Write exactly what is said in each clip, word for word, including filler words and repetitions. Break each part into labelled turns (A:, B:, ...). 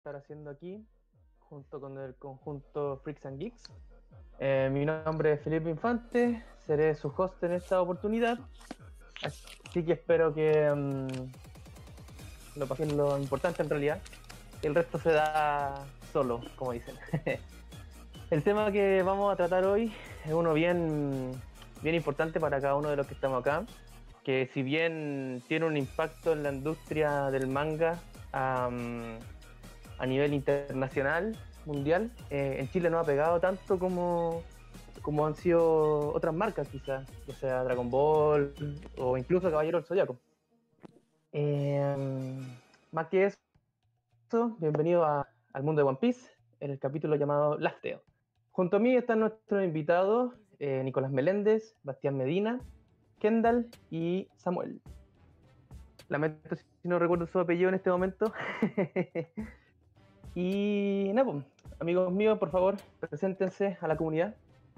A: estar haciendo aquí junto con el conjunto Freaks and Geeks. Eh, mi nombre es Felipe Infante, seré su host en esta oportunidad, así que espero que um, lo pasen lo importante en realidad, el resto se da solo, como dicen. El tema que vamos a tratar hoy es uno bien, bien importante para cada uno de los que estamos acá, que si bien tiene un impacto en la industria del manga um, a nivel internacional, mundial, eh, en Chile no ha pegado tanto como, como han sido otras marcas quizás, ya sea Dragon Ball o incluso Caballero del Zodiaco. Eh, más que eso, bienvenido a, al mundo de One Piece, en el capítulo llamado Lafteo. Junto a mí están nuestros invitados, eh, Nicolás Meléndez, Bastián Medina, Kendall y Samuel. Lamento si no recuerdo su apellido en este momento. Y nada, pues, amigos míos, por favor, preséntense a la comunidad.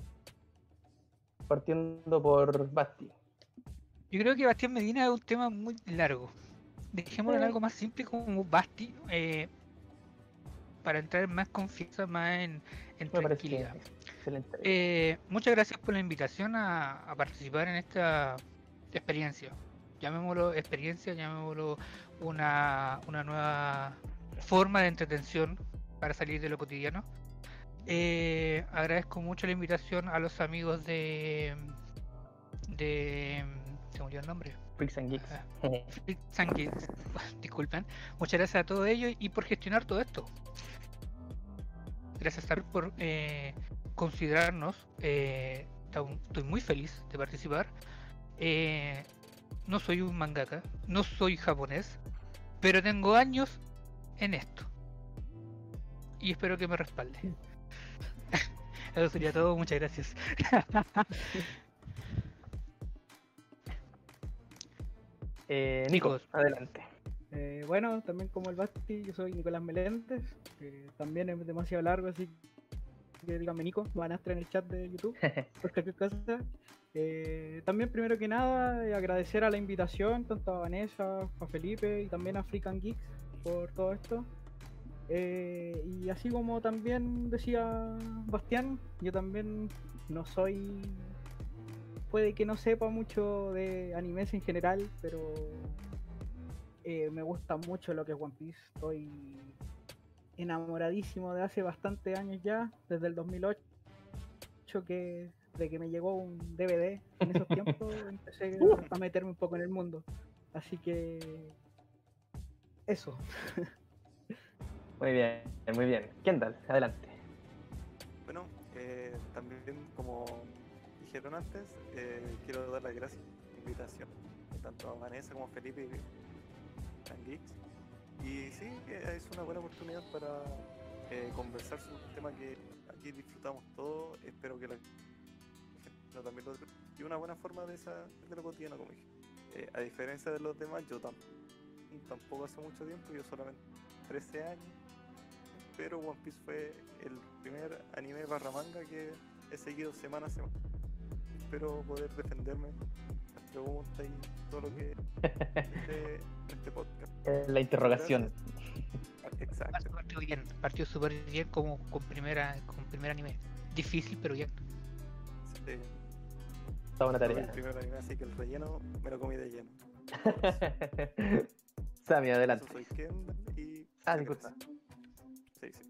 A: Partiendo por Basti.
B: Yo creo que Bastián Medina es un tema muy largo. Dejémoslo en
A: Eh.
B: algo más simple como Basti, eh, para entrar en más confianza, más en, en
A: Me
B: tranquilidad.
A: parece excelente.
B: Eh, muchas gracias por la invitación a, a participar en esta experiencia. Llamémoslo experiencia, llamémoslo una, una nueva forma de entretención para salir de lo cotidiano. Eh, agradezco mucho la invitación a los amigos de... de se me olvidó el nombre.
A: Freaks and Geeks.
B: Uh, Freaks and Geeks. Disculpen. Muchas gracias a todos ellos y por gestionar todo esto. Gracias a por eh, considerarnos. Eh, estoy muy feliz de participar. Eh, no soy un mangaka, no soy japonés, pero tengo años en esto. Y espero que me respalde. Eso sería todo. Muchas gracias.
A: eh, Nico, adelante.
C: Eh, bueno, también como el Basti, yo soy Nicolás Meléndez, que también es demasiado largo, así que díganme Nico, van a estar en el chat de YouTube, por cualquier cosa. Eh, también primero que nada, eh, agradecer a la invitación, tanto a Vanessa, a Felipe y también a Freak and Geeks por todo esto. Eh, y así como también decía Bastián, yo también no soy... Puede que no sepa mucho de animes en general, pero... Eh, me gusta mucho lo que es One Piece. Estoy enamoradísimo de hace bastantes años ya, desde el dos mil ocho, que de que me llegó un D V D. En esos tiempos empecé a meterme un poco en el mundo. Así que eso.
A: Muy bien, muy bien. Kendall, adelante.
D: Bueno, eh, también como dijeron antes, eh, quiero dar las gracias por la invitación, tanto a Vanessa como a Felipe and Geeks. Y sí, es una buena oportunidad para eh, conversar sobre un tema que aquí disfrutamos todos. Espero que la gente también lo disfrute. Y una buena forma de, esa, de lo cotidiano, como dije. Eh, a diferencia de los demás, yo tam tampoco hace mucho tiempo, yo solamente trece años. Pero One Piece fue el primer anime barra manga que he seguido semana a semana. Espero poder defenderme las preguntas y todo lo que este, este podcast.
A: La interrogación.
D: Exacto.
B: Partió bien, partió súper bien como con primera, con primer anime. Difícil, pero bien.
D: Sí.
A: Está buena tarea.
D: El primer anime, así que el relleno me lo comí de lleno.
A: Sammy, adelante.
D: Yo soy Kendall y...
A: Ah, disculpa.
D: Sí, sí.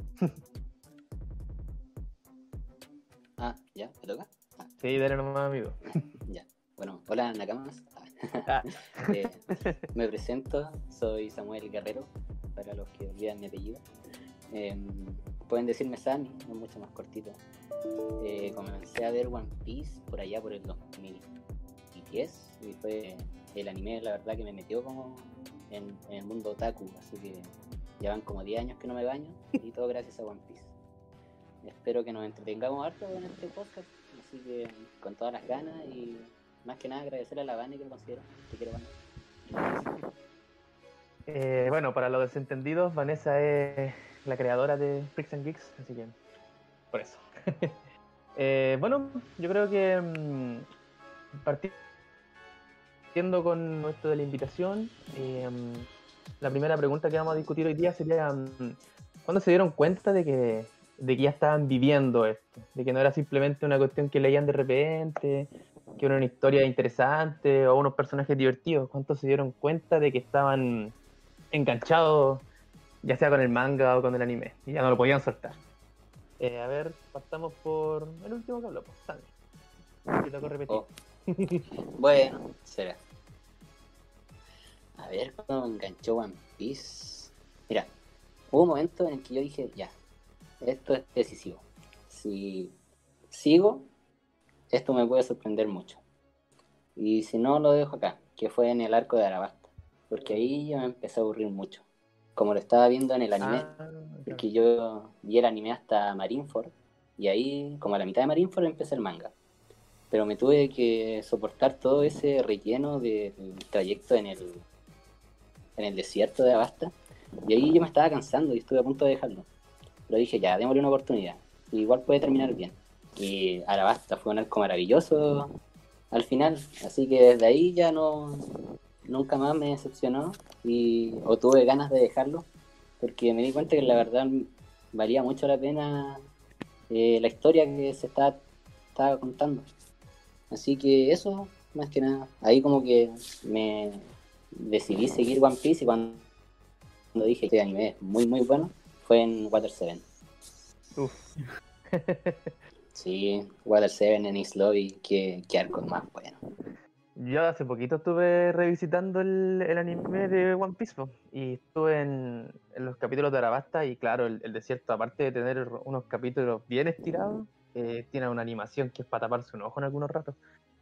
E: Ah, ¿ya? ¿Me toca? Ah.
A: Sí, dale nomás, amigo.
E: Ya. Bueno, hola Nakamas.
A: Ah.
E: eh, me presento, soy Samuel Guerrero, para los que olvidan mi apellido. Eh, pueden decirme Sammy, es mucho más cortito. Eh, comencé a ver One Piece por allá por el dos mil diez y fue el anime, la verdad, que me metió como en, en el mundo otaku, así que ya van como diez años que no me baño y todo gracias a One Piece. Espero que nos entretengamos harto en este podcast, así que con todas las ganas y más que nada agradecer a la Vane que lo considero, te quiero, Vane.
A: Eh, bueno, para los desentendidos, Vanessa es la creadora de Freaks and Geeks, así que por eso. eh, bueno, yo creo que mmm, partiendo con esto de la invitación, eh, la primera pregunta que vamos a discutir hoy día sería, mm, ¿cuándo se dieron cuenta de que, de que ya estaban viviendo esto? De que no era simplemente una cuestión que leían de repente, que era una historia interesante o unos personajes divertidos. ¿Cuánto se dieron cuenta de que estaban enganchados, ya sea con el manga o con el anime, y ya no lo podían soltar? Eh, a ver, partamos por el último que habló, pues, Sammy. Te toca repetir.
E: Oh. Bueno, será. A ver, cuando me enganchó One Piece. Mira, hubo un momento en el que yo dije, ya, esto es decisivo. Si sigo, esto me puede sorprender mucho. Y si no, lo dejo acá, que fue en el arco de Arabasta. Porque ahí ya me empecé a aburrir mucho. Como lo estaba viendo en el anime,
A: Ah, claro.
E: porque yo vi el anime hasta Marineford. Y ahí, como a la mitad de Marineford, empecé el manga. Pero me tuve que soportar todo ese relleno del trayecto en el, en el desierto de Arabasta. Y ahí yo me estaba cansando y estuve a punto de dejarlo. Pero dije, ya, démosle una oportunidad. Igual puede terminar bien. Y Arabasta fue un arco maravilloso al final. Así que desde ahí ya no nunca más me decepcionó. Y, o tuve ganas de dejarlo. Porque me di cuenta que la verdad valía mucho la pena eh, la historia que se estaba, estaba contando. Así que eso, más que nada. Ahí como que me decidí seguir One Piece y cuando dije que este anime es muy muy bueno, fue en Water seven.
A: Uf.
E: Sí, Water seven en East Lobby, qué, qué arco más bueno.
A: Yo hace poquito estuve revisitando el, el anime de One Piece, po, y estuve en, en los capítulos de Arabasta y claro, el, el desierto, aparte de tener unos capítulos bien estirados, eh, tiene una animación que es para taparse un ojo en algunos ratos.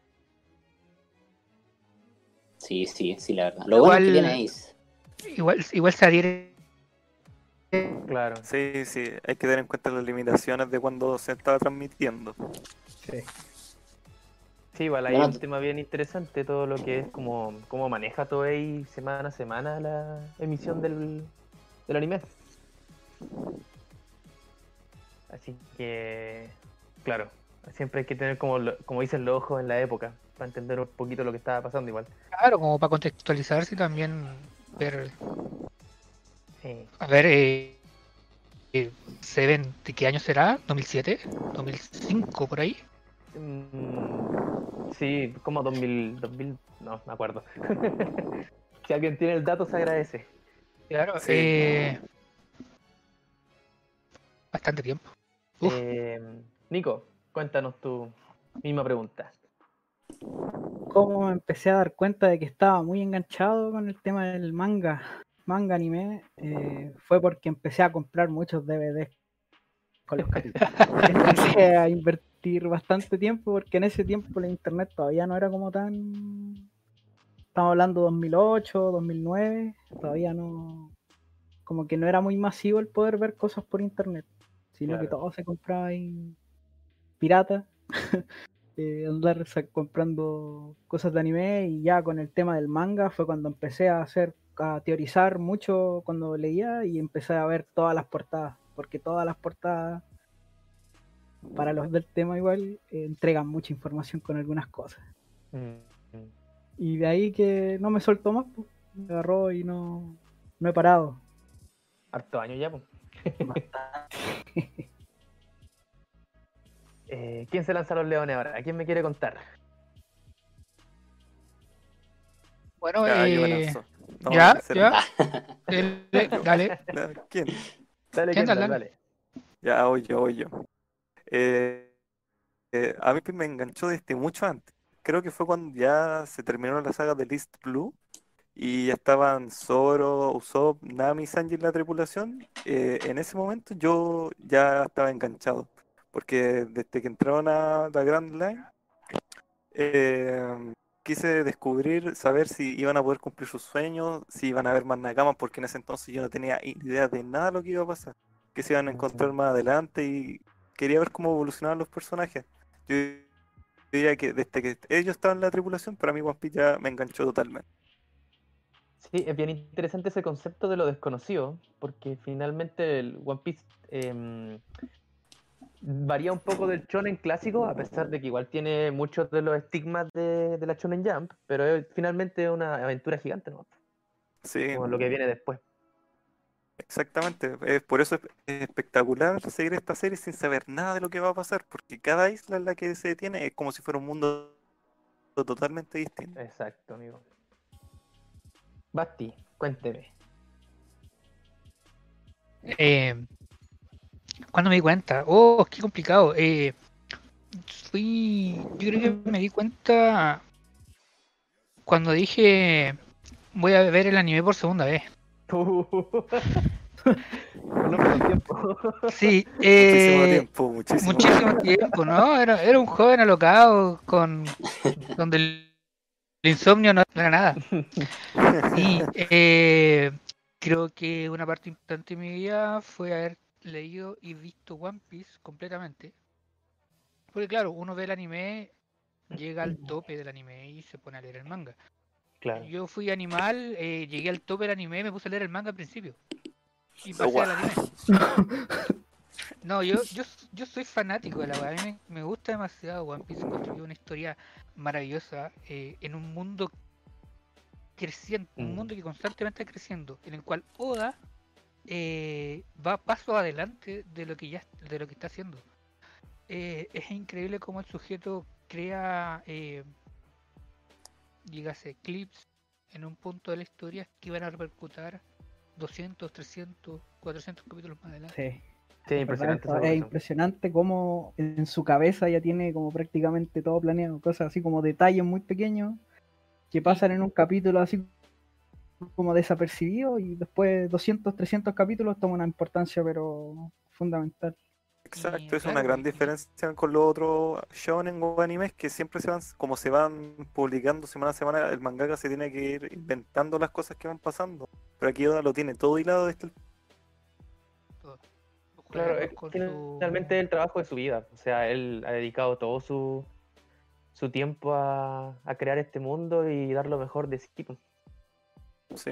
E: Sí, sí, sí, la verdad. Lo bueno es que
B: Igual-
E: tiene Ace.
B: Igual, igual se adhiere.
A: Claro.
D: Sí, sí, hay que tener en cuenta las limitaciones de cuando se estaba transmitiendo.
C: Sí.
A: Sí, igual hay
E: Bueno,
A: un
E: t-
A: tema bien interesante, todo lo que es como cómo maneja Toei semana a semana la emisión del, del anime. Así que, claro, siempre hay que tener como, lo- como dicen los ojos en la época, para entender un poquito lo que estaba pasando igual.
B: Claro, como para contextualizarse y también ver,
A: Sí.
B: a ver, eh, eh, Seven, ¿de qué año será? ¿dos mil siete? ¿dos mil cinco por ahí?
A: Mm, sí, como dos mil, dos mil, no me acuerdo. Si alguien tiene el dato se agradece.
B: Claro,
D: Sí.
B: eh, bastante tiempo. Uf.
A: Eh, Nico, cuéntanos tu misma pregunta.
C: Cómo me empecé a dar cuenta de que estaba muy enganchado con el tema del manga, manga anime, eh, fue porque empecé a comprar muchos D V Ds con los capítulos. Empecé a invertir bastante tiempo porque en ese tiempo la internet todavía no era como tan... Estamos hablando dos mil ocho, dos mil nueve, todavía no... Como que no era muy masivo el poder ver cosas por internet, sino que
A: Claro.
C: todo se compraba ahí pirata. eh, andar sa- comprando cosas de anime y ya con el tema del manga fue cuando empecé a hacer, a teorizar mucho cuando leía y empecé a ver todas las portadas, porque todas las portadas, para los del tema igual, eh, entregan mucha información con algunas cosas.
A: Mm, mm.
C: Y de ahí que no me soltó más, pues, me agarró y no, no he parado.
A: Harto años ya, pues. Eh, ¿quién se lanza a los leones ahora? ¿A quién me quiere contar?
B: Bueno,
D: Ya, yo me
B: eh,
D: lanzo. No,
B: ya,
D: será-
B: ya. Dale, dale.
D: Ya, ¿quién?
A: Dale,
B: ¿Quién,
A: Kendall,
B: dale?
A: dale.
D: Ya, voy yo, voy yo. Eh, eh, a mí me enganchó desde mucho antes. Creo que fue cuando ya se terminó la saga de East Blue y ya estaban Zoro, Usopp, Nami y Sanji en la tripulación. Eh, en ese momento yo ya estaba enganchado. Porque desde que entraron a la Grand Line, eh, quise descubrir, saber si iban a poder cumplir sus sueños, si iban a haber más nakamas, porque en ese entonces yo no tenía idea de nada de lo que iba a pasar, que se iban a encontrar más adelante y quería ver cómo evolucionaban los personajes. Yo diría que desde que ellos estaban en la tripulación, para mí One Piece ya me enganchó totalmente.
A: Sí, es bien interesante ese concepto de lo desconocido, porque finalmente el One Piece em, varía un poco del shonen clásico, a pesar de que igual tiene muchos de los estigmas de, de la shonen Jump, pero es finalmente una aventura gigante, ¿no?
D: Sí,
A: como lo que viene después.
D: exactamente. Es, por eso es es espectacular seguir esta serie sin saber nada de lo que va a pasar, porque cada isla en la que se detiene es como si fuera un mundo totalmente distinto.
A: Exacto, amigo. Basti, cuénteme.
B: Eh, cuando me di cuenta, oh, qué complicado. Eh, fui, yo creo que me di cuenta cuando dije voy a ver el anime por segunda vez.
A: No menos tiempo.
B: Sí,
D: Muchísimo
B: eh,
D: tiempo, muchísimo
B: muchísimo
D: tiempo.
B: tiempo, ¿no? Era, era un joven alocado con donde el, el insomnio no era nada. Y eh, creo que una parte importante de mi vida fue haber leído y visto One Piece completamente. Porque claro, uno ve el anime, llega al tope del anime y se pone a leer el manga.
A: Claro.
B: Yo fui animal, eh, llegué al tope del anime, me puse a leer el manga al principio. Y
D: So,
B: pasé al
D: guau.
B: anime. No, yo, yo, yo soy fanático de la weá. A mí me, me gusta demasiado One Piece. Encuentro que es una historia maravillosa eh, en un mundo creciente, un
A: Mm.
B: mundo que constantemente está creciendo, en el cual Oda eh, va paso adelante de lo que ya de lo que está haciendo. Eh, es increíble cómo el sujeto crea, eh, dígase, clips en un punto de la historia que van a repercutir doscientos, trescientos, cuatrocientos capítulos más adelante.
C: Sí.
A: Sí,
C: En verdad,
A: impresionante esa
C: es
A: evolución.
C: impresionante cómo en su cabeza ya tiene como prácticamente todo planeado, cosas así como detalles muy pequeños que pasan en un capítulo así como desapercibido y después doscientos, trescientos capítulos toman una importancia pero fundamental.
D: Exacto, es
B: claro,
D: una gran
B: y-
D: diferencia con los otros shonen o animes que siempre se van, como se van publicando semana a semana, el mangaka se tiene que ir inventando las cosas que van pasando. Pero aquí Oda lo tiene todo hilado desde el...
B: todo.
A: Claro,
B: Juega
A: es
B: con
A: finalmente
B: su...
A: el trabajo de su vida. O sea, él ha dedicado todo su, su tiempo a, a crear este mundo y dar lo mejor de sí. pues.
D: Sí.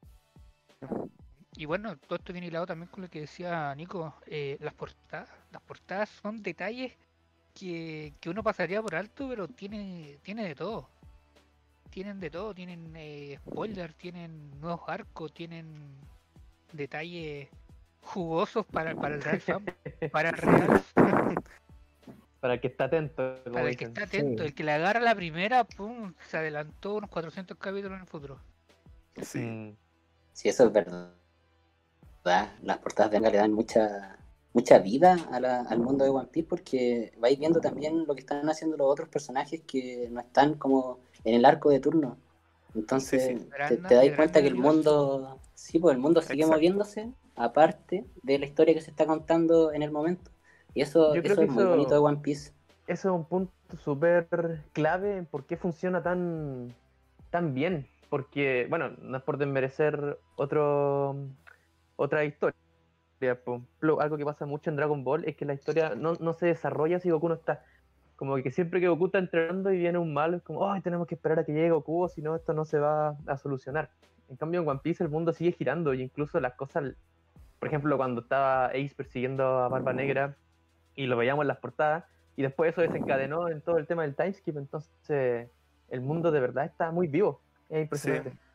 B: Y bueno, todo esto viene hilado también con lo que decía Nico, eh, las portadas. Las portadas son detalles que, que uno pasaría por alto, pero tiene, tiene de todo. Tienen de todo, tienen eh, spoilers, tienen nuevos arcos, tienen detalles jugosos para, para el real fan, para el real fan,
A: Para el que está atento, como
B: para el que
A: dicen.
B: está atento,
C: Sí.
B: el que le agarra la primera, pum, se adelantó unos cuatrocientos capítulos en el futuro.
D: Sí.
A: Mm,
E: Sí, eso es verdad. Las portadas de manga le dan mucha mucha vida a la- al mundo de One Piece porque vais viendo también lo que están haciendo los otros personajes que no están como en el arco de turno. Entonces
D: Sí, sí.
E: te,
B: Grandes-
E: te das
B: grandes
E: cuenta que el
B: universos.
E: mundo, sí, pues el mundo sigue
D: Exacto.
E: moviéndose aparte de la historia que se está contando en el momento. Y eso,
A: Yo creo
E: eso
A: que
E: es muy
A: eso-
E: bonito de One Piece.
A: Eso es un punto súper clave en por qué funciona tan, tan bien. Porque, bueno, no es por desmerecer otro, otra historia. Por ejemplo, algo que pasa mucho en Dragon Ball es que la historia no, no se desarrolla si Goku no está. Como que siempre que Goku está entrenando y viene un malo, es como, ay, tenemos que esperar a que llegue Goku, o si no, esto no se va a solucionar. En cambio, en One Piece el mundo sigue girando y incluso las cosas, por ejemplo, cuando estaba Ace persiguiendo a Barba Negra y lo veíamos en las portadas, y después eso desencadenó en todo el tema del timeskip, entonces el mundo de verdad está muy vivo. Es impresionante.
D: Sí.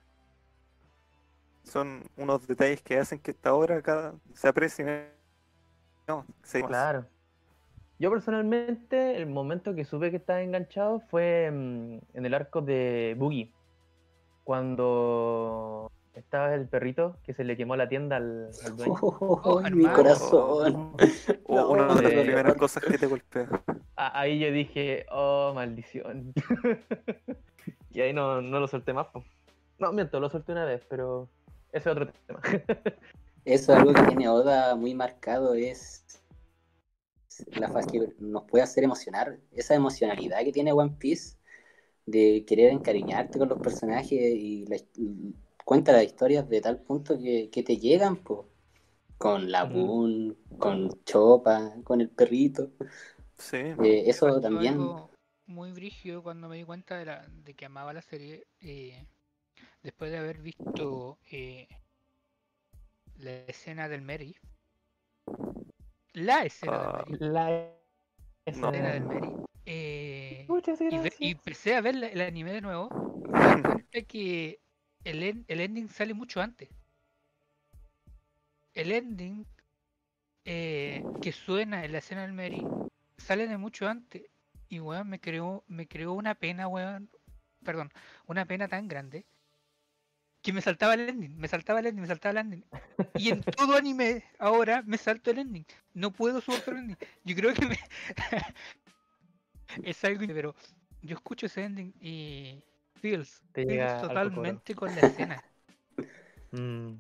D: Son unos detalles que hacen que esta obra cada... se aprecie. No, sí, más.
A: Claro. Yo personalmente, el momento que supe que estaba enganchado fue mm, en el arco de Boogie. Cuando estaba el perrito que se le quemó la tienda al, al dueño.
E: Oh, mi
B: hermano.
E: corazón.
D: O
E: No,
D: una de las
A: eh,
D: primeras cosas que te golpea.
A: A- ahí yo dije, oh, maldición. Y ahí no, no lo solté más. po. No, miento, lo solté una vez, pero ese es otro tema.
E: Eso es algo que tiene Oda muy marcado, es la fase que nos puede hacer emocionar, esa emocionalidad que tiene One Piece de querer encariñarte con los personajes y la, cuenta las historias de tal punto que, que te llegan, po, con la Boon, con Chopa, con el perrito.
D: Sí.
E: Eh,
B: Me
E: eso
B: pasó
E: también.
B: algo muy brígido cuando me di cuenta de, la, de que amaba la serie, eh, después de haber visto eh, la escena del Mary. La escena
D: Ah,
B: del Mary.
A: La
B: La
D: no.
B: escena del Mary. eh,
A: Muchas
B: y, ve-
A: gracias.
B: y empecé a ver la- el anime de nuevo. Me di cuenta que el, en- el ending sale mucho antes. El ending eh, que suena en la escena del Mary sale de mucho antes. Y weón, me creó, me creó una pena, weón. Perdón, una pena tan grande que me saltaba el ending, me saltaba el ending, me saltaba el ending. Y en todo anime ahora me salto el ending. No puedo soportar el ending. Yo creo que me... es algo, pero yo escucho ese ending y feels,
A: Te
B: feels
A: llega al cocoro.
B: totalmente con la escena.
A: Mm.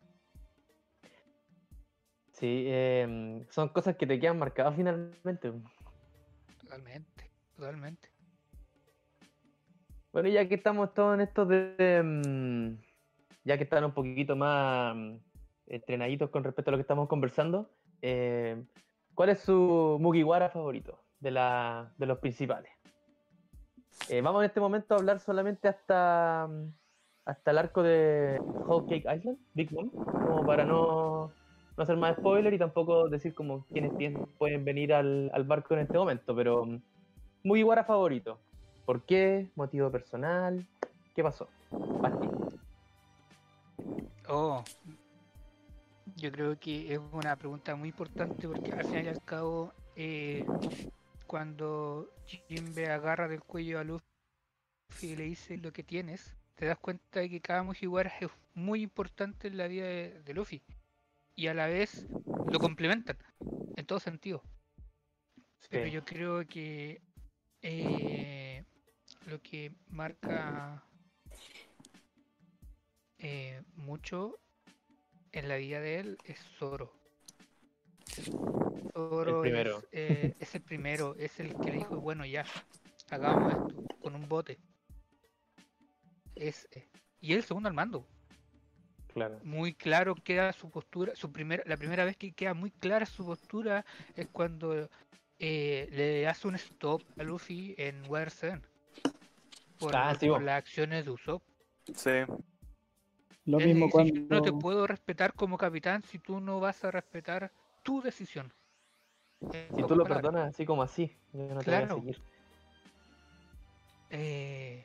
A: Sí, em, son cosas que te quedan marcadas finalmente.
B: Totalmente, totalmente.
A: Bueno, ya que estamos todos en esto de... mm, ya que están un poquito más mm, entrenaditos con respecto a lo que estamos conversando, eh, ¿cuál es su Mugiwara favorito de, la, de los principales? Eh, vamos en este momento a hablar solamente hasta, mm, hasta el arco de Whole Cake Island, Big Mom, como para no, no hacer más spoiler y tampoco decir como quiénes tienen- pueden venir al, al barco en este momento, pero mm, Mugiwara favorito. ¿Por qué? ¿Motivo personal? ¿Qué pasó? Basti.
B: Oh, yo creo que es una pregunta muy importante porque al final y al cabo, eh, cuando Jinbe agarra del cuello a Luffy y le dice lo que tienes, te das cuenta de que cada Mugiwara es muy importante en la vida de, de Luffy y a la vez lo complementan en todo sentido. Pero
A: Sí.
B: yo creo que eh, lo que marca eh, mucho en la vida de él es Zoro.
A: El
B: Zoro
A: primero.
B: es, eh, es el primero, es el que le dijo, bueno, ya, hagamos esto con un bote. Es, eh, y el segundo al mando.
A: Claro.
B: Muy claro queda su postura, su primera, la primera vez que queda muy clara su postura es cuando eh, le hace un stop a Luffy en Water seven por,
A: Ah, sí,
B: por
A: vos.
B: las acciones de Usopp.
D: Sí,
C: Lo
B: Él le
C: mismo
B: dice, yo no te
C: cuando.
B: puedo respetar como capitán si tú no vas a respetar tu decisión. En
A: Si tú
B: pocas
A: lo
B: palabras.
A: perdonas así como así, yo no te voy a
B: Claro.
A: seguir.
B: Eh,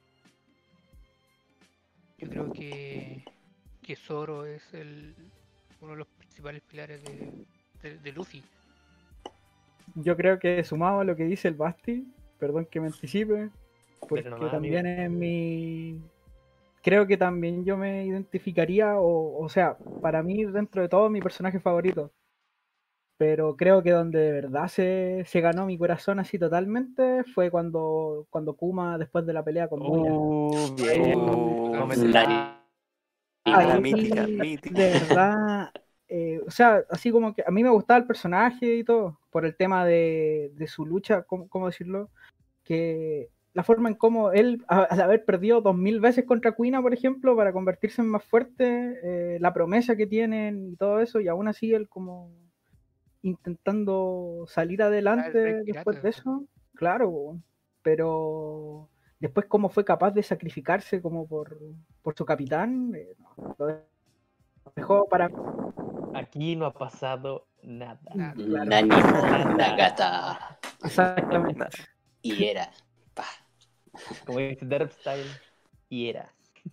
B: yo creo que, que Zoro es el, uno de los principales pilares de, de, de Luffy.
C: Yo creo que sumado a lo que dice el Basti, perdón que me anticipe, porque
A: Pero nomás,
C: también
A: amigo.
C: es mi. Creo que también yo me identificaría, o, o sea, para mí, dentro de todo, mi personaje favorito. Pero creo que donde de verdad se, se ganó mi corazón así totalmente fue cuando, cuando Kuma, después de la pelea con Moya.
A: Uh, bien.
C: Ahí,
D: Uh,
A: Momento.
E: La
D: la
C: ahí
D: mítica,
C: de
D: mítica.
C: verdad, eh, o sea, así como que a mí me gustaba el personaje y todo, por el tema de, de su lucha, ¿cómo, cómo decirlo? Que la forma en cómo él, a- al haber perdido dos mil veces contra Kuina, por ejemplo, para convertirse en más fuerte, eh, la promesa que tienen y todo eso, y aún así él como intentando salir
B: Ah, el
C: adelante
B: Rey
C: después
B: Pirata.
C: de eso, claro, pero después cómo fue capaz de sacrificarse como por, por su capitán, eh, no, lo dejó para
A: Aquí no ha pasado nada.
B: Nada.
C: claro,
E: Nani
A: Nada.
E: Nagata.
C: exactamente.
D: Na-
E: Y era. Pa.
A: Como dice Derp Style, y era.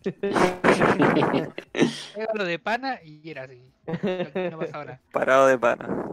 B: Pégalo de pana y era así. Aquí no pasaba nada.
D: Parado de pana.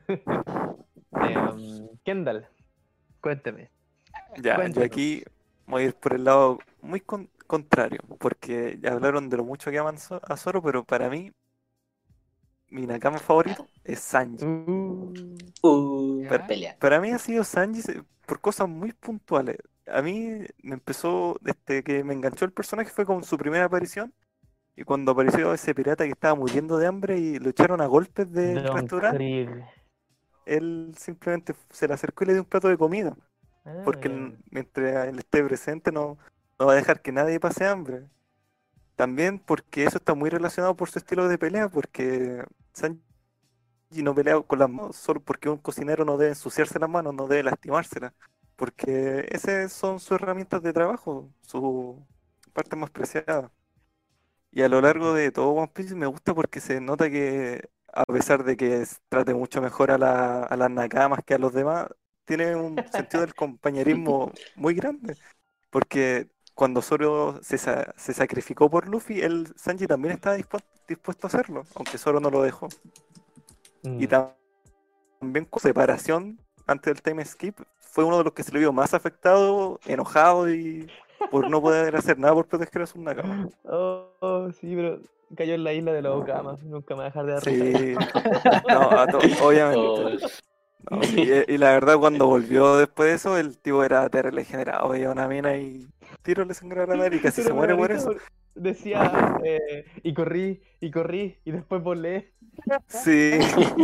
A: Em, Kendall, cuénteme.
D: Ya, yo
A: Cuéntanos.
D: aquí voy a ir por el lado muy con- contrario, porque ya hablaron de lo mucho que aman So- a Zoro, pero para mí, mi Nakama favorito es Sanji.
A: Uh,
E: Uh,
B: ¿Ya?
E: por pelea.
D: Para mí ha sido Sanji se- por cosas muy puntuales. A mí me empezó, desde que me enganchó el personaje, fue con su primera aparición. Y cuando apareció ese pirata que estaba muriendo de hambre y lo echaron a golpes del
A: Don
D: restaurante,
A: Krieg.
D: él simplemente se le acercó y le dio un plato de comida.
A: Ah,
D: Porque
A: mira.
D: él, mientras él esté presente no, no va a dejar que nadie pase hambre. También porque eso está muy relacionado por su estilo de pelea, porque Sanji no pelea con las manos solo porque un cocinero no debe ensuciarse las manos, no debe lastimárselas, porque esas son sus herramientas de trabajo, su parte más preciada. Y a lo largo de todo One Piece me gusta porque se nota que a pesar de que es- trate mucho mejor a, la- a las nakamas que a los demás, tiene un sentido del compañerismo muy grande. Porque cuando Zoro se, sa- se sacrificó por Luffy, el Sanji también estaba dispu- dispuesto a hacerlo, aunque Zoro no lo dejó. Y
A: Mm.
D: tam- también con separación antes del time skip, fue uno de los que se le vio más afectado, enojado y por no poder hacer nada por proteger a su Nakama.
A: Oh, oh, sí, pero cayó en la isla de los Okamas. Nunca me va a dejar de dar risa.
D: Sí, no, a to- obviamente.
E: O-
D: No, sí, y, y la verdad cuando volvió después de eso, el tipo era terrible generado, veía una mina y tiro le sangraba la nariz y casi
A: Pero
D: se
A: me
D: muere
A: da
D: por
A: risa
D: eso.
A: porque decía, eh, y corrí, y corrí, y después volé.
D: Sí,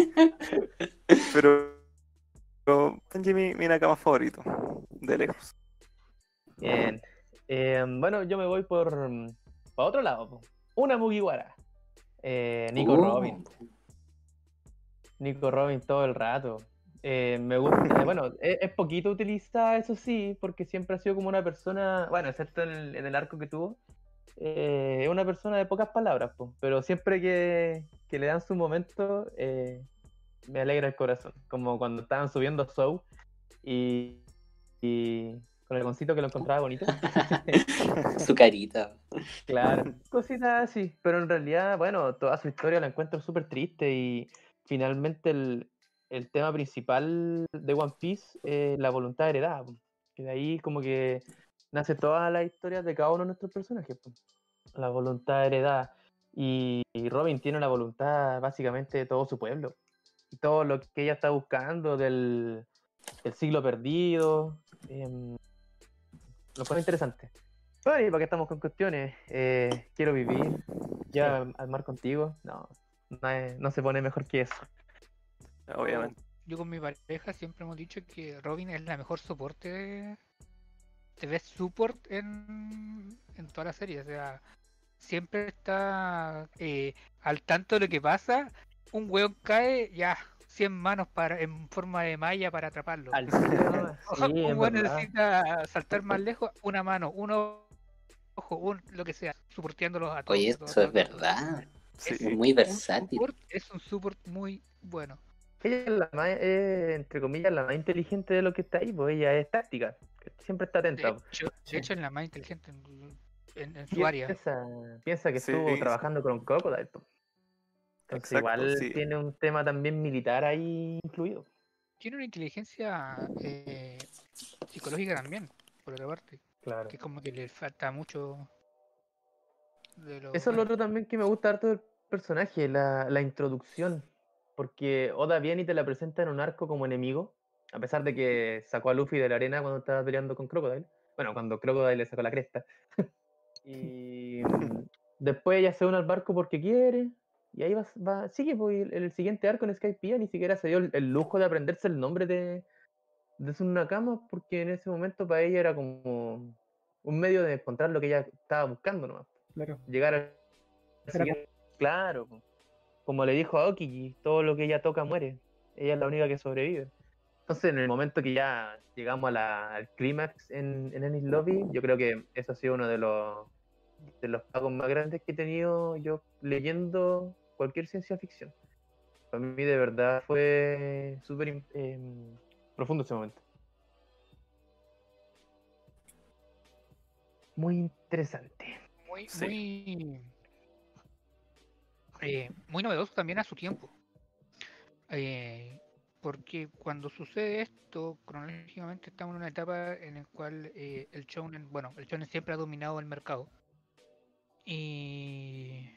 D: pero, pero Sanji mi, mi Nakama favorito, de lejos.
A: Bien. Eh, bueno, yo me voy por, para otro lado. Po. Una Mugiwara. Eh, Nico
E: Uh,
A: Robin. Nico Robin todo el rato. Eh, me gusta, bueno, es, es poquito utilizada, eso sí, porque siempre ha sido como una persona, bueno, excepto en el, en el arco que tuvo, eh, es una persona de pocas palabras, po, pero siempre que, que le dan su momento, eh, me alegra el corazón. Como cuando estaban subiendo a Zou y, y con el goncito que lo encontraba bonito.
E: Su carita.
A: Claro, cositas así, pero en realidad, bueno, toda su historia la encuentro súper triste y finalmente el, el tema principal de One Piece es la voluntad heredada, po, que de ahí como que nace toda la historia de cada uno de nuestros personajes, po, la voluntad heredada. Y, y Robin tiene la voluntad básicamente de todo su pueblo, y todo lo que ella está buscando del, del siglo perdido, em, lo cual es interesante. Bueno, y para qué estamos con cuestiones, eh, quiero vivir, ya al mar contigo, no, no, es- no se pone mejor que eso.
D: Obviamente.
B: Yo con mi pareja siempre hemos dicho que Robin es la mejor soporte de, de best support en, en toda la serie. O sea, siempre está eh, al tanto de lo que pasa. Un weón cae, ya, cien manos para en forma de malla para atraparlo.
A: Al tiro nomás, sí,
B: Un
A: es
B: weón
A: verdad.
B: necesita saltar más lejos, una mano, uno ojo, un, lo que sea, soporteándolos a todos.
E: Oye,
B: a todos,
E: eso
B: a
E: es
B: todos, a todos.
E: verdad.
B: Es
E: Es
D: Sí,
E: muy
B: un
E: versátil.
B: support, es un support muy bueno.
A: Ella es la más, eh, entre comillas, la más inteligente de lo que está ahí, pues ella es táctica, que siempre está
B: De
A: atenta.
B: hecho,
A: Sí.
B: de hecho es la más inteligente en, en- en su área.
A: Piensa, piensa que
D: Sí,
A: estuvo
D: sí.
A: trabajando con un Crocodile, pues. Entonces
D: Exacto,
A: igual
D: sí.
A: tiene un tema también militar ahí incluido.
B: Tiene una inteligencia eh, psicológica también, por otra parte,
A: Claro.
B: que como que le falta mucho de lo
A: Eso es lo
B: bueno.
A: otro también que me gusta harto del personaje, la, la introducción. Porque Oda viene y te la presenta en un arco como enemigo, a pesar de que sacó a Luffy de la arena cuando estaba peleando con Crocodile. Bueno, cuando Crocodile le sacó la cresta. Y mm, después ella se une al barco porque quiere. Y ahí va, va sigue, pues, y el, el siguiente arco en Skypiea ni siquiera se dio el, el lujo de aprenderse el nombre de, de su Nakama, porque en ese momento para ella era como un medio de encontrar lo que ella estaba buscando nomás.
C: Claro.
A: Llegar al
C: Era
A: siguiente. Claro, po. Como le dijo a Aokiji, todo lo que ella toca muere. Ella es la única que sobrevive. Entonces, en el momento que ya llegamos a la- al clímax en, en Enies Lobby, yo creo que eso ha sido uno de los de los pagos más grandes que he tenido yo leyendo cualquier ciencia ficción. Para mí, de verdad, fue súper im- em, profundo ese momento. Muy interesante.
B: Muy,
D: Sí.
B: muy, eh, muy novedoso también a su tiempo. Eh, porque cuando sucede esto, cronológicamente estamos en una etapa en la cual eh, el shonen, bueno, el shonen siempre ha dominado el mercado. Y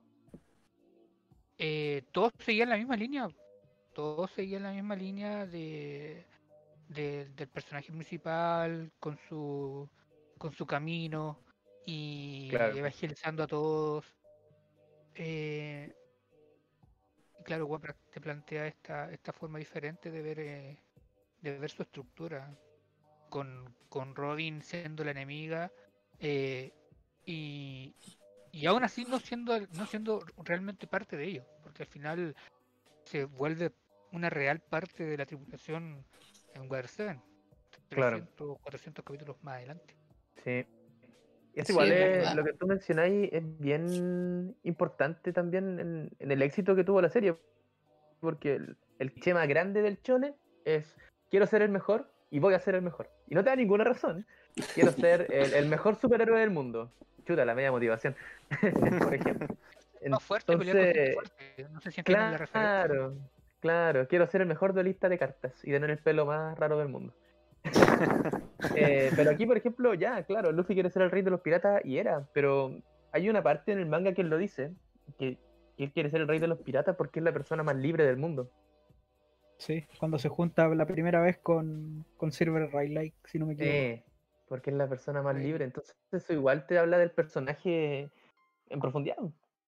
B: eh, todos seguían la misma línea. Todos seguían la misma línea de, de- del personaje principal con su con su camino y
A: Claro.
B: evangelizando a todos. Eh, y claro, Wapra te plantea esta, esta forma diferente de ver eh, de ver su estructura con, con Robin siendo la enemiga eh, y, y aún así no siendo no siendo realmente parte de ello, porque al final se vuelve una real parte de la tripulación en Water seven,
A: Claro.
B: trescientos, cuatrocientos capítulos más adelante.
A: Sí. Es
E: Sí,
A: igual,
E: es
A: es-
E: verdad.
A: lo que tú mencionáis es bien importante también en, en el éxito que tuvo la serie, porque el, el cliché más grande del shonen es quiero ser el mejor y voy a ser el mejor. Y no te da ninguna razón, quiero ser el, el mejor superhéroe del mundo. Chuta, la media motivación, por ejemplo.
B: Más fuerte, pelear con gente
A: Entonces,
B: fuerte. No sé si entienden la referencia.
A: claro, claro, quiero ser el mejor duelista de cartas y tener el pelo más raro del mundo. Eh, pero aquí, por ejemplo, ya, claro, Luffy quiere ser el rey de los piratas y era, pero hay una parte en el manga que él lo dice, que, que él quiere ser el rey de los piratas porque es la persona más libre del mundo.
C: Sí, cuando se junta la primera vez con, con Silver Rayleigh, si no me equivoco.
A: Eh, porque es la persona más
B: Sí.
A: libre. Entonces, eso igual te habla del personaje en profundidad.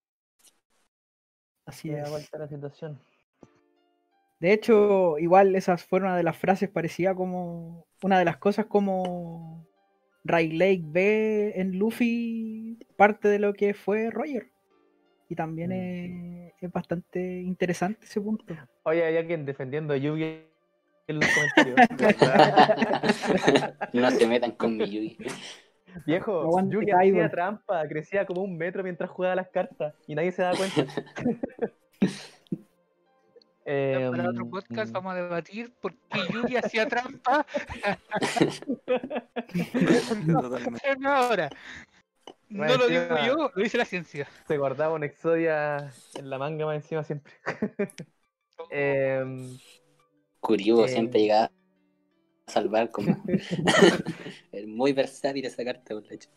C: Así
A: Te da
C: es.
A: vuelta la situación.
C: De hecho, igual esas fueron una de las frases, parecía como una de las cosas como Rayleigh ve en Luffy parte de lo que fue Roger. Y también
A: Mm.
C: es, es bastante interesante ese punto.
A: Oye, hay alguien defendiendo a Yugi en los comentarios.
D: ¿Verdad?
E: No se metan con mi Yugi.
A: Viejo,
C: Aguante,
A: Yugi
C: Kaiba.
A: hacía trampa, crecía como un metro mientras jugaba las cartas y nadie se daba cuenta.
B: Ya para
A: Em,
B: otro podcast vamos a debatir por qué Yugi hacía trampa. No,
D: Totalmente.
B: no ahora. No
A: Más
B: lo digo
A: encima-
B: yo, lo dice la ciencia.
A: Se guardaba un Exodia en la manga más encima siempre. Em,
E: Kuribo
A: Eh.
E: siempre llegaba a salvar como... Es muy versátil esa carta, por la hecho.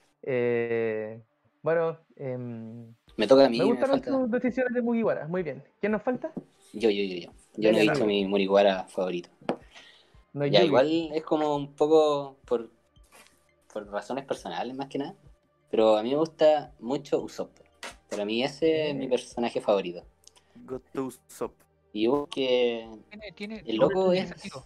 A: eh, bueno, em,
E: Me toca a mí,
A: me
E: me,
A: gustaron
E: falta.
A: tus decisiones de Mugiwara. Muy bien. ¿Quién nos falta?
E: Yo, yo, yo, yo. Yo
A: Ya,
E: no he
A: ya,
E: dicho
A: dale.
E: mi Mugiwara favorito.
A: No es
E: Ya,
A: Yugi.
E: igual es como un poco por, por razones personales más que nada. Pero a mí me gusta mucho Usopp. Para mí ese es mi personaje favorito.
D: Go to Usopp.
E: Y yo que
B: Tiene, tiene,
E: el loco
B: tiene
E: es...
B: sentido.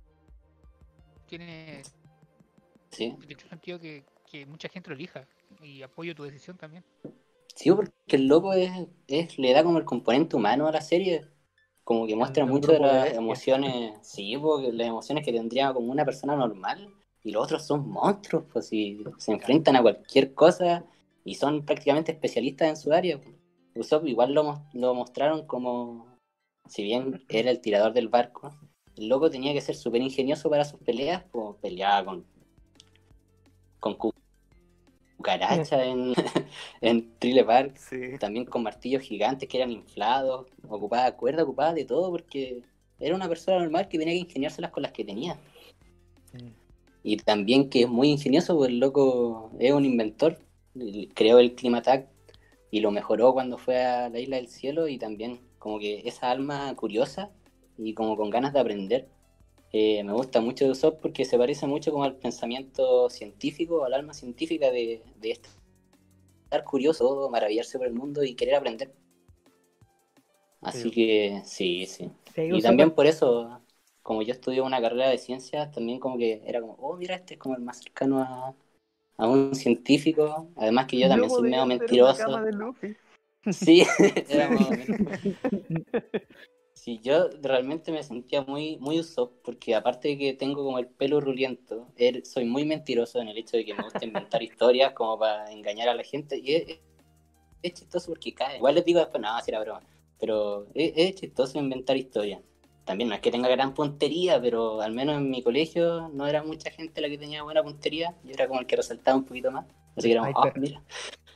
B: Tiene,
E: Sí,
B: tiene sentido que, que mucha gente lo elija. Y apoyo tu decisión también.
E: sí, porque el loco es, es, le da como el componente humano a la serie. Como que muestra
A: Un
E: mucho de
A: grupo de
E: las
A: bestias.
E: emociones, sí, porque las emociones que tendría como una persona normal. Y los otros son monstruos, pues si se enfrentan a cualquier cosa y son prácticamente especialistas en su área. Usopp igual lo, mos- lo mostraron como, si bien era el tirador del barco, el loco tenía que ser súper ingenioso para sus peleas, pues peleaba con, con cu- cucarachas en, en Thriller Bark,
D: Sí.
E: también con martillos gigantes que eran inflados, ocupaba cuerda, ocupaba de todo, porque era una persona normal que tenía que ingeniárselas con las que tenía. Y también que es muy ingenioso, pues el loco es un inventor, creó el Climatac y lo mejoró cuando fue a la Isla del Cielo, y también como que esa alma curiosa y como con ganas de aprender. Eh, me gusta mucho de Usopp porque se parece mucho como al pensamiento científico, al alma científica de, de estar curioso, maravillarse por el mundo y querer aprender. Así
A: Sí.
E: que sí, sí.
C: Sí,
E: Y
C: Usopp
E: también
C: es-
E: por eso, como yo estudio una carrera de ciencias, también como que era como, oh, mira, este es como el más cercano a, a un científico. Además que yo también soy medio
A: podría ser una
E: mentiroso.
A: cama de Luffy.
E: Sí, era más o menos. Sí, yo realmente me sentía muy, muy Usopp, porque aparte de que tengo como el pelo ruliento, er- soy muy mentiroso en el hecho de que me gusta inventar historias como para engañar a la gente. Y es, es chistoso porque cae. Igual les digo después, no, si era broma. Pero es, es chistoso inventar historias. También no es que tenga gran puntería, pero al menos en mi colegio no era mucha gente la que tenía buena puntería. Yo era como el que resaltaba un poquito más. Así que era como, ah,
C: Sniper.
E: mira.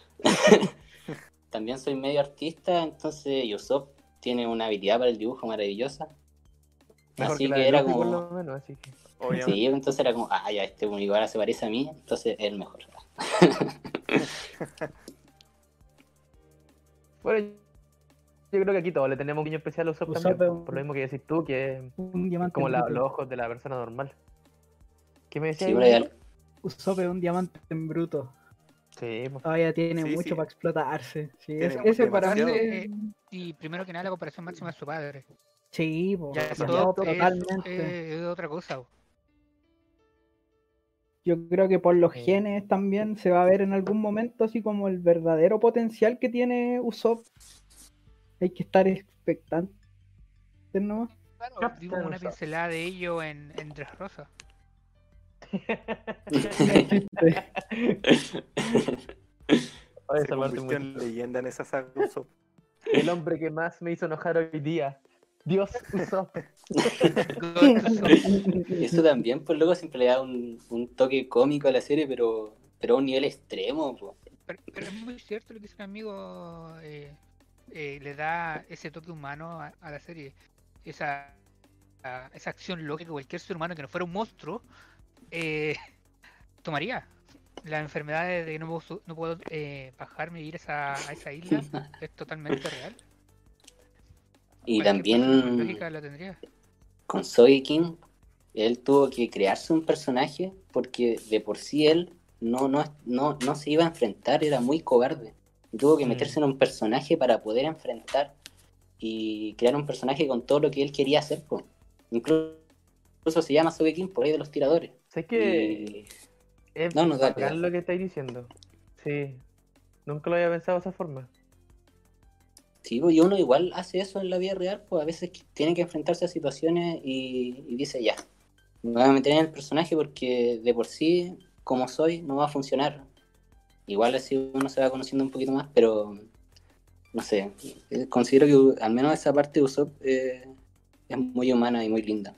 E: También soy medio artista, entonces Usopp tiene una habilidad para el dibujo maravillosa.
A: Mejor
E: Así
A: que la
E: que
A: de
E: era
A: Luffy, por
E: como...
A: lo menos, así que.
D: Obviamente.
E: Sí, entonces era como, ah, ya, este Mugiwara se parece a mí, entonces es el mejor.
A: Bueno, yo creo que aquí todos le tenemos un guiño especial a Usopp
C: Usopp
A: también,
C: es
A: po,
C: un-
A: por lo mismo que decís tú, que es
C: un diamante
A: como
C: en
A: la-
C: bruto.
A: los ojos de la persona normal. ¿Qué me decías?
E: Sí, bueno, ya-
C: Usopp es un diamante en bruto.
A: Sí, pues.
C: Todavía tiene
D: Sí,
C: mucho
D: sí.
C: para explotarse. Sí,
D: Tiene
C: ese, ese para mí
D: demasiado.
C: es...
B: Eh, y primero que nada, la comparación máxima es su padre.
C: Sí, po,
B: Ya
C: sí,
B: Usopp
C: no,
B: es,
C: totalmente.
B: es otra cosa. po.
C: Yo creo que por los
A: Sí.
C: genes también se va a ver en algún momento así como el verdadero potencial que tiene Usopp. Hay que estar expectantes, ¿no?
B: Claro,
A: Captain
B: vimos una
A: Usopp.
B: pincelada de ello en, en Dressrosa.
A: Oye,
D: Se
A: esa parte es muy
D: convirtió en
A: chistosa.
D: leyenda en esa saga Usopp.
A: El hombre que más me hizo enojar hoy día. Dios Usopp.
E: Eso también, pues luego siempre le da un, un toque cómico a la serie, pero, pero a un nivel extremo, po.
B: Pero, pero es muy cierto lo que dice el amigo, eh, eh, le da ese toque humano a, a la serie. Esa, a- esa acción lógica que cualquier ser humano que no fuera un monstruo eh, tomaría. La enfermedad de de que no puedo, su- no puedo eh, bajarme y ir a esa, a esa isla es totalmente real.
E: Y
B: Cualquier persona con
E: también
B: lógica la tendría.
E: con Sogeking, él tuvo que crearse un personaje porque de por sí él no, no, no, no se iba a enfrentar, era muy cobarde. Y tuvo que
A: Mm.
E: meterse en un personaje para poder enfrentar y crear un personaje con todo lo que él quería hacer, po. Incluso se llama Sogeking por ahí de los tiradores.
A: Sé que
E: Y...
A: es
E: No, no, dale,
A: bacán
E: dale.
A: lo que estáis diciendo. Sí, nunca lo había pensado de esa forma.
E: Sí, pues, y uno igual hace eso en la vida real, pues a veces que tiene que enfrentarse a situaciones y, y dice ya, me voy a meter en el personaje porque de por sí, como soy, no va a funcionar. Igual así uno se va conociendo un poquito más, pero no sé, eh, considero que al menos esa parte de Usopp eh, es muy humana y muy linda.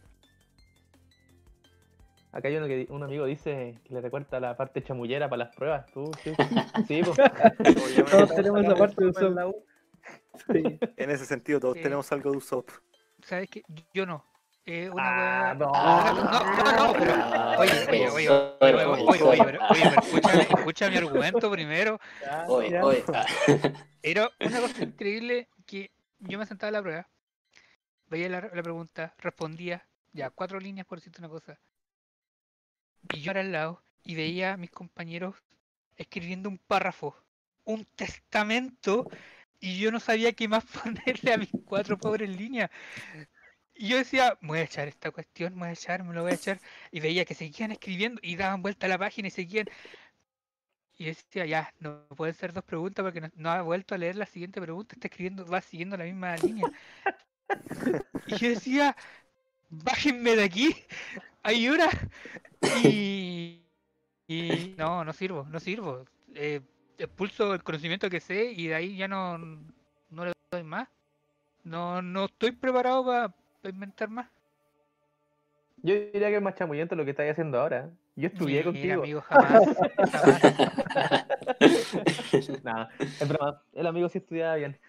A: Acá hay uno que, un amigo dice que le recuerda la parte chamullera para las pruebas. ¿Tú? Sí, sí, pues.
D: Obviamente,
C: Todos tenemos esa parte de
A: Usopp en
C: Usopp.
A: la U.
C: Sí.
D: en ese sentido, todos
B: Eh,
D: tenemos algo de Usopp.
B: ¿Sabes qué? Yo no. Eh, una
A: Ah,
B: weá.
A: no.
B: una- no, no, no, pero. Oye, oye, oye, oye, oye, oye, oye, oye, pero, oye, pero escucha, escucha mi argumento primero.
A: Ya,
E: Oye,
A: ya.
E: oye, ah.
B: Era una cosa increíble que yo me sentaba en la prueba, veía la, la pregunta, respondía, ya, cuatro líneas por decirte una cosa. Y yo era al lado y veía a mis compañeros escribiendo un párrafo, un testamento, y yo no sabía qué más ponerle a mis cuatro pobres líneas. Y yo decía, me voy a echar esta cuestión, me voy a echar, me lo voy a echar. Y veía que seguían escribiendo y daban vuelta a la página y seguían. Y decía, ya, no pueden ser dos preguntas porque no, no ha vuelto a leer la siguiente pregunta, está escribiendo, va siguiendo la misma línea. Y yo decía, bájenme de aquí, ayuda. Y, y no, no sirvo, no sirvo. Eh, expulso el conocimiento que sé y de ahí ya no, no le doy más. No, no estoy preparado para inventar más.
A: Yo diría que es más chamullento lo que estáis haciendo ahora. Yo estudié
B: Mira,
A: contigo.
B: amigo, jamás, jamás.
A: Nada, es broma. El amigo sí estudiaba bien.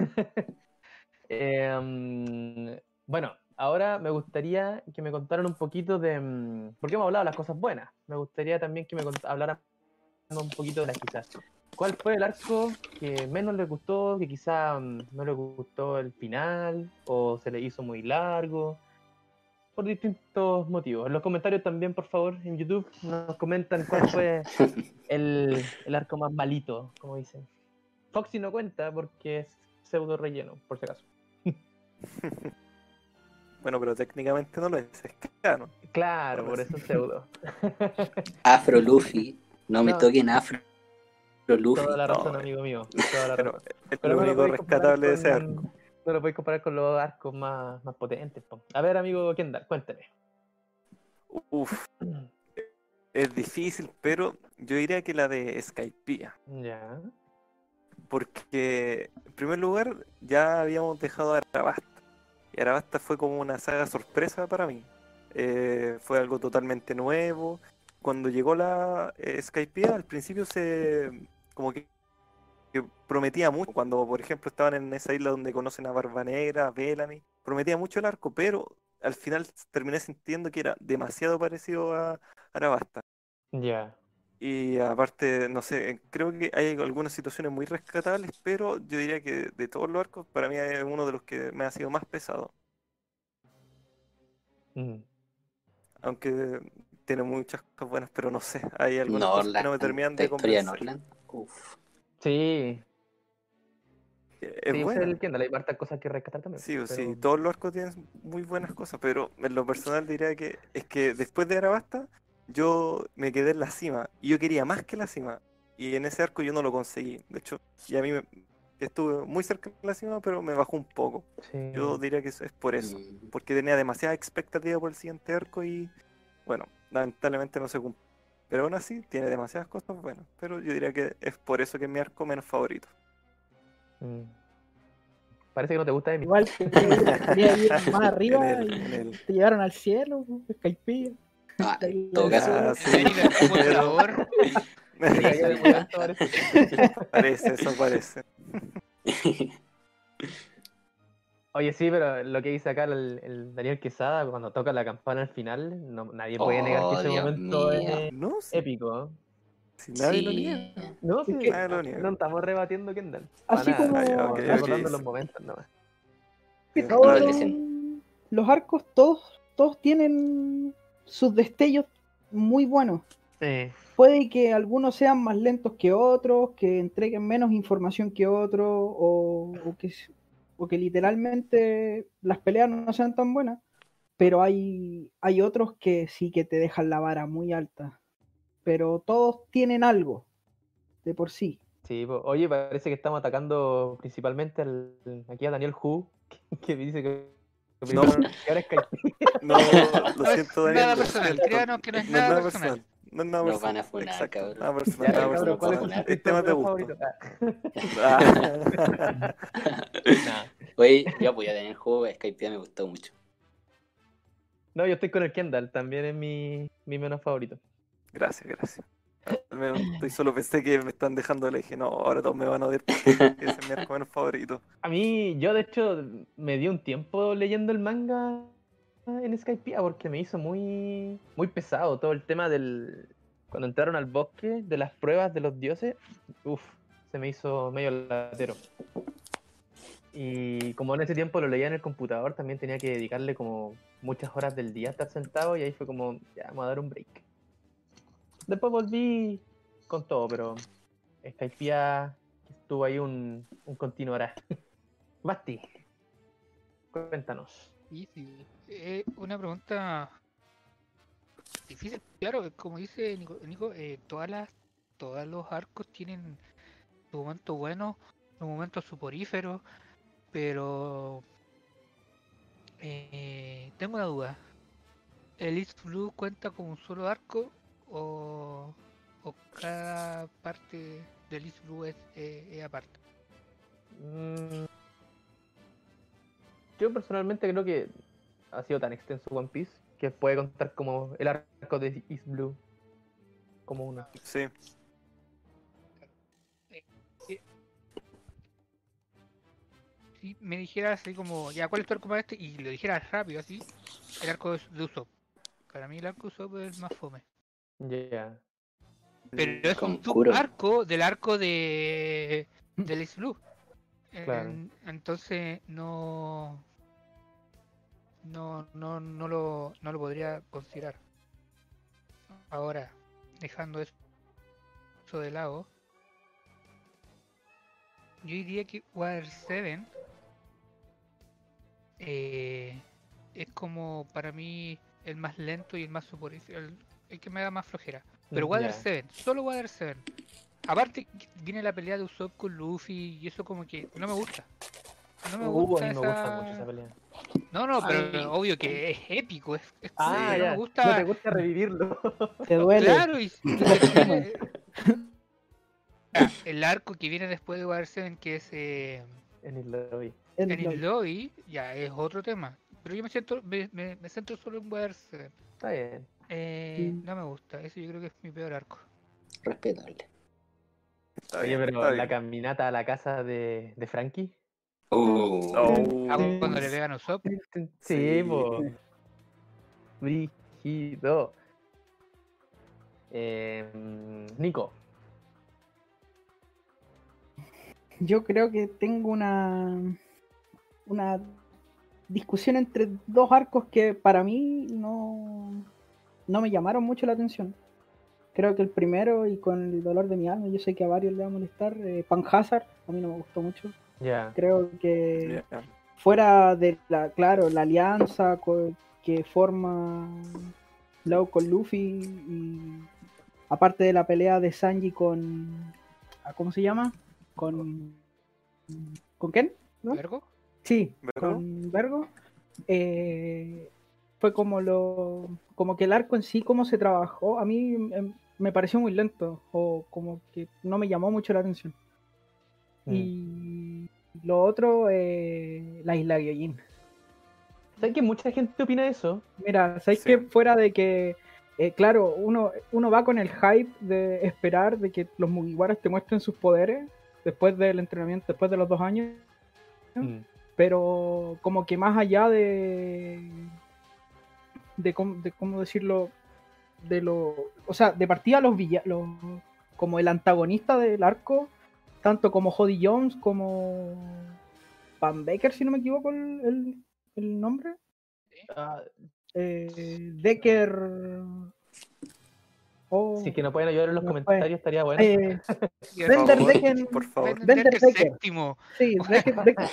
A: Em, bueno, ahora me gustaría que me contaran un poquito de... mm, porque hemos hablado de las cosas buenas. Me gustaría también que me cont- hablaran un poquito de las quizás. ¿Cuál fue el arco que menos les gustó? Que quizá mm, no les gustó el final o se le hizo muy largo. Por distintos motivos. En los comentarios también, por favor, en YouTube nos comentan cuál fue el, el arco más malito, como dicen. Foxy no cuenta porque es pseudo relleno, por si acaso.
D: Bueno, pero técnicamente no lo es, es canon.
A: Claro,
D: Bueno,
A: por
D: sí.
A: eso es pseudo.
E: Afro Luffy, no me
A: No.
E: toquen Afro Luffy.
A: Toda la razón,
D: No,
A: amigo mío. Toda la
D: Pero
A: razón.
D: es
A: Pero
D: lo
A: no lo
D: único
A: podéis comparar
D: rescatable de ese
A: con.
D: arco.
A: No lo podéis comparar con los arcos más, más potentes. Po. A ver, amigo Kendall, cuénteme.
D: Uf, es difícil, pero yo diría que la de Skypiea.
A: Ya.
D: Porque, en primer lugar, ya habíamos dejado a Arabasta. Y Arabasta fue como una saga sorpresa para mí. Eh, fue algo totalmente nuevo. Cuando llegó la eh, Skypiea, al principio se como que, que prometía mucho. Cuando, por ejemplo, estaban en esa isla donde conocen a Barba Negra, a Bellamy, prometía mucho el arco, pero al final terminé sintiendo que era demasiado parecido a Arabasta.
A: Ya.
D: Y aparte, no sé, creo que hay algunas situaciones muy rescatables, pero yo diría que de todos los arcos, para mí es uno de los que me ha sido más pesado.
A: Mm.
D: Aunque tiene muchas cosas buenas, pero no sé, hay algunas cosas que no me
E: Norland,
D: terminan
E: esta
D: de
E: historia de
D: convencer.
E: Norland. Uf.
A: Sí.
D: Eh, Es
A: Sí, yo sé
D: buena,
A: el Kendall. Hay hartas cosas que rescatar también.
D: sí o sí,
A: Pero.
D: todos los arcos tienen muy buenas cosas, pero en lo personal diría que es que después de Arabasta, yo me quedé en la cima, y yo quería más que la cima, y en ese arco yo no lo conseguí. De hecho, y a mí me, estuve muy cerca de la cima, pero me bajó un poco.
A: Sí.
D: Yo diría que eso es por eso,
E: Mm.
D: porque tenía demasiada expectativa por el siguiente arco y, bueno, lamentablemente no se cumple. Pero aún así, tiene demasiadas cosas buenas, pero yo diría que es por eso que es mi arco menos favorito.
A: Mm. Parece que no te gusta Emi.
C: Igual que quería ir más arriba
D: En el-
C: y
D: en el-
C: te llevaron al cielo, Skypiea.
E: Ah,
C: Ahí
E: en todo
C: la-
E: caso,
D: Ah, sí,
B: Ahí la como
D: pero-
B: volador.
A: Se cayó de momento, parece.
D: Parece, eso parece.
A: Oye, sí, pero lo que dice acá el, el Daniel Quesada cuando toca la campana al final, no, nadie puede negar que
E: Oh,
A: ese
E: Dios
A: momento
E: mío.
A: es
D: No, si,
A: épico.
D: si nadie lo
E: Sí.
D: niega.
A: No,
C: Es
A: sí,
C: que-
D: Nadie lo niega.
A: no estamos rebatiendo Kendall.
C: Así
A: Para nada.
C: como-
D: Ah, ya, ok,
A: Estamos
D: ok,
A: recordando los
D: sí.
A: momentos nomás.
C: que
D: Sí,
C: todos
E: claro,
C: los,
E: dicen.
C: los arcos, todos, todos tienen sus destellos muy buenos.
A: Sí.
C: Puede que algunos sean más lentos que otros, que entreguen menos información que otros, o, o que, o que literalmente las peleas no sean tan buenas, pero hay, hay otros que sí que te dejan la vara muy alta. Pero todos tienen algo de por sí.
A: Sí, po. Oye, parece que estamos atacando principalmente al, aquí a Daniel Hu, que, que dice que, que
D: No.
A: primero que ahora es Skype.
D: No, lo
B: No es
D: siento, Daniel.
B: nada
D: lo
B: personal,
D: siento.
B: créanos que no es
D: No es
B: nada
D: nada
B: personal.
D: personal. No es nada
E: Nos
D: personal.
E: van a funar,
D: Exacto,
E: cabrón.
D: nada personal,
A: Ya,
D: nada
A: cabrón,
D: personal.
A: ¿cuál es
E: vamos
A: tu
E: a
D: El tema te
A: favorito?
D: gusta.
A: Ah.
D: Ah.
A: Nah.
E: Oye, yo apoyo a tener el juego, Skypiea me gustó mucho.
A: No, yo estoy con el Kendall, también es mi, mi menos favorito.
D: Gracias, gracias. Al menos estoy solo pensé que me están dejando, le dije, no, ahora todos me van a odiar porque ese es mi arco menos favorito.
A: A mí, yo de hecho me di un tiempo leyendo el manga en Skypiea porque me hizo muy, muy pesado todo el tema del... Cuando entraron al bosque, de las pruebas de los dioses, uff, se me hizo medio latero. Y como en ese tiempo lo leía en el computador, también tenía que dedicarle como muchas horas del día a estar sentado y ahí fue como, ya, vamos a dar un break. Después volví con todo, pero Skypiea estuvo ahí un, un continuará. Basti, cuéntanos.
B: Sí, sí. Eh, una pregunta difícil. Claro, como dice Nico, Nico, eh, todas las, todos los arcos tienen su momento bueno, su momento soporífero, pero eh, tengo una duda. ¿El East Blue cuenta como un solo arco o, o cada parte del East Blue es, eh, es aparte?
A: Mm, Yo personalmente creo que ha sido tan extenso One Piece que puede contar como el arco de East Blue como uno.
D: Sí,
B: Si me dijeras así como, ya, ¿cuál es tu arco para este? Y lo dijeras rápido así, el arco de, de Usopp. Para mí el arco de Usopp es más fome.
A: Ya.
B: Pero es
E: Con
B: un
E: Kuro.
B: subarco del arco de del East Blue.
A: Claro.
B: En- entonces no no no no lo no lo podría considerar. Ahora, dejando eso, eso de lado, yo diría que Water siete eh, es como para mí el más lento y el más soporífero, el, el que me da más flojera. Pero
A: Mm,
B: Water
A: ya.
B: siete, solo Water siete. Aparte que viene la pelea de Usopp con Luffy y eso como que no me gusta. No me
A: Uh,
B: gusta
A: a mí me
B: esa...
A: gusta mucho esa pelea.
B: No, no,
E: A
B: pero
E: mí-
B: obvio que es épico, es, es-
A: Ah,
B: no
A: ya.
B: me gusta.
A: No te gusta revivirlo.
C: Te duele.
B: Claro, y, y se viene- Ah, el arco que viene después de Water siete, que es eh,
A: en el lobby.
C: Es
B: en
C: lo-
B: el lobby, ya es otro tema. Pero yo me siento, me, me, me centro solo en Water siete.
A: Está bien.
B: Eh,
C: Mm.
B: no me gusta, ese yo creo que es mi peor arco.
E: Respetable.
D: está
A: Oye,
D: bien,
A: pero
D: está
A: la
D: bien.
A: caminata a la casa de, de Frankie.
E: Uh,
D: Oh,
B: Ah, cuando le pegan a Usopp,
A: Sí,
D: Sí.
A: po. Brígido. Eh, Nico.
C: Yo creo que tengo una una discusión entre dos arcos que para mí no, no me llamaron mucho la atención. Creo que el primero, y con el dolor de mi alma, yo sé que a varios le va a molestar, eh, Panhazard, a mí no me gustó mucho.
A: Ya.
C: Creo que
D: ya.
C: fuera de la, claro, la alianza co- que forma Law con Luffy, y aparte de la pelea de Sanji con, ah, ¿cómo se llama? Con, ¿con quién? ¿No?
B: ¿Vergo?
C: Sí,
D: ¿Vergo?
C: con Vergo. Eh, fue como lo, como que el arco en sí, cómo se trabajó, a mí em, me pareció muy lento, o como que no me llamó mucho la atención.
A: Mm.
C: Y lo otro, eh, la isla Gyojin.
A: ¿Sabes que mucha gente opina eso?
C: Mira, ¿sabes
D: Sí.
C: qué? Fuera de que, eh, claro, uno, uno va con el hype de esperar de que los Mugiwaras te muestren sus poderes después del entrenamiento, después de los dos años,
A: Mm.
C: pero como que más allá de, de, cómo, de cómo decirlo, de lo, o sea, de partida los villanos, como el antagonista del arco, tanto como Jody Jones como Van Baker, si no me equivoco el, el, el nombre.
A: Ah,
C: Eh, Decker. Oh,
A: si es que no pueden ayudar en los
C: no fue.
A: comentarios, estaría bueno.
C: Eh,
B: Por
C: Bender
D: favor,
C: Decken.
D: por favor.
B: Bender
C: Bender
B: Decker
C: Decker.
B: séptimo.
C: Sí, Decker, Decker.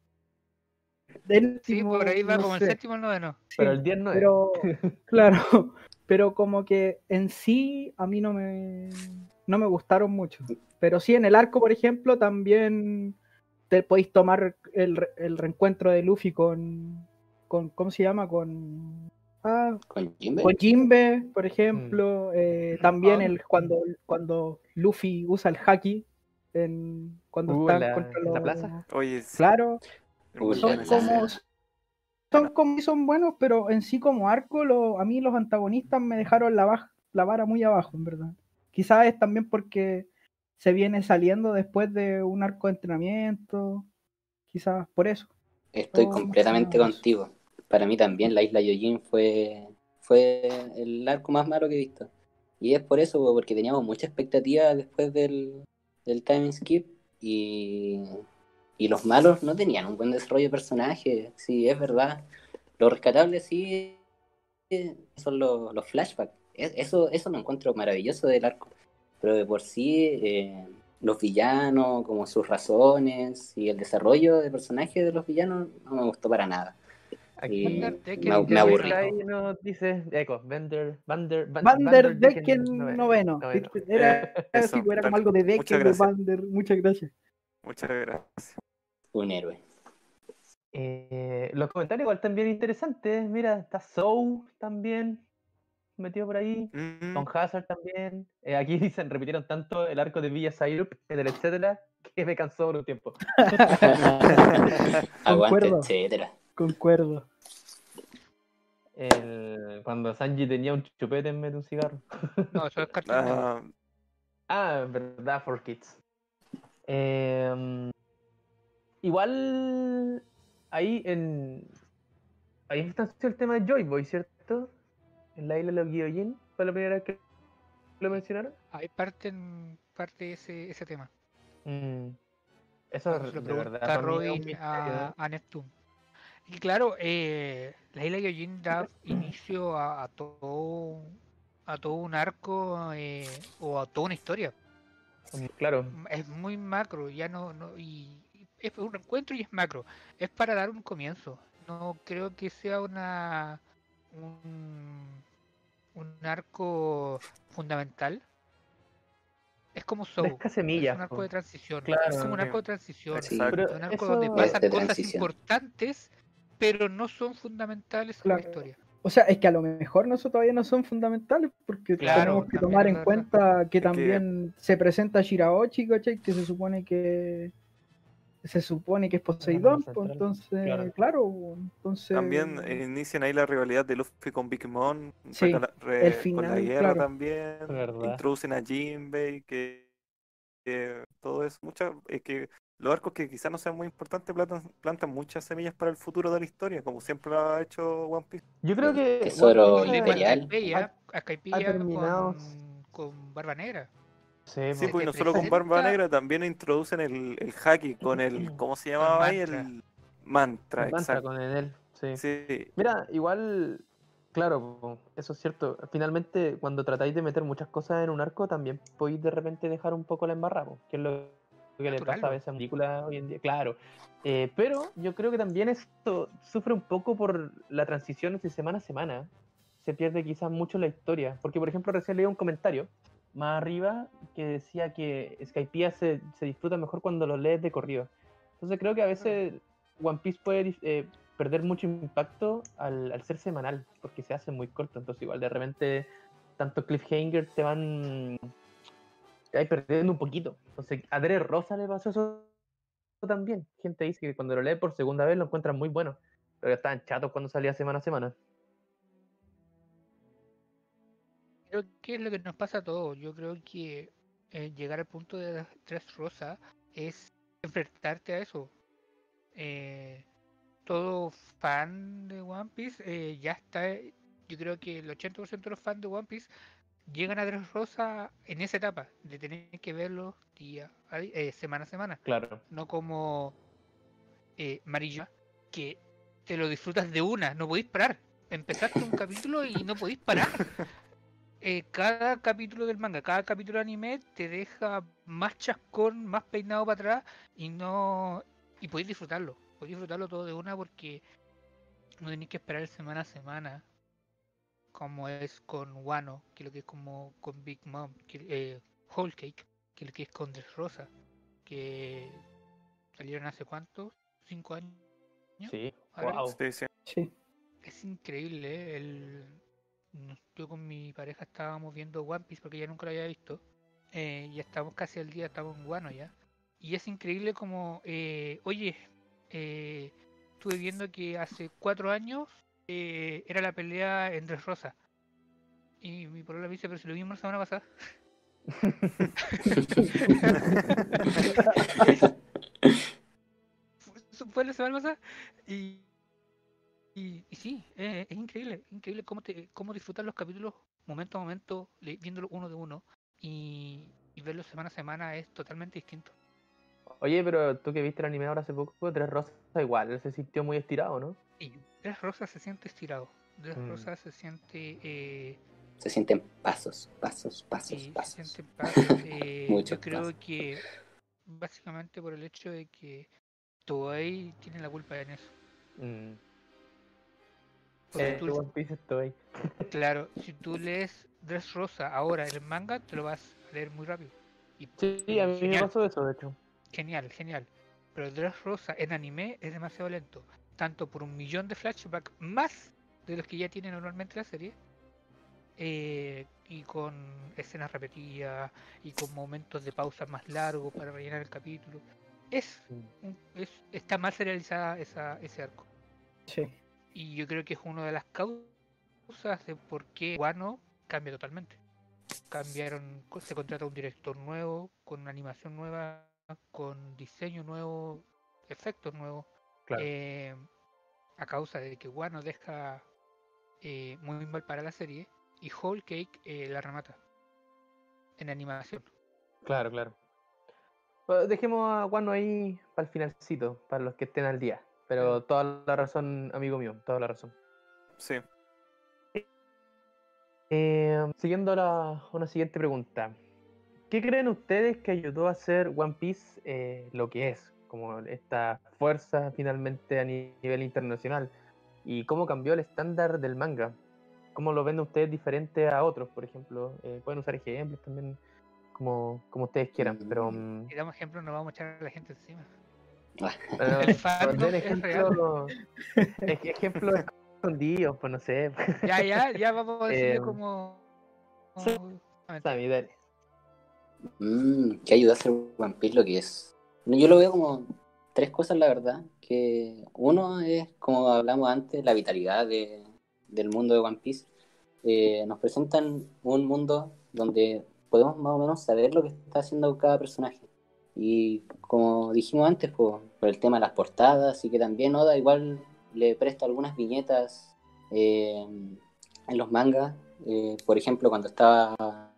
B: Sí, por ahí va
C: no
B: como el
C: sé.
B: séptimo o el noveno.
C: Sí,
A: Pero el diez no es.
C: pero, claro, pero como que en sí a mí no me, no me gustaron mucho. Pero sí, en el arco, por ejemplo, también te podéis tomar el, re- el reencuentro de Luffy con, con ¿cómo se llama? Con, ah,
E: Con Jinbe.
C: con Jinbe, por ejemplo. eh, también el, cuando, cuando Luffy usa el haki, en, cuando
A: Uh,
C: está
A: en la-
C: contra
A: en la
C: los...
A: plaza.
D: Oye, sí,
C: Claro,
D: muy
E: Uy,
C: son
D: buena
E: la
D: esa
C: como...
D: escena.
C: son como son buenos, pero en sí como arco, lo, a mí los antagonistas me dejaron la, baj- la vara muy abajo, en verdad. Quizás es también porque se viene saliendo después de un arco de entrenamiento, quizás por eso.
E: Estoy
C: Oh,
E: completamente
C: no, no sé.
E: contigo. Para mí también la isla Gyojin fue, fue el arco más malo que he visto. Y es por eso, po, porque teníamos mucha expectativa después del, del time skip y, y los malos no tenían un buen desarrollo de personaje. Sí, es verdad. Lo rescatable sí son los, los flashbacks. Es- Eso, eso lo encuentro maravilloso del arco. Pero de por sí, eh, los villanos, como sus razones y el desarrollo de personaje de los villanos no me gustó para nada.
A: Aquí
E: Y
B: Bender Decker
E: me,
B: es
E: me
B: muy
E: aburrí.
B: rico.
A: Clay nos dice, Eco, Vander, Vander, Van-
C: Vander
A: Vanderdecken
C: Decken noveno.
A: noveno.
C: Era,
D: Eso,
C: así, era como
D: dale.
C: algo de
D: Muchas
C: Decken, de
D: gracias.
C: Vander. Muchas gracias.
D: Muchas gracias.
E: Un héroe.
A: Eh, los comentarios igual están bien interesantes. Mira, está Soul también metido por ahí.
D: Mm,
A: Con Hazard también. Eh, aquí dicen, repitieron tanto el arco de Villa Syrup en el etcétera que me cansó por un tiempo.
E: Aguante,
C: Concuerdo.
E: etcétera.
C: Concuerdo.
A: El- cuando Sanji tenía un chupete en vez de un cigarro.
B: No, eso es Cartoon Network.
D: ah,
A: Ah, verdad, for kids. Eh, igual ahí en ahí está el tema de Joy Boy, ¿cierto? En la isla de los Gyojin fue la primera vez que lo mencionaron.
B: Ahí parten, parte ese, ese tema.
A: Mm, eso
B: Cuando se lo
A: de verdad
B: pregunta
A: para mí es un
B: Robin
A: misterio,
B: a,
A: ¿no?
B: a Neptune. Y claro, eh, la isla Gyojin da inicio a, a todo a todo un arco eh, o a toda una historia.
A: Mm, Claro,
B: Es muy macro, ya no, no y y es un encuentro y es macro. Es para dar un comienzo. No creo que sea una un, un arco fundamental. Es como Soul,
A: pesca
B: es
A: semillas,
B: un arco
A: po.
B: de transición.
A: Claro.
B: Es como un
D: Sí,
B: arco de transición.
E: Sí,
D: exacto.
A: Pero
B: Es un arco
A: eso
B: donde
E: es
B: pasan
E: de
B: cosas
E: transición.
B: importantes, pero no son fundamentales en la
C: Claro.
B: historia.
C: O sea, es que a lo mejor nosotros todavía no son fundamentales porque
A: Claro,
C: tenemos que
B: también
C: tomar
B: es
C: en
B: verdad.
C: cuenta que
D: que-
C: también se presenta Shiraoshi, ¿cachai? Que se supone que se supone que es Poseidón,
A: central,
C: pues, entonces,
A: claro.
C: claro, entonces
D: También eh, inician ahí la rivalidad de Luffy con Big Mom,
C: Sí,
D: rela- re-
C: el
D: con la
C: final,
D: guerra
C: claro.
D: también,
A: Verdad.
D: introducen a Jinbei, que, que todo es mucha, es que los arcos que quizás no sean muy importantes plantan, plantan muchas semillas para el futuro de la historia, como siempre lo ha hecho One Piece.
A: Yo creo
E: El
A: que
E: tesoro
A: One Piece
B: Igual
E: imperial.
B: Skypiea, a Skypiea
A: terminado.
B: con, con Barba Negra.
A: Sí,
D: Sí,
A: po.
D: pues y
B: te
D: no solo con
B: presenta-
D: Barba Negra, también introducen el, el haki con el, ¿cómo se llamaba ahí?
B: mantra.
D: El mantra,
A: El mantra
D: exacto.
A: con Enel, sí.
D: Sí,
A: Mira, igual, claro, po, eso es cierto. Finalmente, cuando tratáis de meter muchas cosas en un arco, también podéis de repente dejar un poco la embarrada, po, que es lo que le
B: Natural,
A: pasa a
B: po.
A: veces a películas hoy en día, claro. Eh, pero yo creo que también esto sufre un poco por la transición de semana a semana. Se pierde quizás mucho la historia. Porque, por ejemplo, recién leí un comentario más arriba que decía que Skypiea se, se disfruta mejor cuando lo lees de corrido. Entonces creo que a veces One Piece puede eh, perder mucho impacto al, al ser semanal, porque se hace muy corto. Entonces igual de repente tanto cliffhanger te van te vas perdiendo un poquito. Entonces a Dre Rosa le pasó eso tan bien. Gente dice que cuando lo lee por segunda vez lo encuentran muy bueno, pero estaban chatos cuando salía semana a semana.
B: Creo que es lo que nos pasa a todos. Yo creo que eh, llegar al punto de Dressrosa es enfrentarte a eso. Eh, todo fan de One Piece eh, ya está. Yo creo que el ochenta por ciento de los fans de One Piece llegan a Dressrosa en esa etapa de tener que verlo día a di- eh, semana a semana.
A: Claro.
B: No como eh, Marilla, que te lo disfrutas de una, no podéis parar. Empezaste un capítulo y no podéis parar. Eh, cada capítulo del manga, cada capítulo de anime te deja más chascón, más peinado para atrás y no y podéis disfrutarlo, podéis disfrutarlo todo de una porque no tenéis que esperar semana a semana como es con Wano, que lo que es como con Big Mom, que, eh, Whole Cake, que lo que es con Dressrosa, que salieron hace cuánto, cinco años.
A: Sí,
B: Ahora,
A: wow.
D: Sí, sí.
C: Sí.
B: es increíble, ¿eh? El... no- yo con mi pareja estábamos viendo One Piece porque ella nunca lo había visto. Eh, ya estamos casi al día, estamos en Guano ya. Y es increíble como, eh, oye, eh, estuve viendo que hace cuatro años eh, era la pelea en Dressrosa. Y mi polola me dice, pero si lo vimos la semana pasada. Fue fue la semana pasada. Y, y, y sí, eh, es increíble, increíble cómo, te, cómo disfrutar los capítulos momento a momento, le- viéndolo uno de uno. Y, y verlo semana a semana es totalmente distinto.
A: Oye, pero tú que viste el anime ahora hace poco, Tres Rosas igual, él se sintió muy estirado, ¿no?
B: Y Dressrosa se siente estirado. Dressrosa
A: Mm.
B: se siente. Eh,
E: Se sienten pasos, pasos, pasos,
B: y se
E: pasos.
B: siente pasos. eh,
E: Muchos
B: yo creo
E: pasos.
B: que básicamente por el hecho de que Toei tiene la culpa en eso.
A: Mm.
B: Porque
A: Eh,
B: tú,
A: One Piece estoy.
B: claro, si tú lees Dressrosa ahora en el manga, te lo vas a leer muy rápido. Y,
A: Sí,
B: y
A: a mí me
B: genial,
A: pasó eso, de hecho.
B: genial, genial. Pero Dressrosa en anime es demasiado lento. Tanto por un millón de flashbacks más de los que ya tiene normalmente la serie. eh, y con escenas repetidas y con momentos de pausa más largos para rellenar el capítulo. Es,
A: Mm.
B: un- es está mal serializada esa, ese arco.
C: Sí.
B: Y yo creo que es una de las causas de por qué Wano cambia totalmente. Cambiaron, co- se contrata un director nuevo, con una animación nueva, con diseño nuevo, efectos nuevos,
A: Claro.
B: eh, a causa de que Wano deja eh, muy mal para la serie y Whole Cake eh, la remata en animación.
A: Claro, claro. Bueno, dejemos a Guano ahí para el finalcito, para los que estén al día. Pero
B: Claro.
A: toda la razón, amigo mío, toda la razón.
D: Sí.
A: Eh, siguiendo la, una siguiente pregunta. ¿Qué creen ustedes que ayudó a hacer One Piece eh, lo que es? Como esta fuerza finalmente a ni- nivel internacional. ¿Y cómo cambió el estándar del manga? ¿Cómo lo ven ustedes diferente a otros, por ejemplo? Eh, pueden usar ejemplos también, como, como ustedes quieran. Pero
E: Mm.
A: mm,
B: Si damos ejemplos, nos vamos a echar a la gente encima.
A: pero,
B: El fandom
A: den
B: es real.
A: ejemplos ej- ejemplos escondidos, pues no sé.
B: Ya, ya, ya vamos a decirle
A: Eh,
B: como.
A: Sí.
B: como-
A: Sammy, dale.
E: Mm, ¿qué ayuda a ser One Piece lo que es? No, yo lo veo como tres cosas, la verdad. Que uno es, como hablamos antes, la vitalidad de, del mundo de One Piece. Eh, nos presentan un mundo donde podemos más o menos saber lo que está haciendo cada personaje. Y como dijimos antes, por, por el tema de las portadas, y que también Oda igual le presta algunas viñetas eh, en los mangas. Eh, por ejemplo, cuando estaba...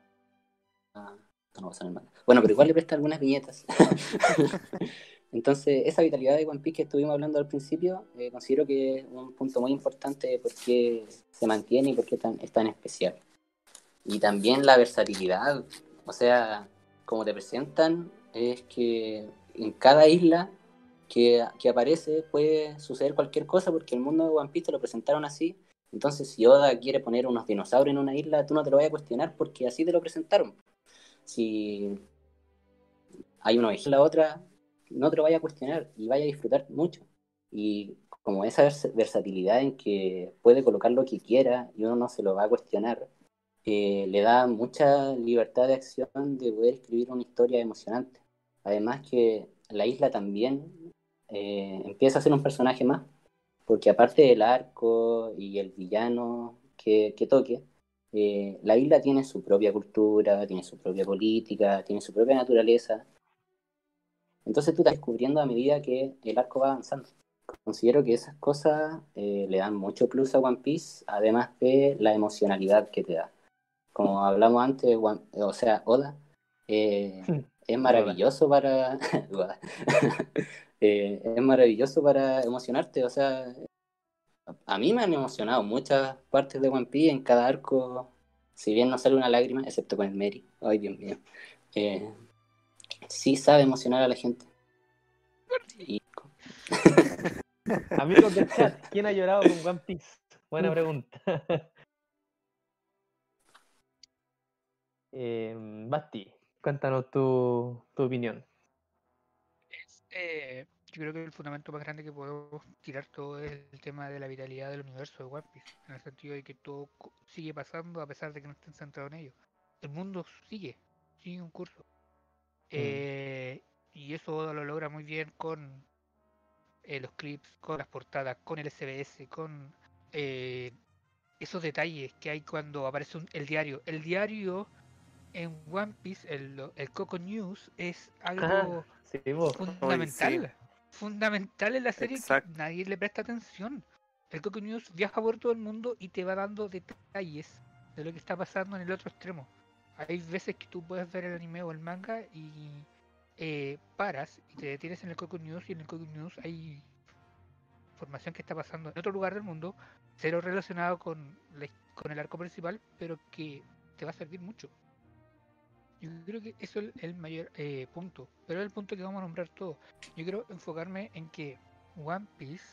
E: No, eso no es manga. Bueno, pero igual le presta algunas viñetas. Entonces, esa vitalidad de One Piece que estuvimos hablando al principio, eh, considero que es un punto muy importante de por qué se mantiene y por qué tan, es tan especial. Y también la versatilidad, o sea, como te presentan, es que en cada isla que, que aparece puede suceder cualquier cosa porque el mundo de One Piece te lo presentaron así. Entonces, si Oda quiere poner unos dinosaurios en una isla, tú no te lo vas a cuestionar porque así te lo presentaron. Si hay una isla, la otra, no te lo vaya a cuestionar y vaya a disfrutar mucho. Y como esa vers- versatilidad en que puede colocar lo que quiera y uno no se lo va a cuestionar, eh, le da mucha libertad de acción de poder escribir una historia emocionante. Además que la isla también eh, empieza a ser un personaje más, porque aparte del arco y el villano que, que toque, eh, la isla tiene su propia cultura, tiene su propia política, tiene su propia naturaleza. Entonces tú estás descubriendo a medida que el arco va avanzando. Considero que esas cosas eh, le dan mucho plus a One Piece, además de la emocionalidad que te da. Como hablamos antes, One- o sea, Oda eh, es maravilloso para Oda. Eh, es maravilloso para emocionarte. O sea, a mí me han emocionado muchas partes de One Piece en cada arco. Si bien no sale una lágrima, excepto con el Mary. Ay, Dios mío. Eh, sí sabe emocionar a la gente. Y
A: Amigos del chat, ¿quién ha llorado con One Piece? Buena
C: Uf.
A: pregunta. eh, Basti, cuéntanos tu, tu opinión.
B: Es, eh, yo creo que el fundamento más grande que podemos tirar todo es el tema de la vitalidad del universo de One Piece, en el sentido de que todo co- sigue pasando a pesar de que no estén centrados en ello. El mundo sigue, sigue un curso. Eh, y eso Oda lo logra muy bien con eh, los clips, con las portadas, con el S B S, con eh, esos detalles que hay cuando aparece un- el diario. El diario en One Piece, el, el Coco News, es algo
A: Ah, sí, vos.
D: Uy, sí,
B: fundamental. Fundamental en la serie que
D: exacto.
B: nadie le presta atención. El Coco News viaja por todo el mundo y te va dando detalles de lo que está pasando en el otro extremo. Hay veces que tú puedes ver el anime o el manga y eh, paras y te detienes en el Coco News y en el Coco News hay información que está pasando en otro lugar del mundo, cero relacionado con, la- con el arco principal, pero que te va a servir mucho. Yo creo que eso es el mayor eh, punto, pero es el punto que vamos a nombrar todos. Yo quiero enfocarme en que One Piece,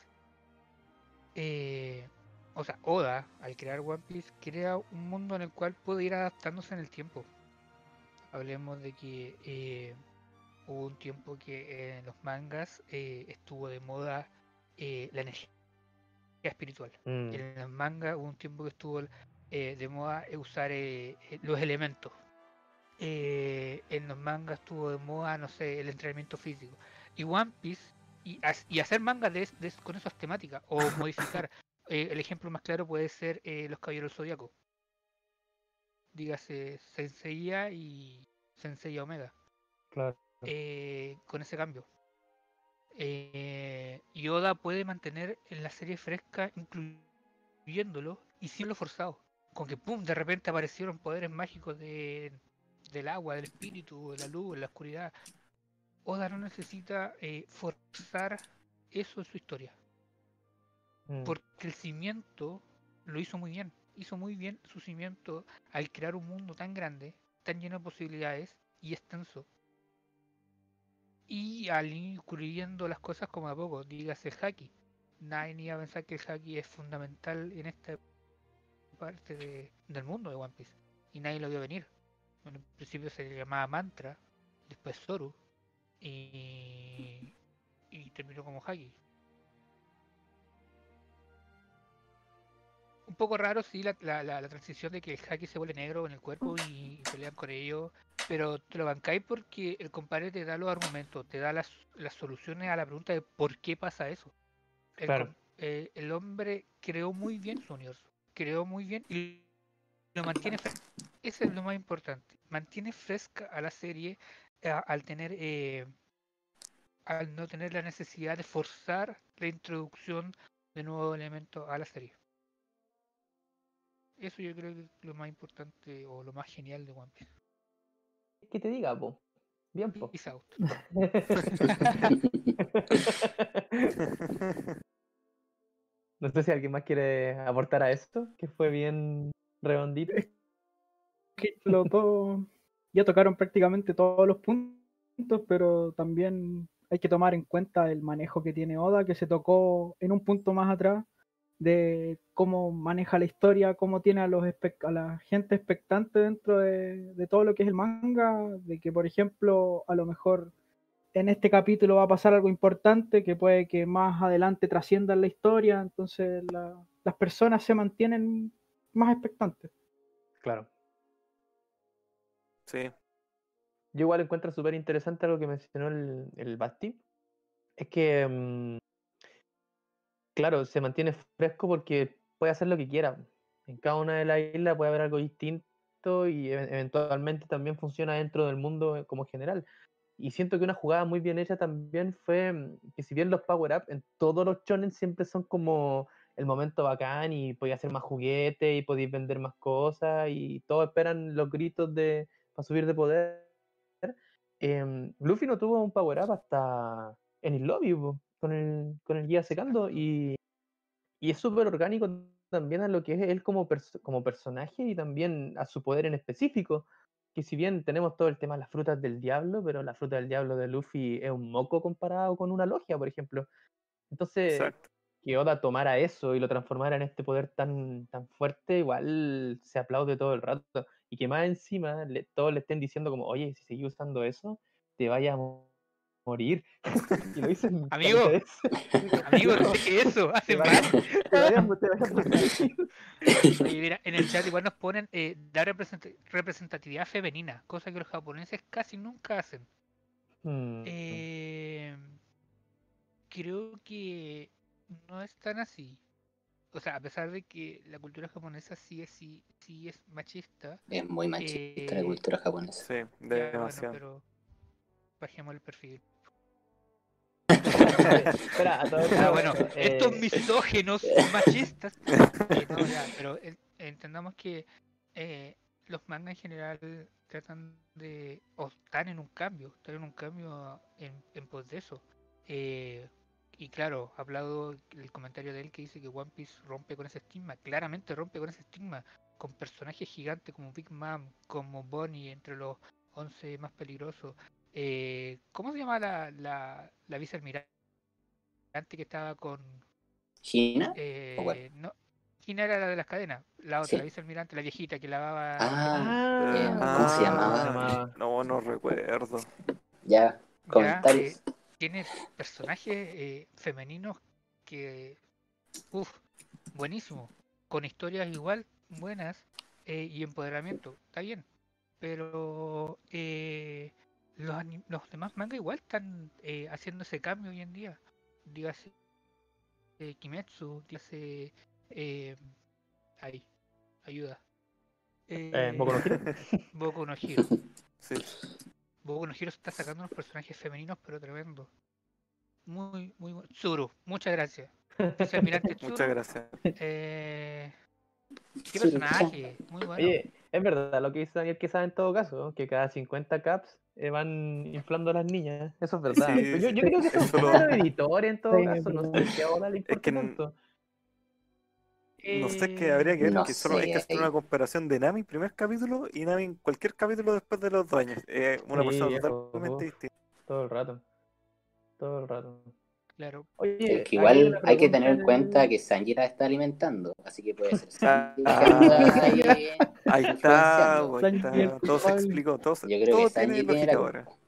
B: eh, o sea, Oda, al crear One Piece, crea un mundo en el cual puede ir adaptándose en el tiempo. Hablemos de que eh, hubo un tiempo que en los mangas eh, estuvo de moda eh, la energía espiritual.
A: Mm,
B: En los mangas hubo un tiempo que estuvo eh, de moda usar eh, eh, los elementos. Eh, en los mangas estuvo de moda, no sé, el entrenamiento físico. Y One Piece, y, ha- y hacer mangas de, de- con esas temáticas, o modificar. Eh, el ejemplo más claro puede ser eh, los Caballeros Zodíaco. Dígase Senseiya y Senseiya Omega.
A: claro.
B: Eh, con ese cambio. Eh, Yoda puede mantener en la serie fresca, incluyéndolo y sin lo forzado. Con que pum, de repente aparecieron poderes mágicos de, del agua, del espíritu, de la luz, de la oscuridad. Oda no necesita eh, forzar eso en su historia.
A: Mm,
B: Porque el cimiento lo hizo muy bien. Hizo muy bien su cimiento al crear un mundo tan grande, tan lleno de posibilidades y extenso. Y al ir incluyendo las cosas como a poco, dígase el haki. Nadie ni iba a pensar que el haki es fundamental en esta parte de- del mundo de One Piece. Y nadie lo vio venir. En un principio se le llamaba Mantra, después Zoru, y, y terminó como haki. Un poco raro, sí, la, la, la, la transición de que el haki se vuelve negro en el cuerpo y, y pelean con ello, pero te lo bancáis porque el compadre te da los argumentos, te da las, las soluciones a la pregunta de por qué pasa eso. El,
A: claro.
B: com- eh, el hombre creó muy bien su universo, creó muy bien y lo mantiene fresco. Eso es lo más importante. Mantiene fresca a la serie eh, al tener eh, al no tener la necesidad de forzar la introducción de nuevos elementos a la serie. Eso yo creo que es lo más importante o lo más genial de One Piece.
A: ¿Qué te diga, po? Bien, po.
B: Peace out.
A: No sé si alguien más quiere aportar a esto, que fue bien redondito.
C: Que los dos ya tocaron prácticamente todos los puntos, pero también hay que tomar en cuenta el manejo que tiene Oda, que se tocó en un punto más atrás, de cómo maneja la historia, cómo tiene a, los espec- a la gente expectante dentro de, de todo lo que es el manga, de que, por ejemplo, a lo mejor en este capítulo va a pasar algo importante que puede que más adelante trascienda en la historia, entonces la- las personas se mantienen más expectantes.
A: Claro.
D: Sí.
A: yo igual encuentro súper interesante algo que mencionó el, el Basti, es que, mm, claro, se mantiene fresco porque puede hacer lo que quiera. En cada una de las islas puede haber algo distinto y e- eventualmente también funciona dentro del mundo eh, como general. Y siento que una jugada muy bien hecha también fue mm, que si bien los power-up en todos los shonen siempre son como el momento bacán y podéis hacer más juguetes y podéis vender más cosas y todos esperan los gritos de para subir de poder. em, Luffy no tuvo un power-up hasta en el lobby po, con el, con el guía secando
B: Exacto.
A: y, y es súper orgánico también a lo que es él como, perso- como personaje y también a su poder en específico. Que si bien tenemos todo el tema de las frutas del diablo, pero la fruta del diablo de Luffy es un moco comparado con una logia, por ejemplo. Entonces,
D: Exacto.
A: que Oda tomara eso y lo transformara en este poder tan, tan fuerte, igual se aplaude todo el rato. Y que más encima le- todos le estén diciendo como, oye, si seguís usando eso, te vayas a mo- morir. Y lo dicen caleta
B: Amigo,
A: de veces.
B: amigo,
A: Loco,
B: deje eso,
A: te
B: hace
A: vayas,
B: mal.
A: te vayas, te vayas a morir.
B: Oye, mira, en el chat igual nos ponen eh, dar represent- representatividad femenina, cosa que los japoneses casi nunca hacen.
A: Hmm.
B: Eh, creo que no es tan así. O sea, a pesar de que la cultura japonesa sí es, sí, sí es machista,
E: Es muy machista la
B: eh,
E: cultura japonesa.
D: Sí,
B: ya bueno,
D: demasiado.
B: pero bajemos el perfil.
A: Oye, espera, a todo esto,
B: Ah, bueno, estos
A: eh,
B: misógenos machistas. Eh, no, ya, pero eh, entendamos que eh, los mangas en general tratan de, o están en un cambio, están en un cambio en, en pos de eso. Eh, y claro, ha hablado el comentario de él que dice que One Piece rompe con ese estigma, claramente rompe con ese estigma, con personajes gigantes como Big Mom, como Bonnie, entre los once más peligrosos. Eh, ¿cómo se llama la, la, la vicealmirante que estaba con
E: ¿China? ¿O cuál?
B: eh, no, ¿quién era la de las cadenas? La otra, la
E: Sí.
B: vicealmirante, la viejita que lavaba
E: Ah,
B: vestidos.
D: Eh,
E: em,
A: ah,
E: ¿cómo
A: ¿cómo
E: se
A: se llama? ¿Cómo se
E: llamaba?
D: ah,
A: llama?
D: no, no recuerdo.
E: Ya,
B: Ya eh,
E: comentarios.
B: tiene personajes eh, femeninos que, uff, buenísimo, con historias igual buenas eh, y empoderamiento, está bien, pero eh, los, anim- los demás mangas igual están eh, haciendo ese cambio hoy en día. Dígase eh, Kimetsu, dígase eh, ahí, ayuda.
A: Eh, ¿Boku no
B: Eh,
A: Hero?
B: Boku no Hero.
D: Sí,
B: Boku no Hero está sacando unos personajes femeninos, pero tremendo. Muy, muy bueno. Tsuru, muchas gracias. Vicealmirante
D: muchas
B: Tsuru.
D: gracias.
B: Eh, qué
E: Tsuruchan.
B: personaje, muy bueno.
A: Oye, es verdad lo que dice Daniel Quesada en todo caso, ¿no? Que cada cincuenta caps eh, van inflando a las niñas. Eso es verdad.
D: Sí,
A: Pero yo,
D: sí,
A: yo
C: Sí,
A: creo que eso
D: es
A: es cosa de
D: solo,
A: los editores en todo
C: sí, es
A: caso. No
C: verdad.
A: sé si a Oda le
D: es que
A: importa
D: n-
A: tanto.
D: no sé, es que habría
B: Eh,
D: que ver
E: No
D: que solo hay que
E: sé
D: hacer una
E: ahí.
D: comparación de Nami primer capítulo y Nami en cualquier capítulo después de los dos años. Eh,
A: Sí,
D: una persona
A: viejo,
D: totalmente
A: uf,
D: distinta.
A: todo el rato, todo el rato.
B: claro.
E: Es
A: Oye,
E: que
A: aquí hay
E: igual
A: una
E: hay que tener
A: pregunta
E: en
A: en
E: cuenta
A: el...
E: que Sanji la está alimentando. Así que puede ser
D: Ah,
E: Sanji que anda
D: ah,
E: ahí
D: ahí está,
E: influenciando.
D: ahí
C: Sanji el
D: está. Todo se
C: culpable.
D: explicó, todo, se-
E: Yo creo que
D: todo tiene
E: Sanji tiene la
D: lógica ahora.
E: culpa.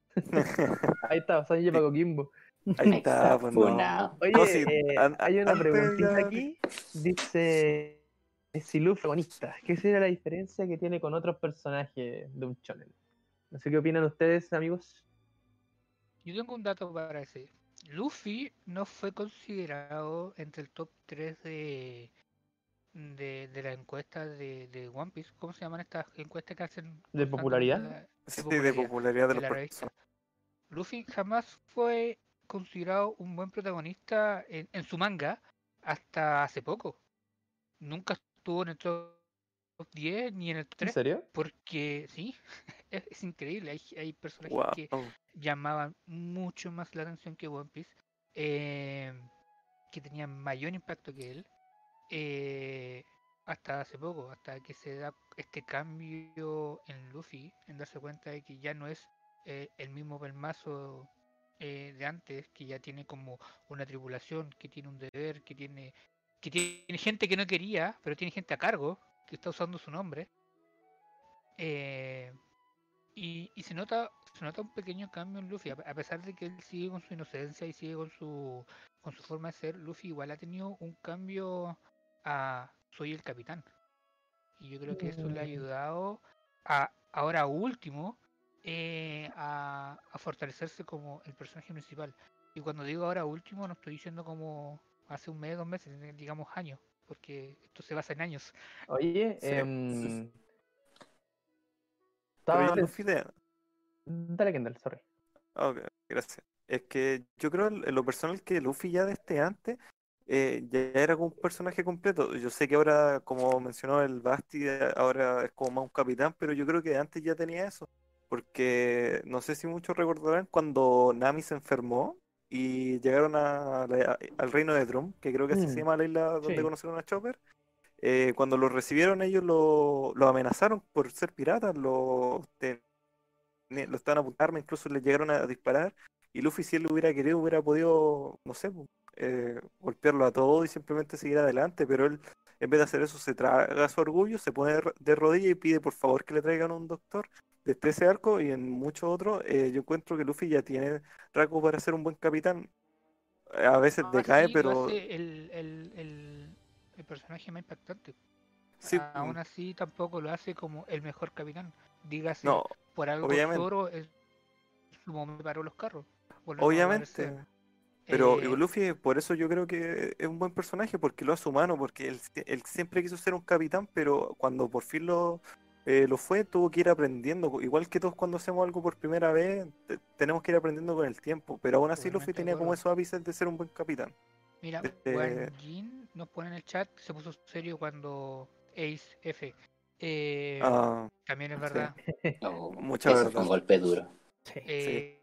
A: Ahí está, Sanji
D: Sí,
A: Paco.
D: ahí
E: Ahí
D: está,
E: está,
D: pues no.
E: funado.
D: No, sí,
A: Oye, eh,
D: an- a-
A: hay una
D: antes
A: preguntita
D: ya.
A: aquí. Dice, si Luffy es protagonista, ¿qué sería la diferencia que tiene con otros personajes de un shonen? No sé qué opinan ustedes, amigos.
B: Yo tengo un dato para ese. Luffy no fue considerado entre el top tres de, de, de la encuesta de, de One Piece. ¿Cómo se llaman estas encuestas que hacen
A: ¿De
B: constantemente
A: popularidad?
B: la- de
D: Sí, de
B: popularidad
D: popularidad de
B: de
D: los
B: la revista?
D: personajes.
B: Luffy jamás fue considerado un buen protagonista en, en su manga hasta hace poco. Nunca estuvo en el top diez ni en el top
A: ¿En
B: tres.
A: serio?
B: Porque sí, es, es increíble. Hay, hay personajes que
D: Wow.
B: llamaban mucho más la atención que One Piece, eh, que tenían mayor impacto que él, eh, hasta hace poco, hasta que se da este cambio en Luffy, en darse cuenta de que ya no es eh, el mismo pelmazo eh, de antes, que ya tiene como una tripulación, que tiene un deber, que tiene, que tiene gente que no quería, pero tiene gente a cargo, que está usando su nombre. eh, y, y se nota se nota un pequeño cambio en Luffy, a, a pesar de que él sigue con su inocencia y sigue con su con su forma de ser. Luffy igual ha tenido un cambio a soy el capitán. Y yo creo que eso le ha
A: Mm,
B: ayudado a ahora último eh, a, a fortalecerse como el personaje principal. Y cuando digo ahora último, no estoy diciendo como hace un mes, dos meses, digamos años, porque esto se basa en años.
A: Oye,
D: Sí.
A: em,
D: Pero
A: estaba
D: yo Luffy de...
A: Dale, Kendall, sorry.
D: Ok, gracias. Es que yo creo en lo personal que Luffy ya desde antes eh, ya era como un personaje completo. Yo sé que ahora, como mencionó el Basti, eh, ahora es como más un capitán, pero yo creo que antes ya tenía eso. Porque no sé si muchos recordarán cuando Nami se enfermó y llegaron a la- al reino de Drum, que creo que así se
A: Mm,
D: llama la isla donde
A: sí.
D: conocieron a Chopper. Eh, cuando lo recibieron ellos lo, lo amenazaron por ser piratas, lo, te- ne- lo estaban apuntando armas, incluso le llegaron a disparar. Y Luffy, si él lo hubiera querido, hubiera podido, no sé, pu, eh, golpearlo a todo y simplemente seguir adelante. Pero él, en vez de hacer eso, se traga su orgullo, se pone de ro- de rodillas y pide por favor que le traigan un doctor. Desde ese arco y en muchos otros, eh, yo encuentro que Luffy ya tiene rasgos para ser un buen capitán. A veces decae,
B: Así lo
D: pero
B: hace el, el, el, el personaje más impactante.
D: sí,
B: Aún así tampoco lo hace como el mejor capitán. Dígase,
D: no,
B: por algo
D: obviamente,
B: Zoro en su momento paró los carros. Volvemos a hablar de
D: obviamente.
B: Seven.
D: Pero y
B: Eh,
D: Luffy, por eso yo creo que es un buen personaje, porque lo hace humano, porque él, sie- él siempre quiso ser un capitán, pero cuando por fin lo, eh, lo fue, tuvo que ir aprendiendo. Igual que todos cuando hacemos algo por primera vez, te- tenemos que ir aprendiendo con el tiempo. Pero aún así Luffy
B: totalmente de
D: tenía como
B: acuerdo.
D: esos ápices de ser un buen capitán.
B: Mira,
D: Eh,
B: Wan Jin nos pone en el chat, se puso serio cuando Ace F. Eh,
D: ah,
B: también es
D: sí,
B: verdad.
E: Oh,
D: mucha
E: eso fue
D: verdad.
E: un golpe duro.
C: Sí.
D: Sí,
B: Eh,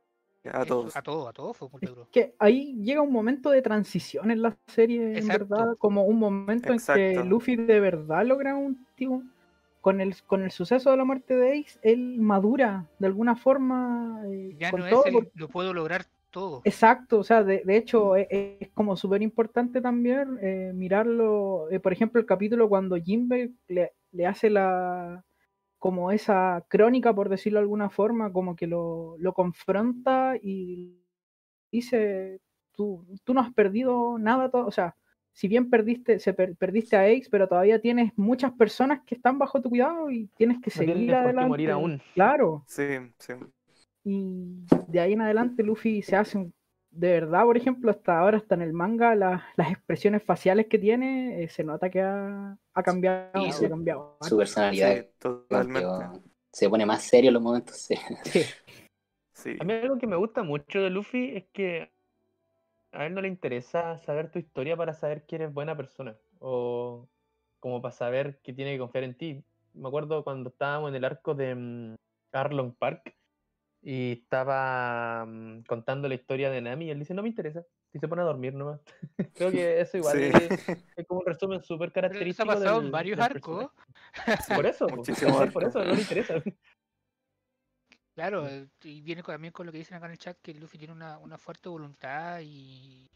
D: a
B: eso-
D: todos.
B: a todo, a todo fue muy
C: Es
B: duro.
C: que ahí llega un momento de transición en la serie, en
B: Exacto.
C: verdad, como un momento en que
D: Exacto.
C: Luffy de verdad logra un tipo, con el, con el suceso de la muerte de Ace, él madura de alguna forma eh,
B: Ya
C: con
B: no
C: todo.
B: es
C: Porque-
B: el, lo puedo lograr todo.
C: exacto, o sea, de, de hecho es, es como súper importante también eh, mirarlo, eh, por ejemplo, el capítulo cuando Jinbe le, le hace la como esa crónica, por decirlo de alguna forma, como que lo, lo confronta y dice, tú, tú no has perdido nada, to- o sea, si bien perdiste, se per- perdiste a Ace, pero todavía tienes muchas personas que están bajo tu cuidado y tienes que
A: No
C: seguir
A: tienes por qué morir
C: adelante,
A: aún.
C: claro.
D: Sí, sí.
C: Y de ahí en adelante Luffy se hace un- de verdad, por ejemplo, hasta ahora, hasta en el manga, la- las expresiones faciales que tiene, eh, se nota que ha, ha cambiado,
E: Y
C: sí, ha
E: su,
C: cambiado.
E: su personalidad
D: Sí, totalmente.
E: cambió. Se pone más serio en los momentos. Sí.
C: Sí.
D: Sí.
A: A mí algo que me gusta mucho de Luffy es que a él no le interesa saber tu historia para saber que eres buena persona o como para saber que tiene que confiar en ti. Me acuerdo cuando estábamos en el arco de mm, Arlong Park y estaba mm, contando la historia de Nami y él dice, no me interesa, y se pone a dormir nomás. Creo que eso igual
D: Sí.
A: es como un resumen súper
B: Pero eso ha
A: característico
B: pasado en
A: del,
B: varios
A: del
B: arcos.
A: personaje.
D: Sí,
A: Por eso, po,
D: muchísimo
A: ¿cachai? Por
D: arco.
A: eso no le interesa.
B: Claro, eh, y viene con- también con lo que dicen acá en el chat, que Luffy tiene una, una fuerte voluntad y,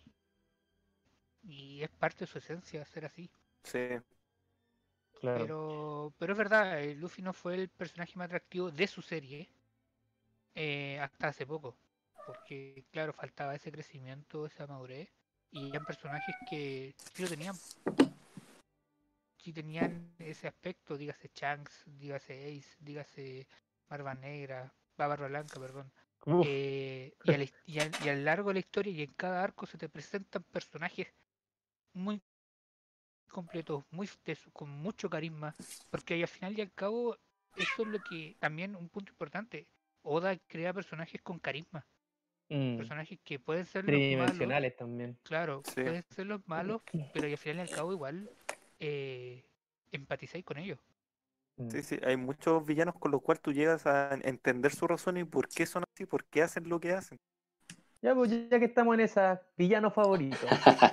B: y es parte de su esencia ser así.
D: Sí,
A: Claro.
B: Pero, pero es verdad, eh, Luffy no fue el personaje más atractivo de su serie eh, hasta hace poco. Porque, claro, faltaba ese crecimiento, esa madurez. Y eran personajes que sí lo tenían. Sí tenían ese aspecto, dígase Shanks, dígase Ace, dígase Barba Negra, va, Barba Blanca, perdón.
A: Uf,
B: Eh, y, a la his- y a- y a lo largo de la historia y en cada arco se te presentan personajes muy completos, muy de su- con mucho carisma, porque al final y al cabo eso es lo que también un punto importante. Oda crea personajes con carisma,
A: mm,
B: personajes que pueden ser los malos,
A: tridimensionales también.
B: claro,
D: sí.
B: pueden ser los malos, pero al final y al cabo igual eh, empatizáis con ellos.
A: Mm.
D: Sí, sí, hay muchos villanos con los cuales tú llegas a entender su razón y por qué son así, por qué hacen lo que hacen.
A: Ya, pues ya que estamos en esa, villano favorito.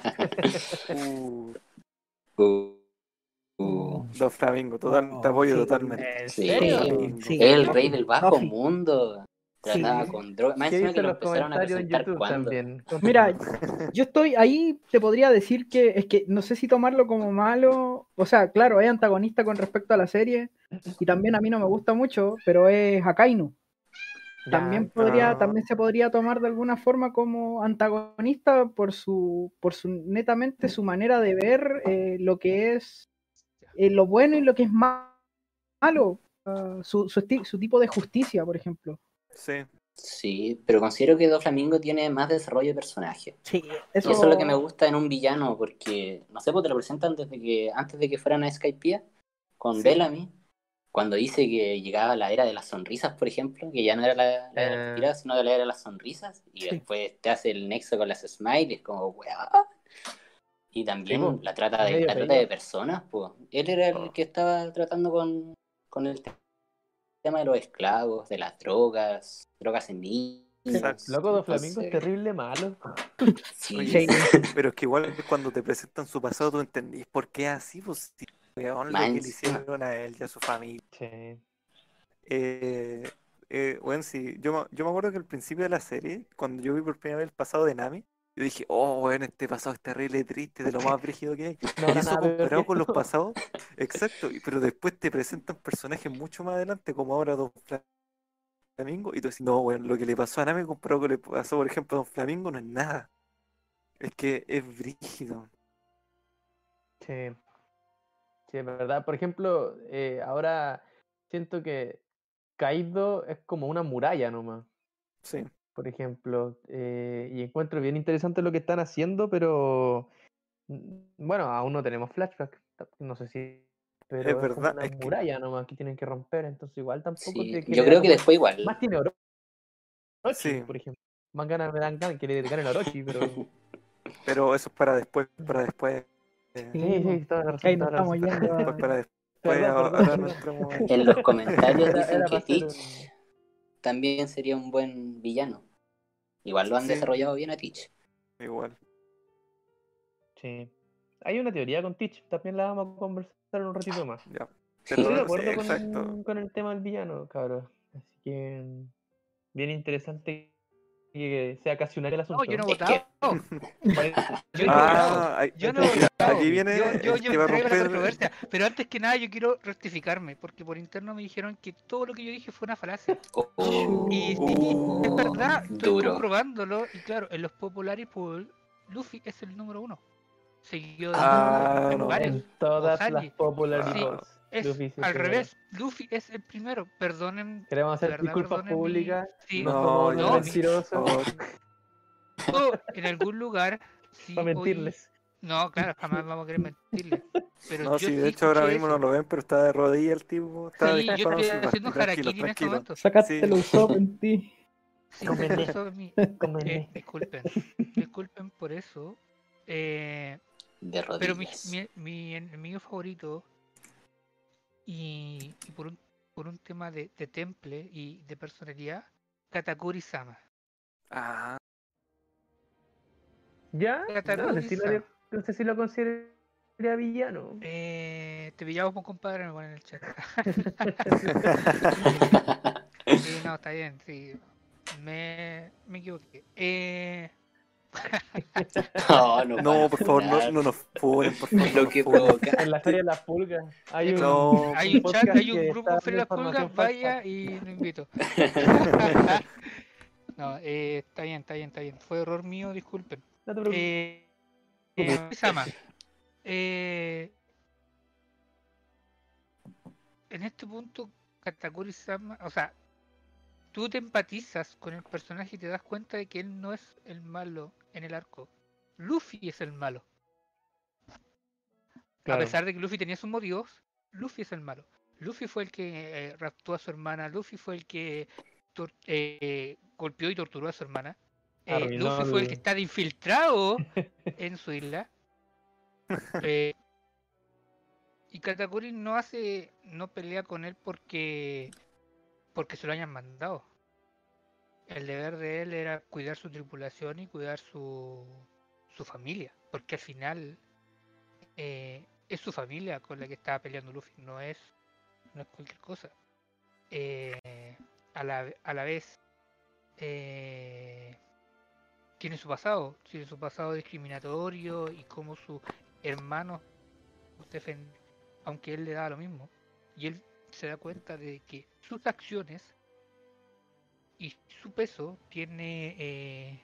D: Uh,
E: Uh, uh,
D: Don Flamingo, total, te
C: Oh,
D: apoyo
C: sí.
D: totalmente.
A: ¿En
E: sí.
A: serio?
D: Flamingo.
C: Sí,
E: El
C: Luffy,
E: rey del bajo
C: Luffy.
E: mundo. Trataba
C: Sí.
E: con droga. Más
A: ¿Qué
E: encima que
A: dicen
E: lo
A: los
E: empezaron a
A: comentarios en
E: presentar
A: YouTube
E: cuando.
A: también?
C: Mira, yo estoy ahí, te podría decir que es que no sé si tomarlo como malo, o sea, claro, es antagonista con respecto a la serie y también a mí no me gusta mucho, pero es Akainu.
A: Ya,
C: También podría,
D: Ah,
C: también se podría tomar de alguna forma como antagonista por su, por su netamente su manera de ver eh, lo que es eh, lo bueno y lo que es ma- malo. su, su, esti- su tipo de justicia, por ejemplo.
D: Sí.
E: Sí, pero considero que Doflamingo tiene más desarrollo de personaje.
C: Sí,
E: Y
C: eso,
E: eso es lo que me gusta en un villano, porque, no sé, pues te lo presentan desde que, antes de que fueran a Skypiea, con
D: Sí.
E: Bellamy, cuando dice que llegaba la era de las sonrisas, por ejemplo, que ya no era la, la era de las
A: Eh,
E: tiradas, sino de la era de las sonrisas, y
C: Sí.
E: después te hace el nexo con las smileys, como weá. Y también
A: po,
E: la trata de,
A: medio
E: la trata
A: peleado.
E: de personas, pues. Él era el
D: Oh.
E: que estaba tratando con, con el tema de los esclavos, de las drogas, drogas en niños.
D: Exacto.
A: Loco, Doflamingo es
E: Entonces,
A: terrible malo.
E: sí.
D: Oye,
C: Sí.
D: pero es que igual cuando te presentan su pasado, tú entendís por qué es así, pues sí, weón,
E: Más
D: lo que le
E: encima.
D: hicieron a él y a su familia.
A: Sí.
D: Eh, eh, bueno, sí, yo, me- yo me acuerdo que al principio de la serie, cuando yo vi por primera vez el pasado de Nami, yo dije, oh, bueno, este pasado es terrible, triste, de lo más brígido que hay.
A: No
D: Y
A: habrá
D: eso
A: nada peor que
D: comparado con los
A: esto.
D: pasados, exacto, y- pero después te presentan personajes mucho más adelante, como ahora Don Flamingo, y tú dices, no, bueno, lo que le pasó a Nami comparado con lo que le pasó, por ejemplo, a Don Flamingo, no es nada. Es que es brígido.
A: Sí. Sí, es verdad. Por ejemplo, eh, ahora siento que Kaido es como una muralla nomás.
D: Sí.
A: Por ejemplo, eh, y encuentro bien interesante lo que están haciendo, pero mm, bueno, aún no tenemos flashback, ta- no sé si,
D: Es
A: pero es como
D: verdad,
A: una
D: es que
A: muralla nomás que tienen que romper, entonces igual tampoco
E: Sí,
A: te
E: yo
A: genera
E: creo que
A: como
E: después igual.
A: más tiene Oro- Orochi,
D: sí,
A: por ejemplo, más ganas me dan ganas que le ganen a Orochi, pero
D: pero eso es para después, para después. eh,
A: sí,
C: Sí,
A: sí, toda la
C: porque ahí
A: razón,
C: nos
A: toda la
C: estamos
A: razón.
C: yendo
D: Después
C: a...
D: para después,
A: Perdón, perdón,
D: ahora no
A: perdón.
D: entremos en-
E: En los comentarios
A: Era,
E: dicen
A: era
E: que
A: para hacer
E: Teach
A: un...
E: también sería un buen villano. Igual lo han
D: Sí,
E: desarrollado bien a Teach.
D: igual.
A: Sí. Hay una teoría con Teach, también la vamos a conversar en un ratito más.
D: Ya.
A: Estoy de
D: Pero sí,
A: acuerdo
D: exacto.
A: con, con el tema del villano, cabros. Así que mm, bien interesante que sea casi un área el
B: No,
A: asunto.
B: yo no he
E: Es que
B: votado.
A: Parece
B: Yo no he votado.
D: Ah, ay,
B: Yo no he
A: que-
D: mira,
B: votado.
D: aquí viene
B: Yo, yo,
D: el
B: yo
D: que va a
B: traigo la
D: romper.
B: controversia. Pero antes que nada, yo quiero rectificarme. Porque por interno me dijeron que todo lo que yo dije fue una falacia.
E: oh,
B: Y sí,
D: Uh,
B: es verdad, estoy
E: duro.
B: comprobándolo. Y claro, en los Populari Pool, Luffy es el número uno. Seguido de
D: Ah,
B: en
D: no.
B: varios.
A: En todas
B: Sanji.
A: las Popular
B: Sí,
A: Balls.
B: es
A: Luffy es el
B: al
A: primero.
B: revés. Luffy es el primero. Perdonen,
A: Queremos
B: de
A: hacer
B: verdad,
A: disculpas
B: perdonen mi.
A: públicas.
B: Sí,
A: No
D: No,
A: somos unos
B: no,
D: ya,
A: mentirosos
D: por favor.
B: yo en algún lugar sí
A: para
B: oí.
A: mentirles.
B: No, claro, jamás vamos a querer mentirle. Pero
D: No,
B: yo
D: sí, de
B: sí
D: hecho ahora
B: escuché
D: mismo no
B: eso.
D: lo ven, pero está de rodillas el tipo, está
B: Sí, yo estoy
D: disculpando.
B: haciendo
D: Tranquilo,
B: harakiri en este
D: tranquilo.
B: momento.
C: Sacaste
D: Sí.
C: el Usopp en ti.
B: Sí,
A: Cómenme.
B: eso es mi-
A: Cómenme.
B: eh, disculpen, disculpen por eso. Eh,
E: De
B: pero mi,
E: rodillas.
B: mi, mi enemigo favorito, y, y por, un, por un tema de, de temple y de personalidad, Katakuri-sama.
D: Ah,
A: ¿Ya? No sé si lo,
B: Katakuri-sama.
A: no sé si lo consideraría villano.
B: Eh, te pillamos por compadre, me ponen en el chat. Sí, no, está bien, sí. Me, me equivoqué. Eh,
E: No, nos van a
D: no, por favor, no,
E: funar.
D: no nos funen, por favor, no
E: Lo
D: nos
E: que
D: funen.
A: En la
E: provocaste.
A: Feria de las Pulgas hay un,
D: No,
B: hay
A: un
B: un chat,
A: podcast
B: hay un
A: que
B: grupo
A: está
B: en Feria de
A: dando
B: las Pulgas,
A: información falsa.
B: vaya y lo invito. No, eh, está bien, está bien, está bien. Fue error mío, disculpen.
A: No te preocupes.
B: Eh, eh, Sama, eh, en este punto, Katakuri-sama, o sea, tú te empatizas con el personaje y te das cuenta de que él no es el malo en el arco. Luffy es el malo.
A: Claro.
B: A pesar de que Luffy tenía sus motivos, Luffy es el malo. Luffy fue el que eh, raptó a su hermana, Luffy fue el que tor- eh, golpeó y torturó a su hermana. Eh,
A: Arruinó
B: Luffy fue el que
A: el-
B: está de infiltrado en su isla. Eh, y Katakuri no hace, no pelea con él porque, porque se lo hayan mandado. El deber de él era cuidar su tripulación y cuidar su, su familia, porque al final eh, es su familia con la que estaba peleando Luffy, no es, no es cualquier cosa. Eh, a, la, a la vez eh, tiene su pasado, tiene su pasado discriminatorio y como sus hermanos defenden, aunque él le da lo mismo. Y él se da cuenta de que sus acciones y su peso tiene eh,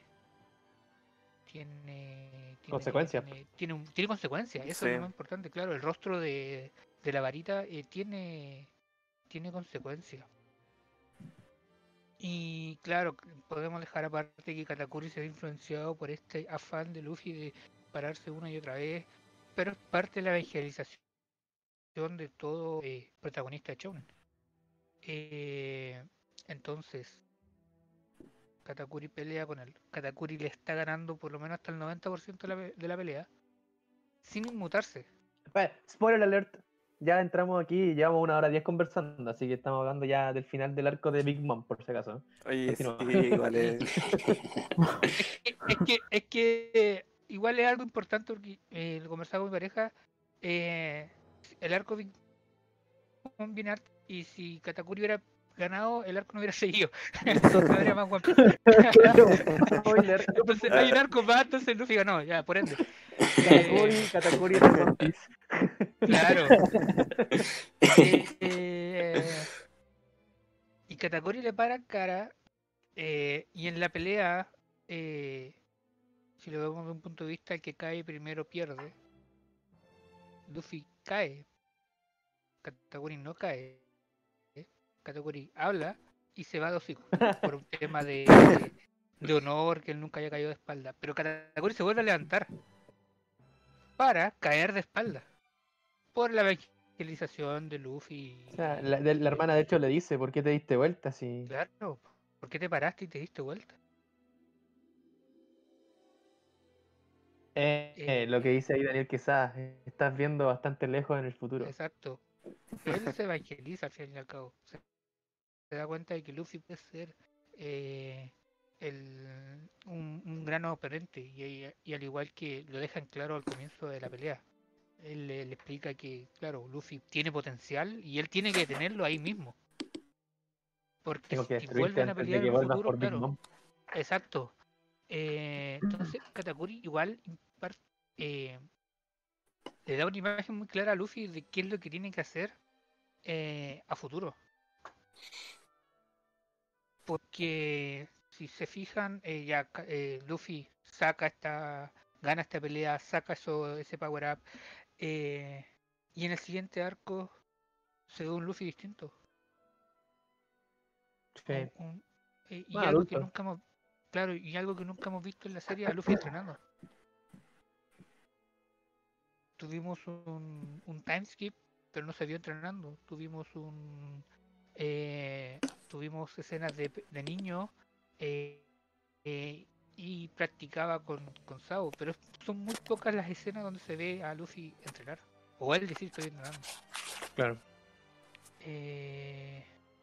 B: tiene tiene,
A: Consecuencias.
B: tiene, tiene, tiene, un- tiene consecuencias, eso
D: Sí.
B: es lo más importante, claro, el rostro de, de la varita eh, tiene tiene consecuencias. Y claro, podemos dejar aparte que Katakuri se ve influenciado por este afán de Luffy de pararse una y otra vez, pero es parte de la evangelización de todo eh, protagonista de Shonen. Eh, entonces, Katakuri pelea con él. Katakuri le está ganando por lo menos hasta el noventa por ciento de la, de la pelea, sin inmutarse.
A: Espera, spoiler alert. Ya entramos aquí y llevamos una hora diez conversando, así que estamos hablando ya del final del arco de Big Mom, por si acaso.
D: Oye, sí,
A: Continúa.
D: vale.
B: Es que, es que, es que igual es algo importante porque eh, lo conversaba con mi pareja. Eh, el arco Big Mom viene harto, y si Katakuri hubiera ganado, el arco no hubiera seguido. No habría más One Piece.
A: Spoiler.
B: Entonces hay un arco más, entonces Luffy ganó, ya, por ende.
A: Katakuri,
B: Eh,
A: Katakuri es el One Piece.
B: Claro. Eh, eh, y Katakuri le para cara, eh, y en la pelea, eh, si lo vemos de un punto de vista, el que cae primero pierde. Luffy cae, Katakuri no cae. Katakuri habla y se va de hocico por un tema de, de honor, que él nunca haya caído de espalda. Pero Katakuri se vuelve a levantar para caer de espalda por la evangelización de Luffy.
A: O sea, la, de- la hermana de hecho le dice, ¿por qué te diste vuelta? Si...
B: Claro, ¿por qué te paraste y te diste vuelta?
A: Eh,
B: Eh,
A: eh, lo que dice ahí Daniel Quesada, estás viendo bastante lejos en el futuro.
B: Exacto. Él se evangeliza al fin y al cabo. Se, se da cuenta de que Luffy puede ser eh, el, un, un gran oponente, y, y al igual que lo dejan claro al comienzo de la pelea. Él le, le explica que, claro, Luffy tiene potencial y él tiene que tenerlo ahí mismo. Porque
A: Tengo que
B: si
A: destruirte
B: vuelven a
A: antes de
B: pelear
A: que
B: en un
A: vuelvas
B: futuro,
A: por Big
B: claro,
A: Mom.
B: exacto. Eh, entonces Katakuri igual impar- eh, le da una imagen muy clara a Luffy de qué es lo que tiene que hacer eh, a futuro. Porque si se fijan, eh, ya ca- eh, Luffy saca esta, gana esta pelea, saca eso, ese power up, eh, y en el siguiente arco se ve un Luffy distinto.
A: Sí.
B: Un- un- eh, y
A: Más
B: algo que
A: adulto.
B: nunca hemos, claro, y algo que nunca hemos visto en la serie, a Luffy entrenando. Tuvimos un, un time skip, pero no se vio entrenando. Tuvimos un eh, tuvimos escenas de, de niño eh, eh, y practicaba con, con Sao, pero son muy pocas las escenas donde se ve a Luffy entrenar. O él decir estoy entrenando.
A: Claro.
B: Eh,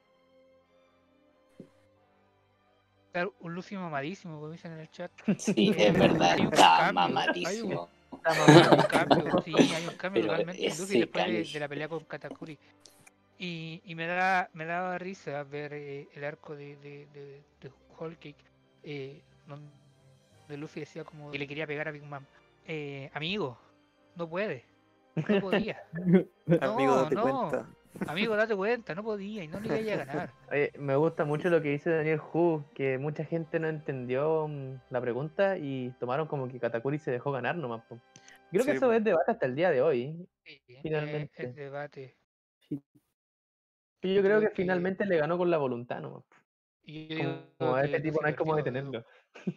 B: claro, un Luffy mamadísimo, como dicen en el chat.
E: Sí,
B: Eh,
E: es verdad,
B: hay un
E: está
B: cambio, hay un,
E: mamadísimo.
A: Está
B: hay
A: mamado.
B: un cambio, sí, hay un cambio
E: Pero
B: totalmente en Luffy
E: ese
B: después de,
E: cambio.
B: de la pelea con Katakuri. Y, y me da me daba risa ver eh, el arco de, de, de, de Whole Cake, eh, donde Luffy decía como que le quería pegar a Big Mom. Eh, amigo, no puede, no podía.
D: Amigo,
B: No,
D: date
B: no,
D: cuenta.
B: amigo, date cuenta, no podía y no le iba a ganar.
A: Oye, me gusta mucho lo que dice Daniel Hu, que mucha gente no entendió mm, la pregunta y tomaron como que Katakuri se dejó ganar nomás. Po. Creo que
D: Sí,
A: eso
D: po.
A: es debate hasta el día de hoy,
B: Sí, eh,
A: finalmente.
B: el debate.
A: Y yo creo que,
B: que-
A: finalmente le ganó con la voluntad nomás. po.
B: y yo digo
A: Como a
B: que
A: este tipo
B: Luffy
A: no hay como
B: perdió, digo.
A: detenerlo.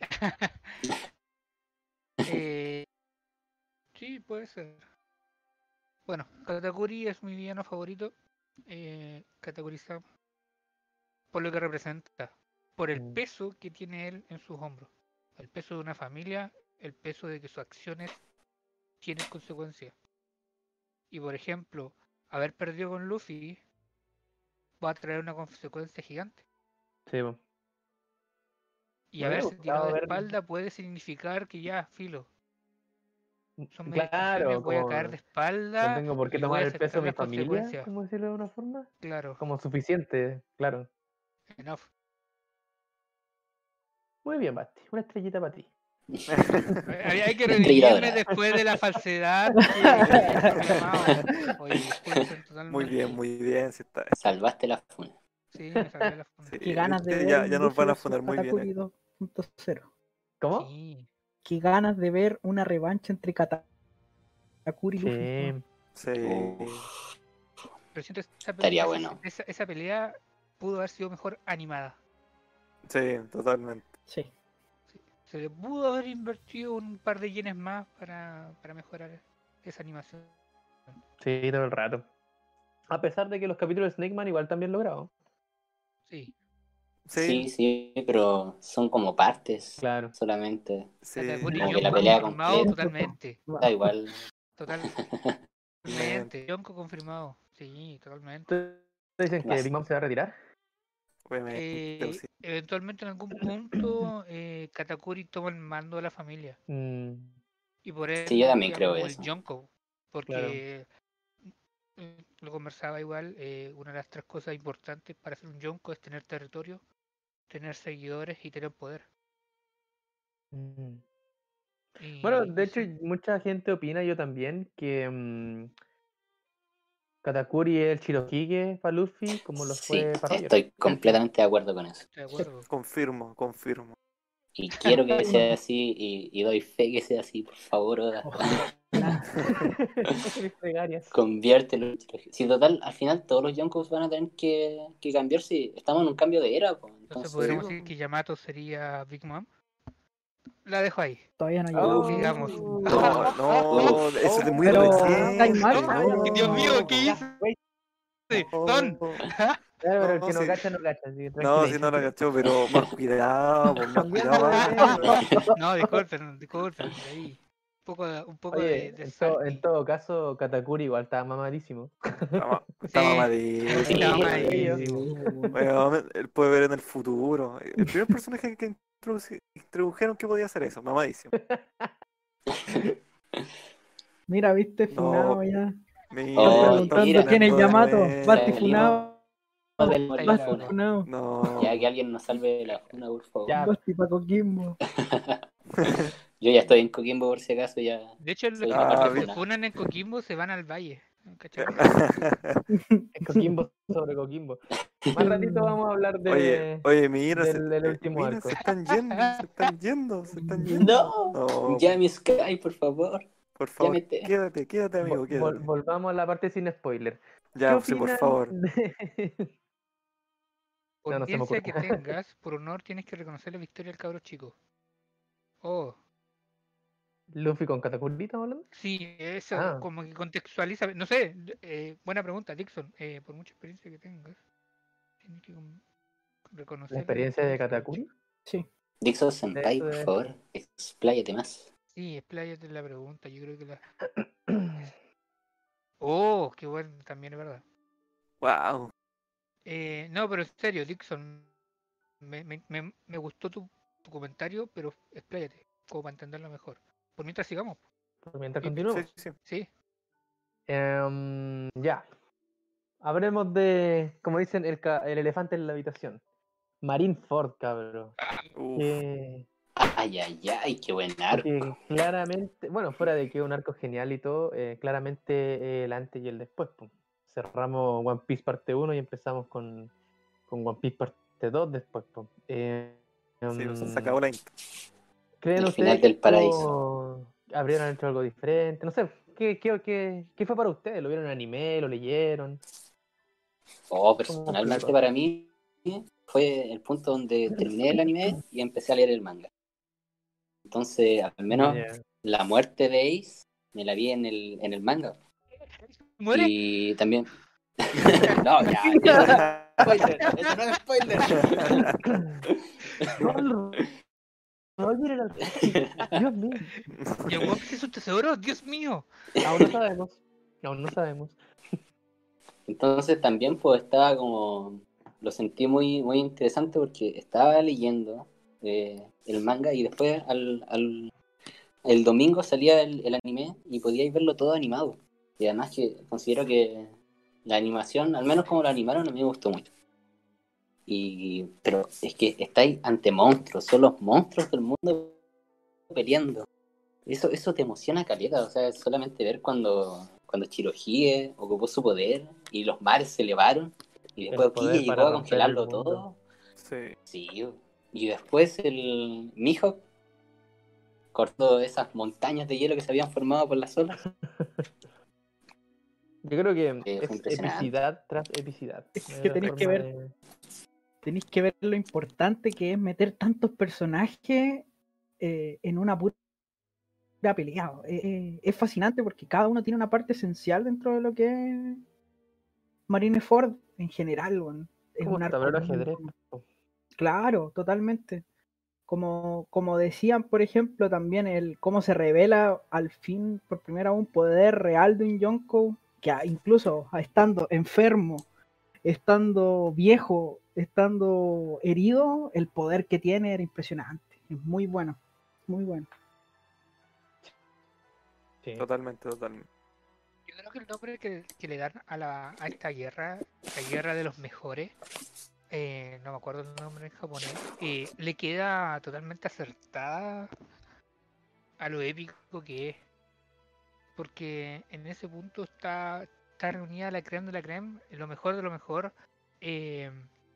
B: Eh, sí, puede ser. Bueno, Katakuri es mi villano favorito. Eh, Katakuri-sama, por lo que representa, por el
A: Mm.
B: peso que tiene él en sus hombros, el peso de una familia, el peso de que sus acciones tienen consecuencias. Y por ejemplo, haber perdido con Luffy va a traer una consecuencia gigante.
A: Sí, po.
B: Y
A: Me hubiera
B: haberse tirado
A: gustado
B: de
A: ver-
B: espalda puede significar que ya, filo, son mis
A: Claro,
B: decisiones, voy a
A: como
B: caer de
A: no
B: espalda
A: tengo por qué
B: y voy
A: tomar
B: a
A: el peso
B: aceptar
A: de mi
B: las
A: familia,
B: consecuencias.
A: ¿cómo decirlo de una forma?
B: Claro,
A: Como suficiente, claro.
B: enough.
A: Muy bien, Basti, una estrellita para ti.
B: Hay, hay que
E: Estrellita
B: redimirme
E: dorada.
B: después de la falsedad que, que reclamaba. Oye, disculpen totalmente.
D: Muy bien, muy bien. Sí, está,
E: Salvaste la funa.
B: Sí, me salvé la funda.
D: sí,
C: Qué ganas de
D: sí,
C: ver
D: ya,
C: un
D: ya nos
C: Luffy
D: van a
C: versus
D: poner muy bien.
C: Katakuri
D: eh.
C: dos punto cero.
A: ¿Cómo?
B: Sí,
C: Qué ganas de ver una revancha entre Katakuri y Luffy.
A: Sí.
C: ¿no?
D: Sí.
E: Uf.
B: Pero siento que esa, pe-
E: Estaría
B: esa-
E: bueno.
B: esa, esa pelea pudo haber sido mejor animada.
D: Sí, totalmente.
C: Sí.
B: Se le pudo haber invertido un par de yenes más para, para mejorar esa animación.
A: Sí, todo el rato. A pesar de que los capítulos de Snake Man igual también logrados.
B: Sí,
E: Sí,
D: Sí,
E: sí, pero son como partes
A: Claro.
E: solamente.
D: sí.
B: Katakuri
E: como
B: y
E: que la
B: Yonko
E: pelea
B: confirmado
E: completa.
B: totalmente.
E: Da igual.
B: Totalmente. Yonko confirmado. Sí, totalmente.
A: ¿Ustedes dicen que
E: Vas.
A: Big Mom se va a retirar?
D: Obviamente, pero
B: Eh,
D: sí.
B: eventualmente en algún punto eh, Katakuri toma el mando de la familia.
A: Mm,
B: Y por
E: Sí, yo
B: ende
E: también
B: queda
E: creo
B: como el
E: eso.
B: Yonko. Porque eh, lo conversaba igual, eh, una de las tres cosas importantes para ser un Yonko es tener territorio, tener seguidores y tener poder.
A: mm.
B: Y,
A: Bueno, de
B: y
A: hecho,
B: sí,
A: mucha gente opina, yo también, que mm, Katakuri es el Shirohige para Luffy, como lo
E: Sí,
A: fue para Roger.
E: estoy completamente de acuerdo con eso.
B: estoy de acuerdo.
D: Confirmo, confirmo.
E: Y quiero que sea así y, y doy fe que sea así, por favor, Oda.
A: Mis plegarias.
E: Conviértelo. Si total, al final todos los Yonkos van a tener que, que cambiarse. Estamos en un cambio de era, pues.
B: Entonces
E: Entonces,
B: podríamos
D: Sí,
B: decir que Yamato sería Big Mom. La dejo ahí.
C: Todavía no
A: Oh,
C: llegamos.
B: Digamos.
D: No, no,
E: Uf.
D: eso es de muy
C: Pero,
D: reciente.
C: ¿hay más?
D: No.
B: Dios mío, ¿qué hice?
D: No.
B: Don.
A: Claro, pero el
D: No,
A: que no
D: sí.
A: cacha, no cacha. Así,
D: No, si no la cachó, pero más cuidado, pues, más
A: Cambiando
D: cuidado.
A: de
D: Vane.
A: tema.
B: No, disculpen, disculpen. de Ahí. Un poco de, un poco
A: Oye,
B: de, de
A: en, to- en
B: salty.
A: todo caso, Katakuri igual estaba mamadísimo.
D: Está, ma- está
B: Sí,
D: mamadísimo.
E: Sí,
B: estaba
E: obvio.
B: malísimo.
D: Weón, él puede ver en el futuro. El primer personaje que introduci- introdujeron que podía hacer eso, mamadísimo.
C: Mira, viste,
D: No.
C: funado ya.
D: Mira,
E: Oh,
C: Están
D: están
C: preguntando
E: mira.
C: quién es
D: funando de
C: Yamato.
D: nuevo.
C: Basti
E: Salimos
C: funado.
E: del morir
B: Ahí
E: la
B: la
C: Basti
E: funa.
C: funado.
D: No.
E: Ya que alguien nos salve de la funa, por favor.
A: Ya.
C: Basti pa' Coquimbo.
E: Yo ya estoy en Coquimbo por si acaso, ya.
B: De hecho, los
E: Soy
B: que,
D: Ah,
B: los que se
D: bien.
B: funan en Coquimbo se van al valle. ¿Cachai?
A: Es Coquimbo sobre Coquimbo. Más ratito vamos a hablar de,
D: Oye, oye, mira, se,
A: del, del
D: eh,
A: último
D: mira,
A: arco.
D: se están yendo, se están yendo, se están yendo.
E: No,
D: No,
E: ya mi Sky, por favor.
D: por favor,
E: Llámete.
D: quédate, quédate, amigo,
A: Vol-
D: quédate.
A: volvamos a la parte sin spoiler. ¿Qué
D: Ya, sí, por
A: opinan
D: favor.
A: de- No, no se me
B: Audiencia
A: ocurre.
B: que tengas, por honor tienes que reconocer la victoria del cabro chico. Oh,
A: Luffy con Katakuri, ¿estamos hablando?
B: sí, eso,
A: Ah.
B: como que contextualiza. No sé, eh, buena pregunta, Dixon. Eh, por mucha experiencia que tengas, tienes que com- reconocer
A: La experiencia
B: victoria
A: de
B: del cabro
A: Katakuri.
B: chico.
C: Sí.
E: Dixon Senpai,
A: Eso
E: por
A: es.
E: favor, expláyate más.
B: Sí, expláyate en la pregunta. Yo creo que la. Oh, qué bueno, también es verdad.
D: Wow.
B: Eh, no, pero en serio, Dixon, me, me, me, me gustó tu, tu comentario, pero expláyate, como para entenderlo mejor. Por mientras sigamos,
A: Por mientras
B: Sí,
A: continuamos.
D: Sí, sí.
B: ¿sí?
A: Em, ya. Hablemos de, como dicen, el, ca- el elefante en la habitación. Marineford, cabrón.
D: Uf.
A: Que,
E: Ay, ay, ay, qué buen arco.
A: que claramente, bueno, fuera de que es un arco genial y todo, eh, claramente eh, el antes y el después. Po. Cerramos One Piece parte uno y empezamos con, con One Piece parte dos después. Po. Eh,
D: Sí, o sea, se
A: em,
D: acabó la intro.
A: ¿Creen
E: El
A: ustedes
E: final
A: que
E: del paraíso.
A: esto habrían hecho algo diferente? No sé, ¿qué, qué, qué, qué fue para ustedes? ¿Lo vieron en anime? ¿Lo leyeron?
E: Oh,
A: ¿Cómo fue la
E: personalmente
A: cosa?
E: para mí fue el punto donde terminé el anime y empecé a leer el manga. Entonces, al menos
A: Ya.
E: la muerte de Ace me la vi en el, en el manga.
B: ¿Muere?
E: Y también... no, ya, ya, spoiler, eso no es spoiler.
A: No, el Roger era el- Dios mío.
B: ¿Y el One Piece es un tesoro? ¡Dios mío!
A: Aún no sabemos. Aún no sabemos.
E: Entonces también pues estaba como... Lo sentí muy, muy interesante porque estaba leyendo eh, el manga y después al, al, el domingo salía el, el anime y podíais verlo todo animado. Y además que considero que la animación, al menos como lo animaron, a mí me gustó mucho. Y, pero es que estáis ante monstruos, son los monstruos del mundo peleando. Eso, eso te emociona caleta, o sea, solamente ver cuando, cuando Shirohige ocupó su poder y los mares se elevaron y después
A: El poder
E: Okiji llegó
A: para
E: a
A: romper el
E: congelarlo
A: mundo.
E: todo.
D: Sí.
E: Sí, y después el Mihawk cortó esas montañas de hielo que se habían formado por las olas.
A: Yo creo que
E: Eh,
A: es
E: fue impresionante.
A: epicidad tras epicidad.
C: Es
A: No hay
C: que
A: otra
C: tenéis que
A: forma
C: ver-
A: de-
C: Tenéis que ver lo importante que es meter tantos personajes eh, en una pura pelea. Eh, eh, es fascinante porque cada uno tiene una parte esencial dentro de lo que es Marineford en general. weón. Es
A: Como
C: un
A: un
C: arco
A: tablero
C: muy
A: ajedrez.
C: bueno.
A: po.
C: Claro, totalmente. Como, como decían, por ejemplo, también el cómo se revela al fin por primera vez un poder real de un Yonko, que a- incluso a estando enfermo, estando viejo, estando herido, el poder que tiene era impresionante. Es muy bueno, muy bueno.
A: Sí.
D: Totalmente, totalmente.
B: Yo creo que el nombre que, que le dan a, la, a esta guerra, la guerra de los mejores, eh, no me acuerdo el nombre en japonés, eh, le queda totalmente acertada a lo épico que es. Porque en ese punto está, está reunida la creme de la creme, lo mejor de lo mejor. eh,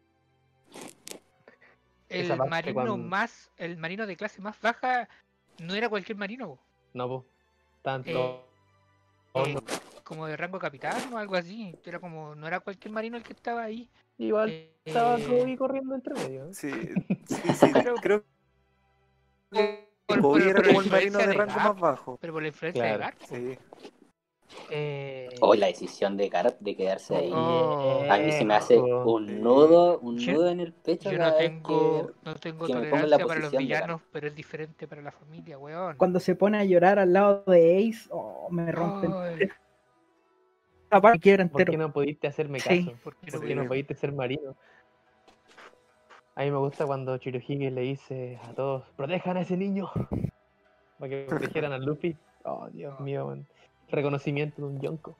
A: Esa
B: el
A: parte
B: marino
A: cuando-
B: más, el marino de clase más baja no era cualquier marino, po.
A: No, pues. Tanto.
B: Eh, eh, como de rango capitán o algo así. Era como, no era cualquier marino el que estaba ahí.
A: Igual
B: Eh,
A: estaba
B: eh,
A: Kobe corriendo entre medio. ¿eh?
D: Sí, sí, sí.
B: Pero-
D: Creo que
B: por-
D: Kobe
B: por-
D: era
B: por la
D: como el marino
B: influencia
D: de
B: de
D: rango
B: Garp,
D: más bajo.
B: pero por la influencia
A: Claro,
B: de Garp, po.
D: Sí.
B: Eh,
E: Hoy la decisión de Garp de quedarse ahí.
B: Oh.
E: A mí se me hace
A: Viejo.
E: un
D: Sí.
E: nudo, un
B: Yo-
E: nudo en el pecho
B: yo no
E: cada vez
B: tengo,
E: que...
B: no tengo
E: que me pongo en la
B: tolerancia para los
E: posición de Garp.
B: villanos, pero es diferente para la familia, weón.
C: Cuando se pone a llorar al lado de Ace, oh, me rompen.
B: Ay,
C: Esa parte quiebra
A: ¿Por
C: entero.
A: qué no pudiste hacerme
C: Sí.
A: caso?
B: ¿por qué
A: ¿Por
B: no
A: qué no
D: Sí.
A: pudiste ser marino? A mí me gusta cuando Chirohige le dice a todos, protejan a ese niño. Para que protegieran a Luffy. Oh, Dios
B: No.
A: mío, man. Reconocimiento de un Yonko.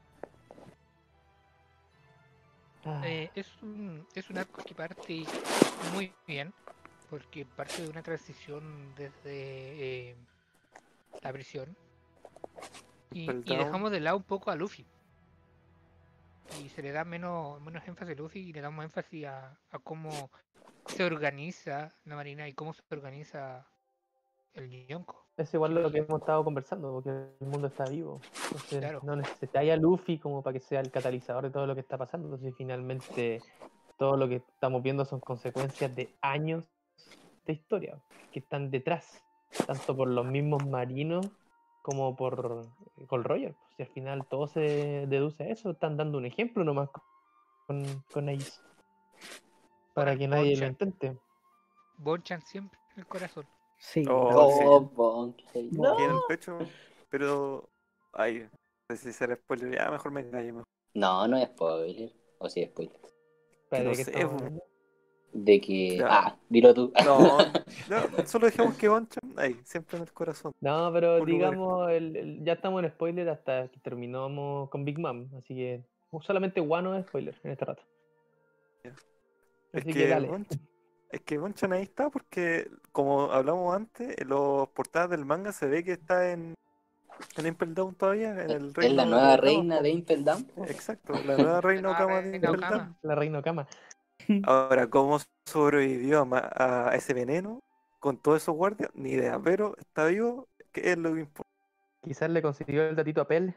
A: Ah,
B: Eh, es un es un arco que parte muy bien, porque parte de una transición desde eh, la prisión y,
D: El
B: y
D: down.
B: dejamos de lado un poco a Luffy y se le da menos menos énfasis a Luffy y le damos énfasis a, a cómo se organiza la marina y cómo se organiza el Yonko.
A: es igual lo que hemos estado conversando, porque el mundo está vivo. Entonces,
B: Claro.
A: no necesitáis a Luffy como para que sea el catalizador de todo lo que está pasando. Entonces, finalmente, todo lo que estamos viendo son consecuencias de años de historia que están detrás, tanto por los mismos marinos como por Gold Roger. Si al final todo se deduce a eso, están dando un ejemplo nomás con, con ellos. Para
B: Bueno,
A: que nadie lo
B: Bonchan.
A: intente.
B: Bonchan siempre en el corazón.
C: Sí.
D: Oh,
E: Oh,
D: sí.
E: Bonke.
C: No.
D: Aquí en el pecho, pero. Ay, no sé si será spoiler. Ya, mejor me callo. Mejor.
E: No, no es spoiler. O sí es spoiler.
A: Espérate,
D: no
A: ¿de qué
D: sé,
A: estamos
D: po.
A: hablando?
E: De que...
D: Ya.
E: Ah, dilo tú.
D: No, no, solo dejamos que Bonchan. Ahí, siempre en el corazón.
A: No, pero
D: Un lugar
A: digamos, el, el- ya estamos en spoiler hasta que terminamos con Big Mom, así que solamente Wano es spoiler en este rato.
D: Ya.
A: Así
D: Es
A: que,
D: que,
A: dale.
D: Bonchan, es que Bonchan ahí está porque, como hablamos antes, en los portadas del manga se ve que está en, en Impel Down todavía, en el reino
E: Es la nueva
D: de
E: reina
D: Okama,
E: de Impel Down.
D: po. Exacto, la nueva reina
B: nueva
D: Okama de
B: reina
D: Impel
B: Okama.
D: Down.
A: La Reina Okama.
D: Ahora, ¿cómo sobrevivió a, ma- a ese veneno con todos esos guardias? Ni idea, pero está vivo, que es lo que importa.
A: Quizás le consiguió el datito a Pel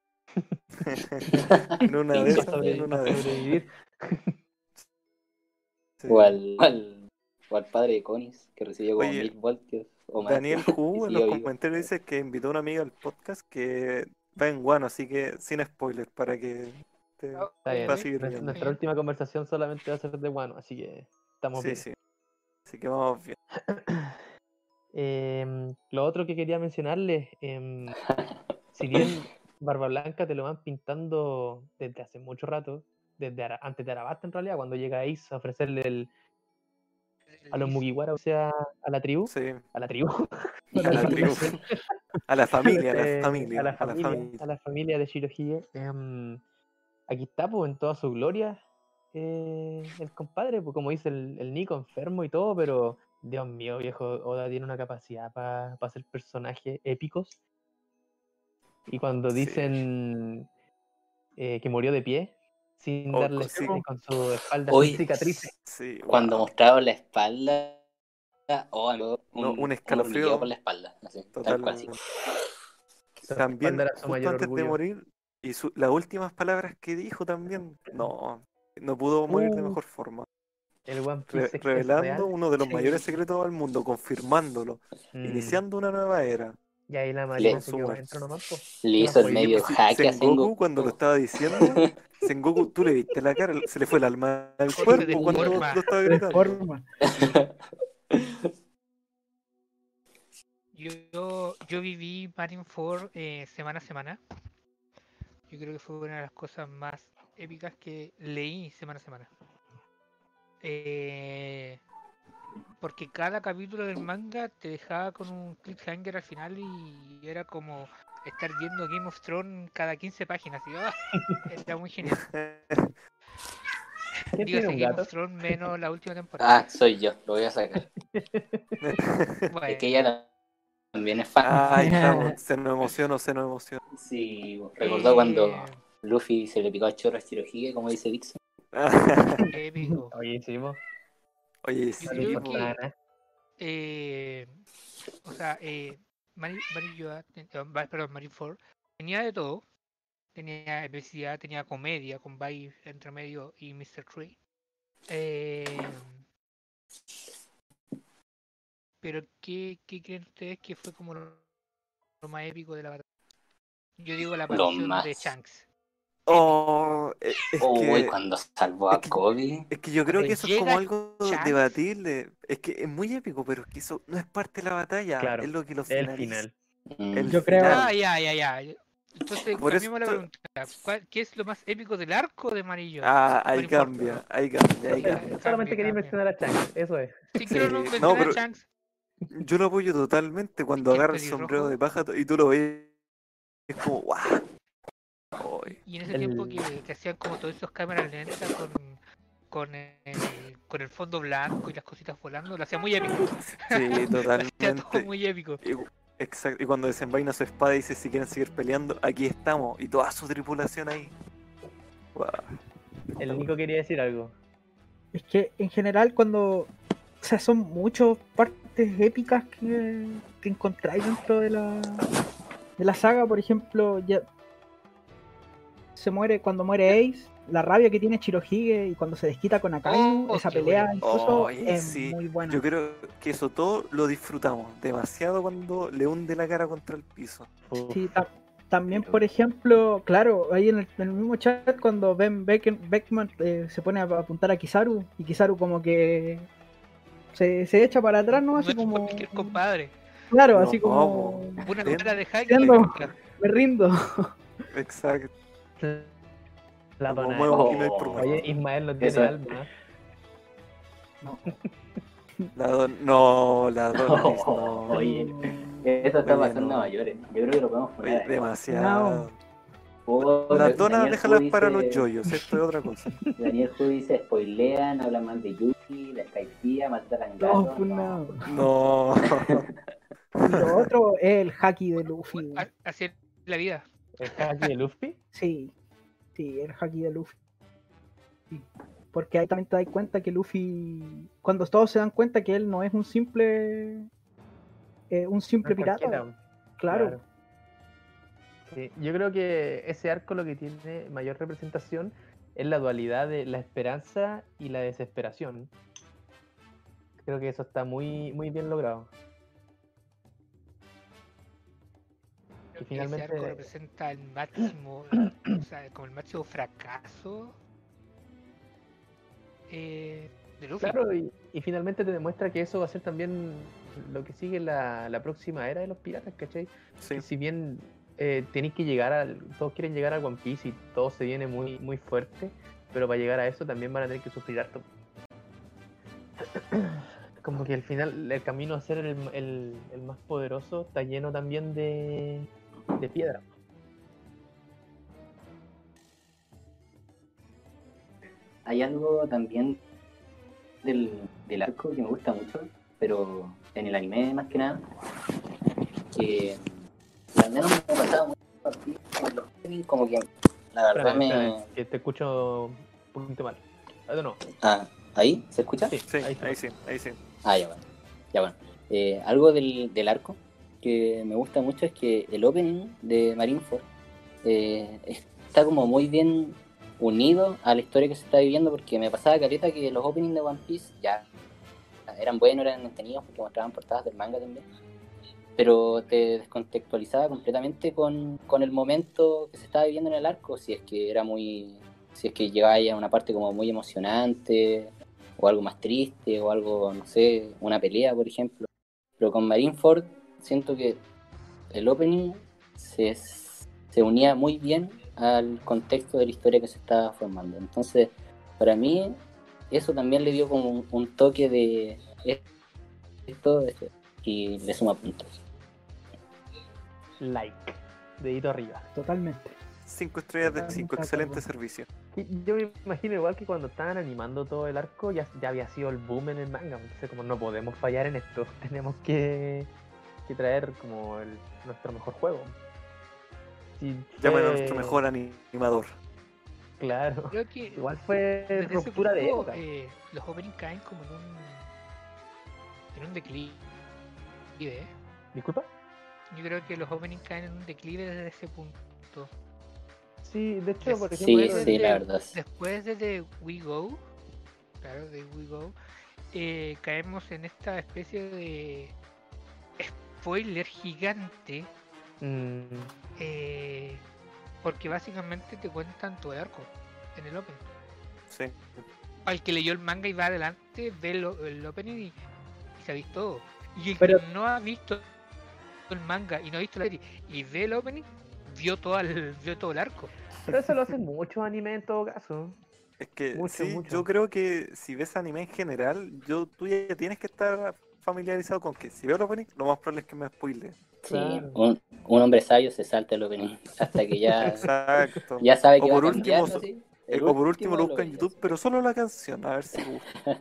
D: En una de
E: Pinche
D: esas,
A: para,
D: en una de esas.
A: sobrevivir.
D: Sí.
E: O al, o al, o al padre de Conis, que recibió como
D: Oye,
E: mil voltios o más.
D: Daniel Hu
E: y
D: en
E: siguió
D: los
E: vivo.
D: comentarios dice que invitó a una amiga al podcast que va en Guano, así que sin spoilers para que te...
B: Ah,
A: Está bien.
D: Va a seguir
A: Nuestra-
D: viendo.
A: Nuestra última conversación solamente va a ser de Wano, así que estamos
D: Sí,
A: bien.
D: sí. Así que vamos bien.
A: Em, lo otro que quería mencionarles, em, si bien Barba Blanca te lo van pintando desde hace mucho rato, desde Ara- antes de Arabasta en realidad, cuando llega Ace a ofrecerle el, a los Mugiwara, o sea, a la tribu,
D: Sí,
A: a la tribu,
D: a la tribu. A la familia, a la
A: eh,
D: familia,
A: a la familia, a la familia de Shirohige. em, aquí está, pues, en toda su gloria, eh, el compadre, pues, como dice el, el Nico, enfermo y todo, pero Dios mío, viejo, Oda tiene una capacidad para hacer personajes épicos. Y cuando
D: Sí.
A: dicen eh, que murió de pie, sin
D: Oh,
A: darle
D: sí.
A: con su espalda
E: Hoy,
A: sin cicatrices.
D: Sí,
E: Cuando
D: wow.
E: mostraba la espalda, oh, amigo, un,
D: No, un
E: un
D: escalofrío
E: hormigueo por la espalda. Así, tal cual, así.
D: Totalmente.
A: Su
D: También,
A: espalda era su
D: justo
A: mayor
D: antes de
A: orgullo.
D: morir, Y su- las últimas palabras que dijo también, no, no pudo morir de
A: Uh,
D: mejor forma.
A: el One
D: Re-
A: Piece es, es
D: revelando
A: real.
D: uno de los
C: Sí.
D: mayores secretos del mundo, confirmándolo,
A: Mm,
D: iniciando una nueva era.
A: Y ahí la
E: Le,
A: Marina
D: Con
A: se
D: su
A: quedó
D: muerte.
A: dentro nomás, po.
E: le
A: ¿Qué más
E: hizo el
A: podía
E: medio
A: decir?
D: Si-
E: jaque a
D: Sengoku,
E: Sengoku.
D: cuando lo estaba diciendo, Sengoku, tú le viste la cara, se le fue el alma al
B: Jorge
D: cuerpo
B: de
D: cuando
B: forma.
D: lo estaba
C: De
D: gritando.
C: forma.
B: Yo, yo viví Marineford eh, semana a semana. Yo creo que fue una de las cosas más épicas que leí semana a semana. Eh, porque cada capítulo del manga te dejaba con un cliffhanger al final y era como estar viendo Game of Thrones cada quince páginas. Y, ¡ah! Era muy genial.
A: ¿Quién
B: Dígase
A: tiene un
B: Game
A: gato?
B: of Thrones menos la última temporada.
E: Ah, soy yo, lo voy a sacar. Es
B: Bueno,
E: que ella también es fan.
D: Ahí estamos, se nos emociona, se nos emociona.
E: Sí, recordó cuando
B: eh,
E: Luffy se le picó a Chorro a Shirohige, como dice Dixon.
B: épico.
A: Oye, sí, po.
D: Oye,
B: Yo
A: No le
D: sí,
B: creo
D: po.
B: que,
A: importaba nada.
B: eh, o sea, eh, Mari, Mari Yoda, ten- eh, va- perdón, Marineford, tenía de todo. Tenía epicidad, tenía comedia con Bai entre medio y mister Tree. Eh, pero, ¿qué, qué creen ustedes que fue como lo, lo más épico de la batalla? Yo digo la
E: Lo
B: aparición de
E: más.
B: Shanks.
D: Oh, e- es
E: Uy,
D: que,
E: cuando salvó
D: es
E: a
D: que,
E: Kobe.
D: es que yo creo que eso es como
B: Llega
D: algo
B: Shanks.
D: debatible. Es que es muy épico, pero es que eso no es parte de la batalla,
A: Claro,
D: es lo que lo
A: el
D: finaliza.
A: final.
D: El
E: Mm,
C: Yo creo-
B: Ah,
D: final.
B: ya, ya, ya. Entonces,
D: Por eso,
B: cambiamos la pregunta. ¿Cuál- ¿Qué es lo más épico del arco de Marillo?
D: ah, ahí
B: Marineford,
D: cambia,
B: perdón.
D: ahí cambia, ahí
B: Ya,
D: cambia.
A: Solamente
B: cambia,
A: quería
B: cambia.
A: mencionar a Shanks, eso es.
B: Sí, quiero no
D: Sí,
B: mencionar
D: no,
B: a
D: pero
B: Shanks.
D: yo lo apoyo totalmente cuando
B: que es
D: agarra el sombrero
B: pelirrojo.
D: de paja y tú lo ves, es como, ¡guau! Ay,
B: Y en ese
A: El-
B: tiempo que, que hacían como todas esas cámaras lentas con, con, el, con el fondo blanco y las cositas volando, lo hacía muy épico.
D: sí,
B: Lo hacía todo
D: totalmente.
B: muy épico.
D: Y, exacto, y cuando desenvaina su espada y dice si quieren seguir peleando, aquí estamos. Y toda su tripulación ahí. Guau.
A: El Nico quería decir algo.
C: Es que en general cuando... O sea, son muchas partes épicas que, que encontráis dentro de la, de la saga. Por ejemplo, ya se muere cuando muere Ace, la rabia que tiene Shirohige y cuando se desquita con Akainu,
B: Oh,
C: esa
B: qué
C: pelea
B: bueno.
C: incluso
D: Oye,
C: es
D: sí.
C: muy buena.
D: Yo creo que eso todo lo disfrutamos demasiado cuando le hunde la cara contra el piso.
A: Uf,
C: Sí, ta- también,
A: pero-
C: por ejemplo, claro, ahí en el, en el mismo chat, cuando Ben Becken- Beckman eh, se pone a apuntar a Kizaru, y Kizaru como que se, se echa para atrás, ¿no?
B: No
C: Así
B: es
C: como.
B: cualquier compadre.
C: Claro,
D: No,
C: así como.
B: Una
D: Ven.
B: cara de hack.
C: Siendo- Me rindo.
D: Exacto.
A: La
D: Como
A: dona.
D: muevo y no hay por más.
A: Oye, Ismael no tiene
E: Eso-
A: alma.
D: La don... No, la Donis,
E: Oh,
D: no.
E: oye, eso está
D: Oye,
E: pasando
D: no.
E: a mayores. Yo creo que lo podemos poner.
D: Oye,
E: ahí.
D: demasiado.
E: Oh,
D: Las donas
E: Daniel
D: déjalas
E: Hu
D: para los
E: dice-
D: yoyos, esto es otra cosa.
E: Daniel Hu dice, spoilean, hablan mal de Yuki, la Skypiea, matan a
C: No,
E: gato.
C: pues
E: no.
C: no.
D: No.
C: Y lo otro es el haki de Luffy.
B: A- Así es la vida.
A: ¿El hacky de Luffy?
C: Sí, sí, el haki de Luffy. Sí. Porque ahí también te das cuenta que Luffy, cuando todos se dan cuenta que él no es un simple, eh, un simple pirata,
A: Cualquiera.
C: claro.
A: Sí, yo creo que ese arco lo que tiene mayor representación es la dualidad de la esperanza y la desesperación. Creo que eso está muy, muy bien logrado.
B: Creo
A: Y
B: que ese arco
A: finalmente,
B: representa el máximo, o sea, como el máximo fracaso eh, de Luffy.
A: claro, y, y finalmente te demuestra que eso va a ser también lo que sigue la, la próxima era de los piratas, ¿cachai?
D: Sí.
A: Que si bien eh, tenéis que llegar al, todos quieren llegar al One Piece y todo se viene muy, muy fuerte, pero para llegar a eso también van a tener que sufrir harto. Como que al final el camino a ser el, el- el más poderoso está lleno también de, de piedra.
E: Hay algo también del, del arco que me gusta mucho, pero en el anime más que nada, que al menos me ha pasado mucho así con los openings, como que la verdad
A: Espérame,
E: me...
A: espérame, que te escucho un poquito mal. I don't know.
E: Ah, ¿ahí? ¿Se escucha?
A: Sí,
D: Sí,
A: ahí
D: ahí,
A: está.
D: sí, ahí sí.
E: Ah, ya bueno. Ya bueno. Eh, algo del, del arco que me gusta mucho es que el opening de Marineford eh, está como muy bien unido a la historia que se está viviendo, porque me pasaba caleta que los openings de One Piece ya eran buenos, eran entretenidos porque mostraban portadas del manga también, pero te descontextualizaba completamente con, con el momento que se estaba viviendo en el arco, si es que era muy, si es que llegaba a una parte como muy emocionante, o algo más triste, o algo, no sé, una pelea, por ejemplo. Pero con Marineford siento que el opening se, se unía muy bien al contexto de la historia que se estaba formando. Entonces, para mí, eso también le dio como un, un toque de esto, esto y le suma puntos.
A: Like, dedito arriba.
C: Totalmente.
D: Cinco estrellas de
C: Totalmente
D: cinco,
C: de
D: excelente
C: acuerdo.
D: servicio.
A: Y yo me imagino igual que cuando estaban animando todo el arco ya, ya había sido el boom en el manga, entonces como no podemos fallar en esto, tenemos que, que traer como el, nuestro mejor juego. Sí,
D: Llamen a
A: fue-
D: nuestro mejor animador.
A: Claro,
B: Creo que
A: igual fue
B: desde ese
A: ruptura de
B: punto,
A: época.
B: eh, los openings caen como en un en un declive. ¿eh?
A: Disculpa.
B: Yo creo que los openings caen en un declive desde ese punto.
A: Sí, de hecho, por
E: Sí,
A: ejemplo,
E: sí,
A: el-
E: la verdad. Sí.
B: Después de The We Go, claro, de We Go, eh, caemos en esta especie de spoiler gigante,
A: mm,
B: eh, porque básicamente te cuentan todo el arco en el opening.
D: Sí.
B: Al que leyó el manga y va adelante, ve el, el opening y, y sabéis todo. Y el
C: Pero-
B: que no ha visto el manga y no ha visto la serie y ve el opening, vio todo el, vio todo el arco.
A: pero eso lo hacen muchos anime en todo caso.
D: Es que
A: Mucho,
D: sí,
A: mucho.
D: yo creo que si ves anime en general, yo, tú ya tienes que estar familiarizado con que si veo el opening, lo más probable es que me spoile.
E: Sí,
A: Claro.
E: un, un hombre sabio se salta el opening hasta que ya,
D: Exacto.
E: ya sabe
D: O
E: que va a
D: por
E: cambiar,
D: último,
E: así.
D: Eh,
E: El
D: o por último lo
E: lo
D: busca en
E: veía,
D: YouTube,
E: así.
D: pero solo la canción, a ver si gusta.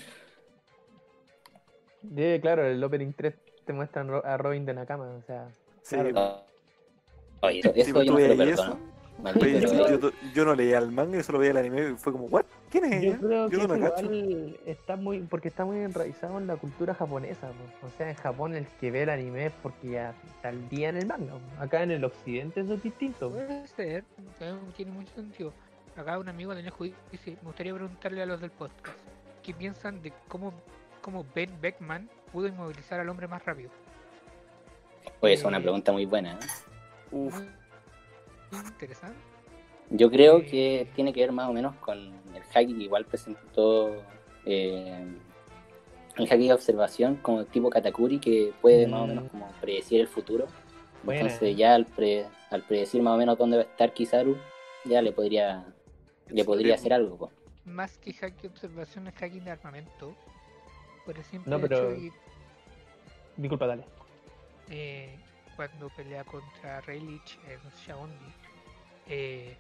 A: Sí, claro, el opening tres te muestran ro- a Robin de Nakama, o sea,
D: Sí,
A: claro.
E: No, oye, eso,
D: Sí,
E: eso
D: pues
E: yo
D: tú
E: no se lo
D: veías
E: perdono.
D: eso.
E: Maldito
D: Oye,
E: lo
D: yo, yo, yo no leía el manga, yo solo veía el anime y fue como, ¿what? ¿Quién es
A: Yo
D: ella?
A: creo que
D: Yo no
A: eso
D: la cacho.
A: igual está muy, porque está muy enraizado en la cultura japonesa, po. O sea, en Japón el que ve el anime es porque ya está al día en el manga, po. Acá en el occidente eso es distinto.
B: Puede ser, eh, tiene mucho sentido. Acá un amigo de Juicio dice, me gustaría preguntarle a los del podcast, ¿qué piensan de cómo, cómo Ben Beckman pudo inmovilizar al hombre más rápido?
E: Oye, esa es una
B: Eh,
E: pregunta muy buena. ¿eh?
D: Uf,
B: Muy interesante.
E: Yo creo
B: Eh,
E: que tiene que ver más o menos con el hacking. Igual presentó eh, el hacking de observación como tipo Katakuri, que puede
A: Mm.
E: más o menos como predecir el futuro.
A: Buena.
E: Entonces ya al, pre, al predecir más o menos dónde va a estar Kizaru, ya le podría le podría hacer algo. Po.
B: Más que hacking de observación es hacking de armamento. Por el simple
A: No, pero-
B: hecho de que
A: Disculpa, dale.
B: eh, cuando pelea contra Rayleigh en Shaondi, eh,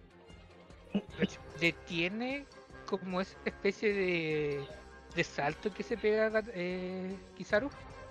B: detiene como esa especie de, de salto que se pega eh, Kizaru,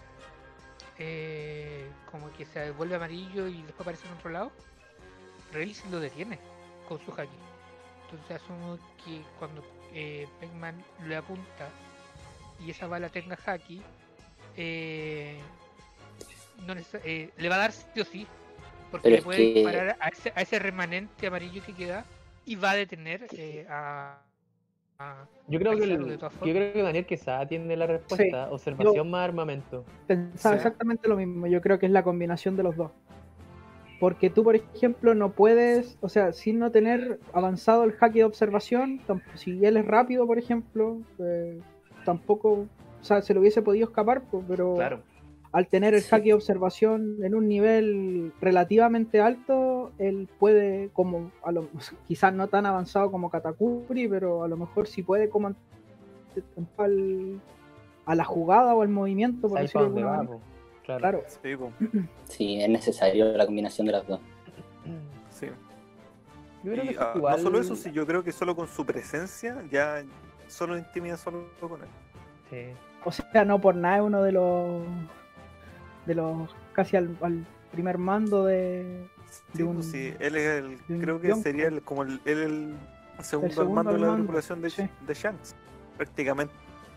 B: eh, como que se vuelve amarillo y después aparece en otro lado. Rayleigh lo detiene con su haki. Entonces asumo que cuando eh, Beckman le apunta y esa bala tenga haki, eh, no neces- eh, le va a dar sí o sí, porque
E: Pero
B: le
E: es
B: puede
E: que-
B: disparar a ese, a ese remanente amarillo que queda y va a detener eh, a, a-
A: Yo creo,
B: a
A: que el-
B: Kizaru de todas
A: yo
B: formas.
A: creo que Daniel Quesada tiene la respuesta. Observación más armamento.
C: Pensaba
D: Sí.
C: exactamente lo mismo. Yo creo que es la combinación de los dos. Porque tú, por ejemplo, no puedes, o sea, sin no tener avanzado el hack de observación, tamp- si él es rápido, por ejemplo, eh, tampoco, o sea, se lo hubiese podido escapar, pues, pero
A: Claro.
C: al tener el
E: Sí.
C: hack de observación en un nivel relativamente alto, él puede, como, a lo, quizás no tan avanzado como Katakuri, pero a lo mejor sí puede como ant- al- a la jugada o al movimiento, por
A: Ahí
C: decirlo
A: para
C: de
A: dónde
C: alguna
A: va,
C: manera.
A: po. Claro.
C: Claro.
D: sí, po,
E: Sí, es necesario la combinación de las dos.
D: sí.
A: Yo creo
D: Y,
A: que
D: ah,
A: igual...
D: no solo eso, sí, yo creo que solo con su presencia ya solo intimida solo con él.
A: Sí.
C: O sea, no por nada es uno de los de los casi al, al primer mando de,
D: Sí,
C: de
D: pues
C: un
D: sí, él es el,
C: de un
D: creo que
C: Yonko.
D: sería el, como el, él el segundo, al
C: segundo
D: mando de
C: al
D: la
C: mando,
D: tripulación de,
C: sí.
D: de Shanks. Prácticamente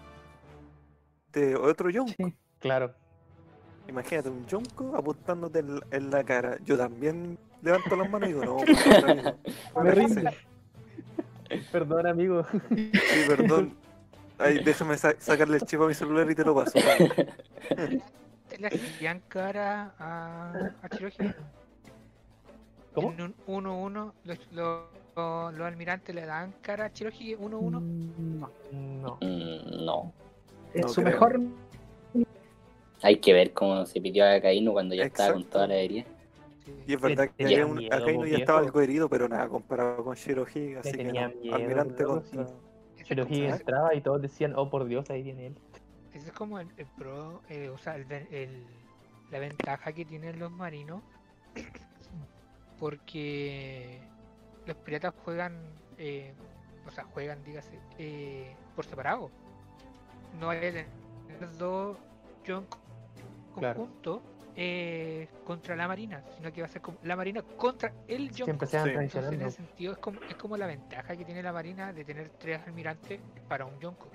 D: de otro Yonko.
C: sí.
A: Claro.
D: Imagínate un Yonko apuntándote en, la- en la cara. Yo también levanto las manos y digo, no, por favor, amigo,
C: Me rindo.
A: Perdón, amigo.
D: Sí, perdón. Ay, déjame sa- sacarle el chip a mi celular y te lo paso.
B: ¿Le hacían cara a, a Chiroji?
A: ¿Cómo?
B: En un uno uno, los, los, los almirantes le dan cara a Chiroji uno uno.
C: Mm, No.
A: No.
E: Mm, no.
C: Es
D: No
C: su
D: creo.
C: mejor.
E: Hay que ver cómo se pidió a Akainu cuando ya estaba con
D: Exacto.
E: toda la herida.
D: Y es verdad que
A: tenía
D: un-
A: miedo,
D: Akainu
A: po,
D: ya estaba
A: viejo.
D: algo herido, pero nada comparado con Shirohige, así que
A: tenía
D: no.
A: miedo,
D: Almirante
A: loco,
D: contra.
A: sí. Shirohige entraba y todos decían, oh por Dios, ahí viene él.
B: Ese es como el, el pro, eh, o sea, el, ven- el- la ventaja que tienen los marinos, porque los piratas juegan, eh, o sea, juegan, dígase, eh, por separado. No hay que tener dos Yonko
A: Claro.
B: conjuntos eh, contra la marina, sino que va a ser como la marina contra el Yonko.
A: Siempre se van
D: Sí.
B: Entonces, en
A: traicionando.
B: ese sentido, es como, es como la ventaja que tiene la marina de tener tres almirantes para un Yonko.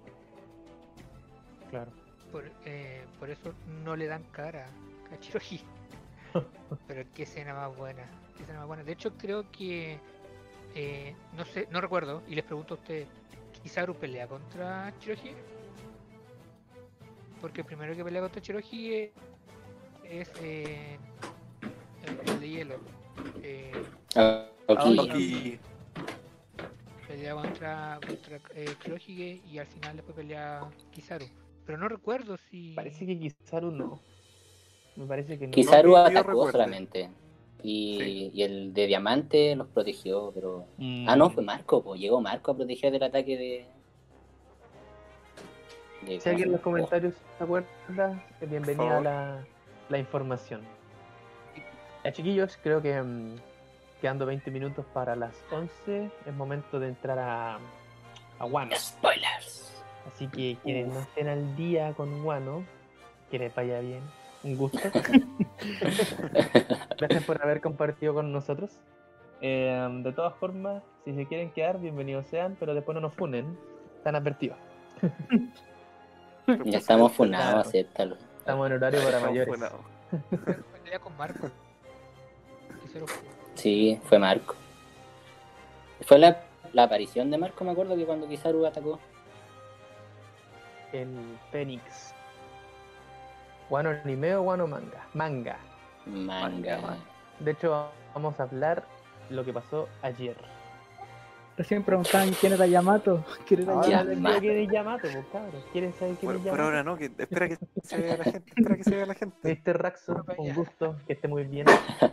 A: Claro.
B: Por, eh, por eso no le dan cara a Chiroji. Pero qué escena más buena, qué escena más buena. De hecho, creo que eh, no sé, no recuerdo, y les pregunto a ustedes, ¿Kizaru pelea contra Chiroji? Porque el primero que pelea contra Chiroji es, es eh, el, el de hielo. Eh,
E: Ah, ok.
A: Ah,
D: Aquí.
B: pelea contra, contra eh, Kurohige y al final después pelea Kizaru. Pero no recuerdo si.
A: Parece que Kizaru no. Me parece que no.
E: Kizaru
D: No que yo
E: atacó
D: recuerde.
E: solamente. Y,
D: Sí.
E: y el de diamante los protegió, pero.
A: Mm.
E: Ah, no, fue Marco, pues llegó Marco a proteger del ataque de. de
A: Si alguien en los
E: ¿cómo se llama?
A: comentarios se acuerda, eh, bienvenida a
D: favor.
A: la, la información. Ya, chiquillos, creo que mm, quedando veinte minutos para las once, es momento de entrar a, a Wano.
E: Spoilers.
A: Así que quienes no estén al día con Wano, que les vaya bien, un gusto. Gracias por haber compartido con nosotros. Eh, de todas formas, si se quieren quedar, bienvenidos sean, pero después no nos funen, están advertidos.
E: Ya estamos funados,
A: Claro.
E: acéptalo.
A: Estamos en horario para
D: Estamos
A: mayores.
D: funados.
B: pelea con Marco. Kizaru.
E: Sí, fue Marco. Fue la, la aparición de Marco, me acuerdo que cuando Kizaru atacó.
A: El Fénix. Wano anime o Wano manga. Manga.
E: Manga.
D: Manga.
A: De hecho, vamos a hablar lo que pasó ayer.
C: Recién preguntaban quién era Yamato. ¿Quién era
A: Ahora
C: Yamato?
A: les digo quién es Yamato, pues cabros. ¿Quieren saber quién
D: Por,
A: es
D: por
A: Yamato?
D: ahora no, que espera que se vea la gente, espera que se vea la gente.
A: mister Raxo, un gusto, que esté muy bien.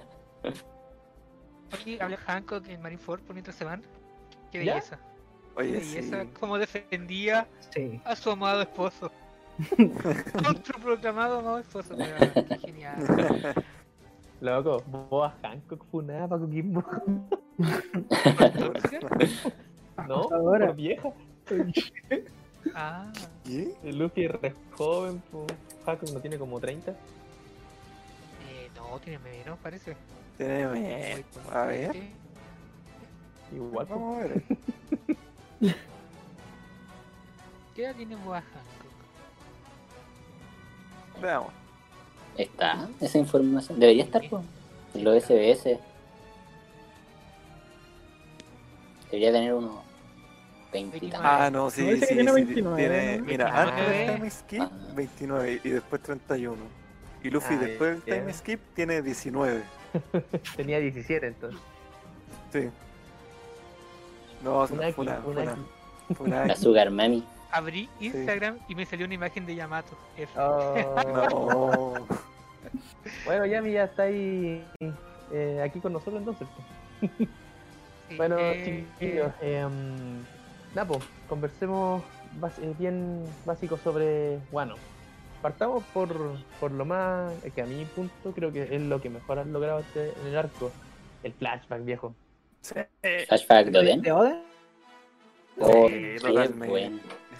B: Oye, habla Hancock en Marineford por mientras se van. Qué
A: ¿Ya?
B: belleza. Qué
D: Oye, sí.
B: belleza. Cómo defendía
C: Sí.
B: a su amado esposo. Autoproclamado amado esposo. Pero, qué genial.
A: Loco, Boa Hancock funada para Coquimbo. ¿No?
C: Ahora.
A: Por vieja.
B: Ah,
D: ¿Qué?
A: El Luffy es re joven, pues. Hancock no tiene como treinta.
B: eh, no, tiene menos, parece.
D: Tiene miedo. A ver,
B: Sí.
A: Igual, pues.
D: vamos a ver.
B: ¿Qué edad tiene Boa Hancock?
D: Veamos.
E: ¿Está esa información? Debería estar, pues. En los S B S. Debería tener unos veinte y tantos.
D: Ah, no, sí,
C: No, dice
D: sí,
C: que tiene
D: sí,
C: veintinueve,
D: tiene,
C: ¿no?
D: mira,
B: veintinueve.
D: antes del time skip,
E: Ah.
D: veintinueve y después treinta y uno. Y Luffy
A: Ah,
D: después del
A: bien.
D: time skip tiene diecinueve.
A: Tenía diecisiete entonces.
D: Sí. No,
A: Una
D: fue una,
A: X,
D: fue
A: una
D: una,
A: X.
D: fue una
E: La
D: X.
E: Sugar Mami.
B: Abrí Instagram y me salió una imagen de Yamato. F.
A: Oh.
D: No.
A: Bueno, Yami ya está ahí eh, aquí con nosotros entonces. pues.
B: Sí,
A: Bueno,
B: eh,
A: chiquillos, eh, nada, pues, conversemos bas- eh, bien básico sobre Wano. Partamos por, por lo más, eh, que a mi punto creo que es lo que mejor han logrado este, en el arco, el flashback, viejo.
D: Sí,
E: Flashback de Oden.
C: ¿De Oden?
E: Oh,
D: Sí,
E: qué
D: totalmente.
E: bueno.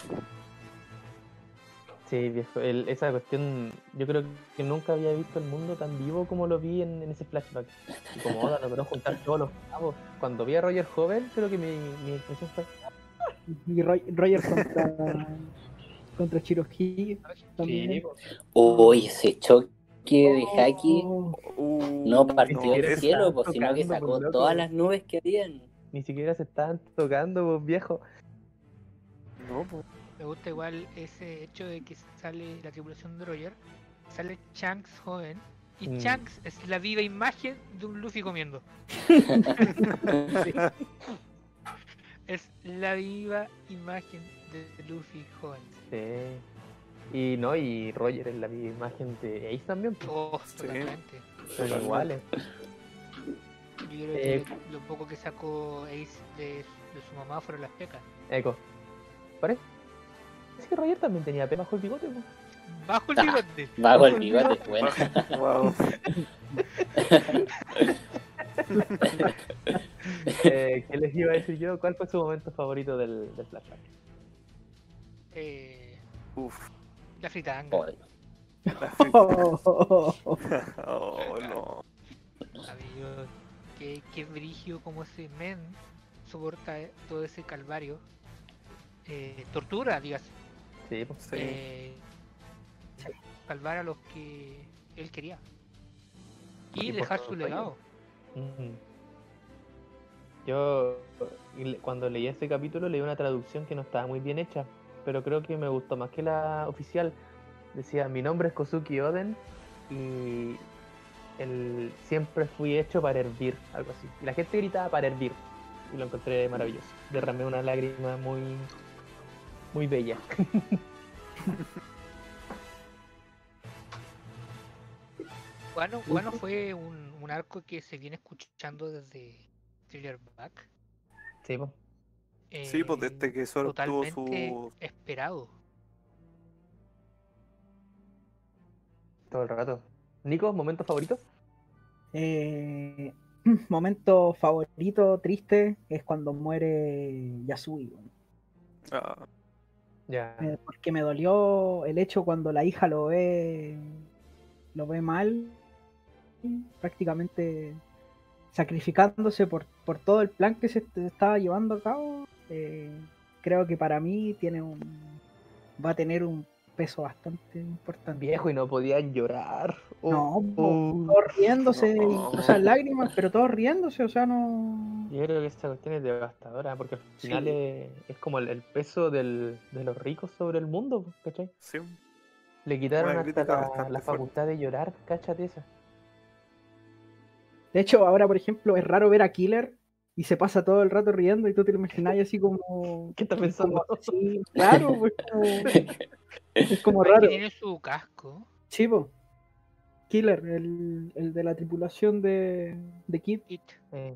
A: Sí, viejo, el- esa cuestión, yo creo que nunca había visto el mundo tan vivo como lo vi en, en ese flashback. Y como Oda logró juntar todos los cabos. Cuando vi a Roger joven, creo que mi, mi impresión fue,
C: Y Roy- Roger contra, contra Shirohige.
A: sí,
C: También.
A: pues,
E: Uy, ese choque que de Haki
D: Uh,
E: no partió
A: siquiera
E: el
A: se
E: cielo,
A: estaban
E: pues, sino que
A: tocando,
E: sacó
A: pues, loco.
E: todas las nubes que habían.
A: Ni siquiera se estaban tocando, vos viejo.
D: no, pues.
B: Me gusta igual ese hecho de que sale la tripulación de Roger, sale Shanks joven, y
A: Mm.
B: Shanks es la viva imagen de un Luffy comiendo. Es la viva imagen de Luffy joven.
A: Sí. Y no, y Roger es la misma imagen de Ace también, pues.
B: Oh,
D: Sí.
B: totalmente.
A: Son iguales.
B: Yo creo
A: Eh,
B: que lo poco que sacó Ace de, de su mamá fueron las pecas.
A: Eco. Parece que Roger también tenía pelo bajo el bigote, pues.
B: Bajo el
E: Ah.
B: bigote.
E: Bajo el bigote, bueno.
D: Wow.
A: Eh, ¿Qué les iba a decir yo? ¿Cuál fue su momento favorito del, del flashback?
B: Eh,
D: Uf.
B: la fritanga.
E: Joder.
D: La frita.
C: Oh,
D: Oh, no.
B: Amigo, qué, qué brigio como ese men soporta eh, todo ese calvario. Eh, tortura, digas.
A: Sí, pues.
D: Sí.
B: Eh, salvar a los que él quería. Y
A: Y
B: dejar
A: por
B: su
A: Roger.
B: legado.
A: Ujú. Yo y le- cuando leí ese capítulo leí una traducción que no estaba muy bien hecha, pero creo que me gustó más que la oficial. Decía, mi nombre es Kozuki Oden y el, siempre fui hecho para hervir, algo así. Y la gente gritaba para hervir y lo encontré maravilloso. Derramé una lágrima muy, muy bella.
B: Bueno, bueno fue un, un arco que se viene escuchando desde Thriller Back.
A: Sí, pues.
D: Sí, pues desde que Zoro tuvo
B: totalmente
D: su.
B: esperado.
A: Todo el rato. Nico, ¿momento favorito?
C: eh, momento favorito triste es cuando muere Yasui, weón.
D: Ah,
A: Ya.
C: Eh, porque me dolió el hecho cuando la hija lo ve lo ve mal, prácticamente sacrificándose por, por todo el plan que se est- estaba llevando a cabo. Eh, creo que para mí tiene un va a tener un peso bastante importante.
A: Viejo y no podían llorar. Oh,
C: No, po,
A: oh.
C: todos riéndose,
D: No.
C: o sea, lágrimas, pero todos riéndose, o sea, no.
A: Yo creo que esta cuestión es devastadora, porque al
C: Sí.
A: final es, es como el, el peso del, de los ricos sobre el mundo, ¿cachai?
D: sí.
A: Le quitaron
D: Una
A: hasta
D: crítica
A: la,
D: bastante
A: la facultad de llorar, cáchate esa.
C: De hecho, ahora, por ejemplo, es raro ver a Killer y se pasa todo el rato riendo y tú te lo imaginas así como.
A: ¿Qué estás pensando?
C: como así, raro, pues, como- es como
B: Igual
C: raro.
B: que tiene su casco.
C: Chivo. Killer, el, el de la tripulación de, de Kid.
B: It.
A: Eh,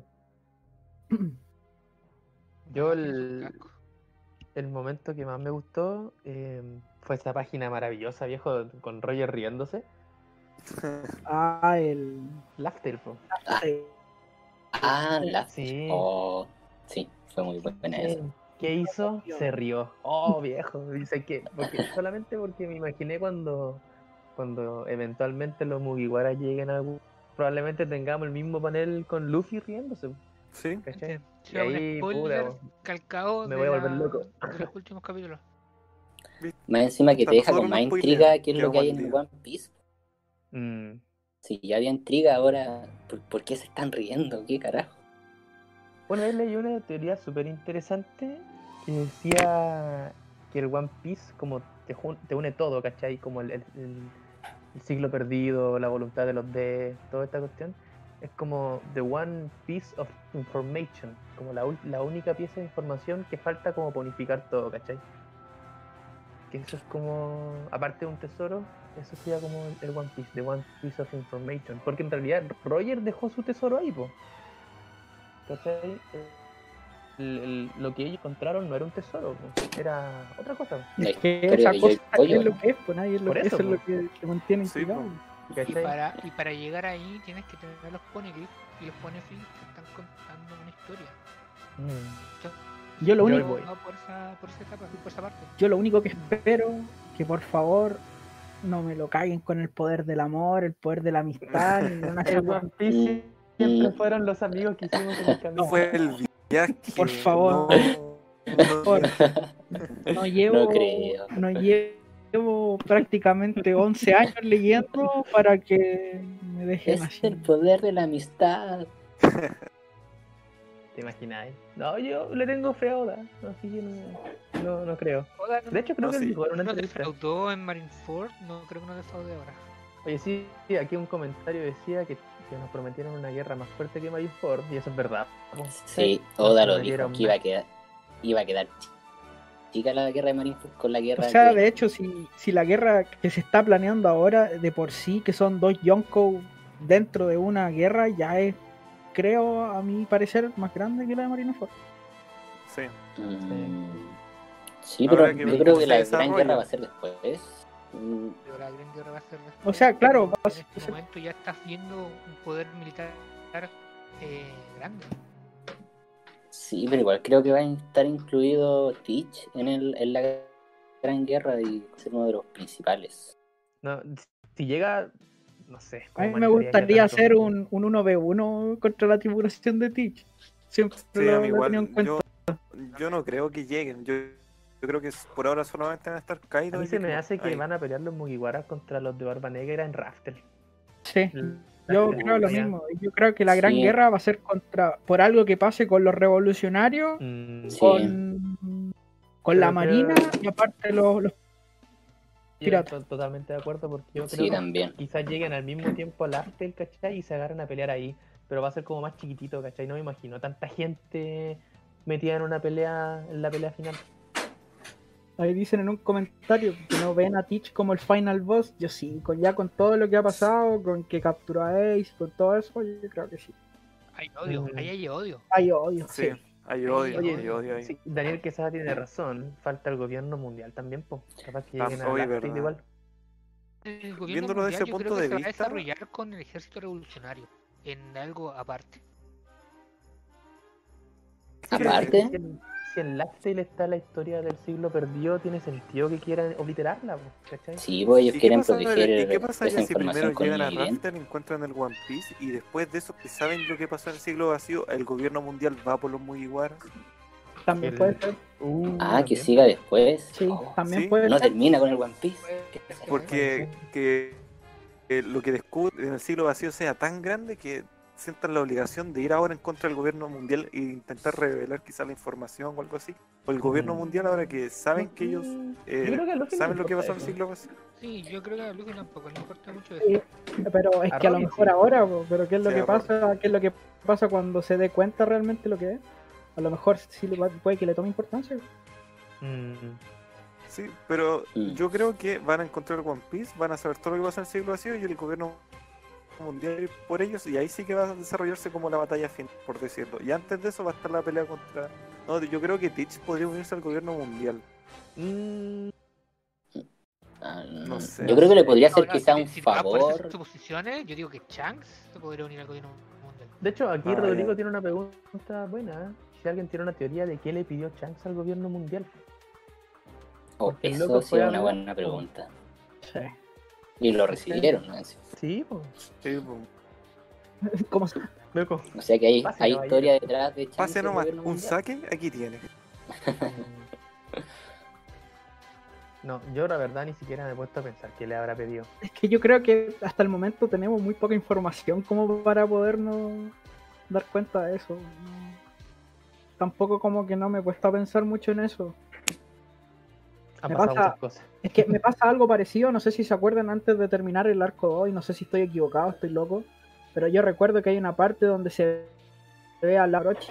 A: yo
B: Ah, tiene su
A: el,
B: casco.
A: el momento que más me gustó eh, fue esa página maravillosa, viejo, con Roger riéndose.
C: Ah, el.
A: Laughter, po.
C: eh,
E: Ah, la.
A: Sí.
E: Oh, sí, fue muy buena
A: ¿Qué,
E: esa.
A: qué hizo? Se rió. Oh, viejo. Dice que porque, solamente porque me imaginé cuando, cuando eventualmente los Mugiwara lleguen a algún. Probablemente tengamos el mismo panel con Luffy riéndose.
D: Sí.
A: ¿Cachai?
B: Este,
A: Y
B: sea un
A: ahí,
B: spoiler
A: puta,
B: calcado
A: me
B: de,
A: voy a volver
B: la-
A: loco.
B: de los últimos capítulos.
D: ¿Viste?
E: Más encima que
D: Hasta
E: te deja
D: nosotros
E: con
D: nos
E: más
D: spoilean,
E: intriga qué es lo
D: quedamos
E: que hay
D: al
E: en
D: día.
E: One Piece.
A: Mm,
E: Si ya había intriga, ahora, ¿por, por qué se están riendo? ¿Qué carajo?
A: Bueno, ahí leí una teoría súper interesante que decía que el One Piece como te, jun- te une todo, ¿cachai? Como el, el, el- el siglo perdido, la voluntad de los D, toda esta cuestión. Es como the one piece of information, como la, ul- la única pieza de información que falta como para unificar todo, ¿cachai? Que eso es como, aparte de un tesoro, eso sería como el, el One Piece, the one piece of information. Porque en realidad Roger dejó su tesoro ahí, po. ¿Cachai? El- el- lo que ellos encontraron no era un tesoro, po, era otra cosa.
E: La
C: Es que
E: historia
C: esa
E: de
C: cosa
E: Joy Boy,
C: es
E: ¿o
C: lo
E: no?
C: que es, pues nadie es lo
A: Por
C: que
A: eso,
C: eso es lo
A: po.
C: que te mantiene
D: Sí,
C: intrigado.
B: Y
A: ¿Cachai?
B: para, y para llegar ahí tienes que tener los poneglyphs y los poneglyphs te están contando una historia.
A: Mm.
C: Yo lo
A: Joy
C: único,
A: Boy.
B: Va por esa, por esa etapa, por esa parte.
C: yo lo único que espero que por favor no me lo caguen con el poder del amor, el poder de la amistad, ni una
A: El One Piece siempre fueron los amigos que hicimos en el camino.
D: Fue el viaje.
C: Por favor.
D: No, no,
C: Por- no llevo
E: No creo.
C: no llevo llevo prácticamente once años leyendo para que me dejen
E: Es
C: así.
E: el poder de la amistad.
A: ¿Te imagináis? No, yo le tengo fe a Oda, así que no, no, no creo.
B: Oda no,
A: De hecho, creo
D: No,
A: que
D: sí.
A: él dijo en una
B: no
A: entrevista.
B: defraudó en Marineford, no creo que no defraude ahora.
A: Oye, sí, sí, aquí un comentario decía que, que nos prometieron una guerra más fuerte que Marineford, y eso es verdad.
E: Sí,
A: Nos
E: Oda lo
A: prometieron
E: dijo, que iba a
A: más.
E: quedar, iba a quedar chi- chica la guerra de Marineford con la
C: O
E: guerra
C: sea,
E: que...
C: de hecho, si, si la guerra que se está planeando ahora, de por sí, que son dos Yonkou dentro de una guerra, ya es, creo, a mi parecer, más grande que la de Marineford.
D: Sí.
E: Mm, sí,
D: Ahora
E: pero
D: que
E: yo
D: ver
E: creo
D: cómo
E: que
D: se
E: la gran
D: desarrolla.
E: guerra va a ser después. Mm,
B: Pero la Gran Guerra va a ser después.
C: O sea, claro, va a
B: En este
C: ser-
B: momento ya estás viendo un poder militar eh, grande.
E: sí, pero igual creo que va a estar incluido Teach en, el, en la gran guerra y ser uno de los principales.
A: No, si llega, no sé.
C: A
A: cómo
C: mí me
A: manejaría
C: gustaría
A: tanto.
C: hacer un, un uno ve uno contra la tripulación de Teach. Siempre
D: Sí,
C: lo,
D: a mí
C: lo he tenido
D: igual.
C: en cuenta.
D: Yo, yo no creo que lleguen. Yo, yo creo que por ahora solamente van a estar
A: A
D: Kaido
A: mí
D: y
A: se me
D: Killua.
A: hace que
D: Ahí.
A: van a pelear los Mugiwara contra los de Barba Negra en Raftel.
C: Sí,
A: La-
C: yo
A: la-
C: creo lo
A: ya.
C: mismo. Yo creo que la gran
E: Sí.
C: guerra va a ser contra por algo que pase con los revolucionarios,
A: Mm,
E: Sí.
C: con, con
A: Pero
C: la
A: creo-
C: marina y aparte los, los
A: Yo
C: pirata.
A: estoy totalmente de acuerdo porque yo creo
E: Sí,
A: que
E: también.
A: quizás lleguen al mismo tiempo al Artel, ¿cachai? Y se agarran a pelear ahí. Pero va a ser como más chiquitito, ¿cachai? No me imagino tanta gente metida en una pelea, en la pelea final.
C: Ahí dicen en un comentario que no ven a Teach como el final boss. Yo sí, con ya con todo lo que ha pasado, con que capturó a Ace, con todo eso, yo creo que sí.
B: Hay odio,
A: Mm.
B: ahí hay odio.
C: Hay odio,
D: Sí,
C: sí.
D: hay odio,
A: Oye,
D: hay odio ahí.
A: sí, Daniel Quesada tiene razón. Falta el gobierno mundial también, pues. Capaz que
D: Ah,
A: lleguen a
D: oye,
A: Artel
D: verdad.
A: igual.
B: El gobierno
D: Viéndolo
B: mundial
D: desde ese
B: yo creo
D: punto
B: que
D: de
B: se va a
D: vista-
B: desarrollar con el ejército revolucionario, en algo aparte.
A: Sí, pero
E: Aparte.
A: Si en, si en Lifestyle está la historia del siglo perdido, tiene sentido que quieran obliterarla, pues, ¿cachai?
E: Sí, pues ellos
D: ¿Y qué
E: quieren
D: pasaría-
E: proteger
D: ¿Y qué
E: esa
D: pasaría si primero
E: información con
D: llegan a
E: el evidente.
D: Raftel, encuentran el One Piece y después de eso que saben lo que pasó en el siglo vacío, el gobierno mundial va por los Mugiwaras?
C: También
A: El-
C: puede ser.
A: Uh,
E: Ah, que
A: también.
E: siga después.
C: Sí,
E: Oh,
C: también
D: sí.
C: puede
E: no
C: ser.
E: termina con el One Piece.
D: Porque que, que lo que descubren en el siglo vacío sea tan grande que sientan la obligación de ir ahora en contra del gobierno mundial e intentar revelar quizá la información o algo así. O el gobierno
A: Mm.
D: mundial ahora que saben que ellos
A: Mm,
D: eh,
A: yo creo que a Luffy no
D: saben
A: le
D: lo que pasó
A: importa
D: en el
A: eso.
D: siglo vacío.
B: Sí, yo creo que a Luffy tampoco le importa mucho
C: Sí,
B: eso.
C: pero es
A: A
C: que a lo
A: Robin
C: mejor
A: sí.
C: ahora, po, pero ¿qué es lo
D: Sí,
C: que
D: a Robin.
C: pasa? ¿Qué es lo que pasa cuando se dé cuenta realmente lo que es? A lo mejor sí le va- puede que le tome importancia.
A: Mm,
D: Sí, pero
E: Mm.
D: yo creo que van a encontrar One Piece, van a saber todo lo que pasa en el siglo vacío y el gobierno mundial ir por ellos y ahí sí que va a desarrollarse como la batalla final, por decirlo. Y antes de eso va a estar la pelea contra... No, yo creo que Teach podría unirse al gobierno mundial.
A: mm,
E: Ah,
D: No sé.
E: Yo creo que le podría
B: No,
E: hacer
B: no,
E: quizá
B: si-
E: un
B: si te vas por esas
E: favor.
B: suposiciones, yo digo que Shanks se podría unir al gobierno mundial.
A: De hecho, aquí
D: Ah,
A: Rodrigo
D: ya.
A: tiene una pregunta buena. ¿eh? Si alguien tiene una teoría de qué le pidió Shanks al gobierno mundial.
E: Oh,
A: Porque el
E: eso
A: loco
E: sí
A: fue
E: es
A: a
E: una
A: hablar,
E: buena
A: po.
E: pregunta.
C: Sí.
E: Y lo recibieron, ¿no?
A: Sí, pues.
D: Sí, pues.
C: ¿Cómo se-
A: Loco.
E: O sea que hay,
A: Pase,
E: hay
A: caballero.
E: historia detrás de Shanks
D: Pase
E: y el
D: nomás,
E: gobierno
D: un
E: mundial.
D: saque, aquí tiene.
A: No, yo la verdad ni siquiera me he puesto a pensar qué le habrá pedido.
C: Es que yo creo que hasta el momento tenemos muy poca información como para podernos dar cuenta de eso. No- Tampoco como que no me he puesto a pensar mucho en eso.
A: Han
C: Me
A: pasado
C: pasa-
A: muchas cosas.
C: Es que me pasa algo parecido, no sé si se acuerdan antes de terminar el arco dos, y no sé si estoy equivocado, estoy loco, pero yo recuerdo que hay una parte donde se ve a la Orochi.